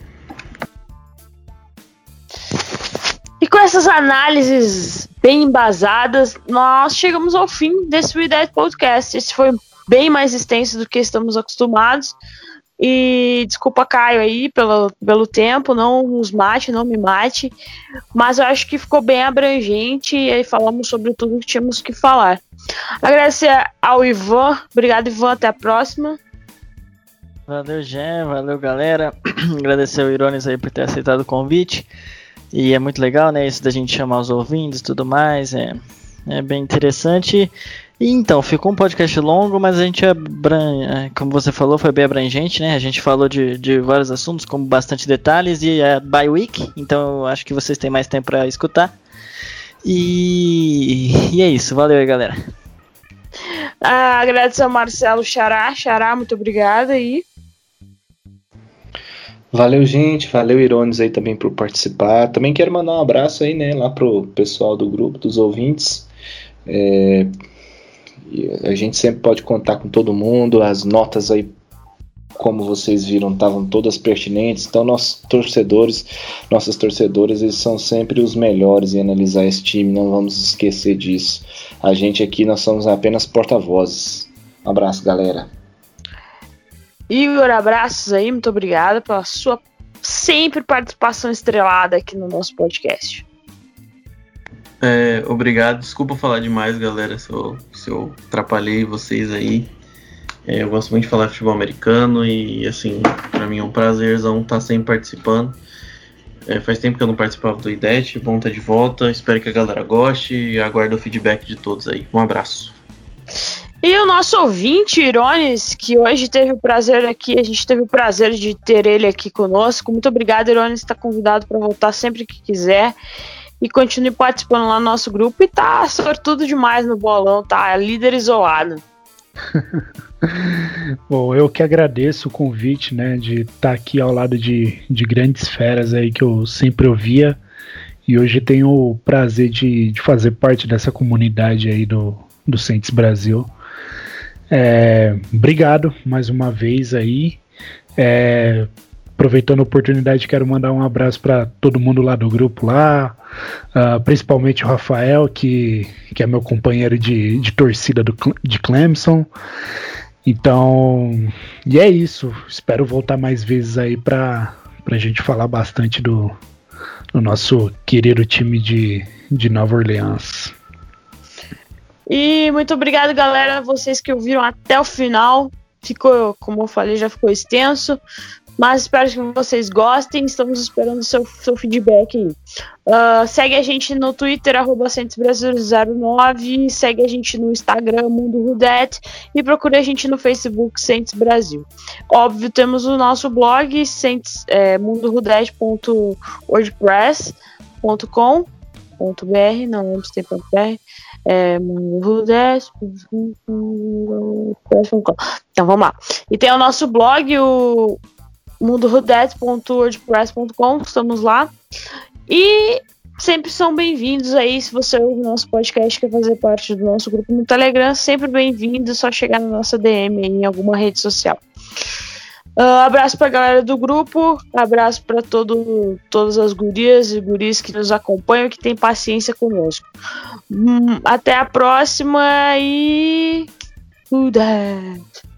E com essas análises bem embasadas, nós chegamos ao fim desse We That Podcast. Esse foi bem mais extenso do que estamos acostumados. E desculpa, Caio, aí pelo, pelo tempo, não nos mate, não me mate, mas eu acho que ficou bem abrangente e aí falamos sobre tudo que tínhamos que falar. Agradecer ao Ivan, obrigado, Ivan, até a próxima. Valeu, Gé, valeu, galera. Agradecer ao Irones aí por ter aceitado o convite. E é muito legal, né, isso da gente chamar os ouvintes e tudo mais, é, é bem interessante. E então, ficou um podcast longo, mas a gente, abran... como você falou, foi bem abrangente, né? A gente falou de, de vários assuntos com bastante detalhes e é bye week, então eu acho que vocês têm mais tempo para escutar. E... e é isso, valeu aí, galera. Ah, agradecer ao Marcelo Xará, Xará, muito obrigada aí. Valeu, gente, valeu, Irones aí também por participar. Também quero mandar um abraço aí, né, lá pro pessoal do grupo, dos ouvintes. É... A gente sempre pode contar com todo mundo. As notas aí, como vocês viram, estavam todas pertinentes. Então nossos torcedores, nossas torcedoras, eles são sempre os melhores em analisar esse time. Não vamos esquecer disso. A gente aqui, nós somos apenas porta-vozes. Um abraço, galera. Igor, abraços aí, muito obrigada pela sua sempre participação estrelada aqui no nosso podcast. É, obrigado, desculpa falar demais, galera, se eu, se eu atrapalhei vocês aí. É, eu gosto muito de falar de futebol americano e, assim, pra mim é um prazerzão estar sempre participando. É, faz tempo que eu não participava do I D E T, bom estar de volta, espero que a galera goste e aguardo o feedback de todos aí. Um abraço. E o nosso ouvinte, Irones, que hoje teve o prazer aqui, a gente teve o prazer de ter ele aqui conosco. Muito obrigado, Irones, está convidado para voltar sempre que quiser. E continue participando lá no nosso grupo. E tá sortudo demais no bolão, tá? Líder isolado. Bom, eu que agradeço o convite, né? De estar aqui ao lado de, de grandes feras aí que eu sempre ouvia. E hoje tenho o prazer de, de fazer parte dessa comunidade aí do, do Saints Brasil. É, obrigado mais uma vez aí. É, aproveitando a oportunidade, quero mandar um abraço para todo mundo lá do grupo lá, uh, principalmente o Rafael, que, que é meu companheiro de, de torcida do, de Clemson. Então, e é isso. Espero voltar mais vezes aí para a gente falar bastante do, do nosso querido time de, de Nova Orleans. E muito obrigado, galera, vocês que ouviram até o final. Ficou, como eu falei, já ficou extenso, mas espero que vocês gostem. Estamos esperando o seu, seu feedback aí. Uh, segue a gente no Twitter, arroba Saints Brasil zero nove. Segue a gente no Instagram, Mundo Rudet. E procure a gente no Facebook, Saints Brasil. Óbvio, temos o nosso blog, Saints, é, mundo rudet ponto wordpress ponto com ponto b r. Não lembro se tem ponto .br. É, então vamos lá. E tem o nosso blog, o mundo rudet ponto wordpress ponto com. Estamos lá. E sempre são bem-vindos aí. Se você ouve o nosso podcast, quer fazer parte do nosso grupo no Telegram, sempre bem-vindo. É só chegar na nossa D M em alguma rede social. Uh, abraço pra galera do grupo, abraço pra todo, todas as gurias e guris que nos acompanham, que tem paciência conosco. Hum, até a próxima e... Who dat?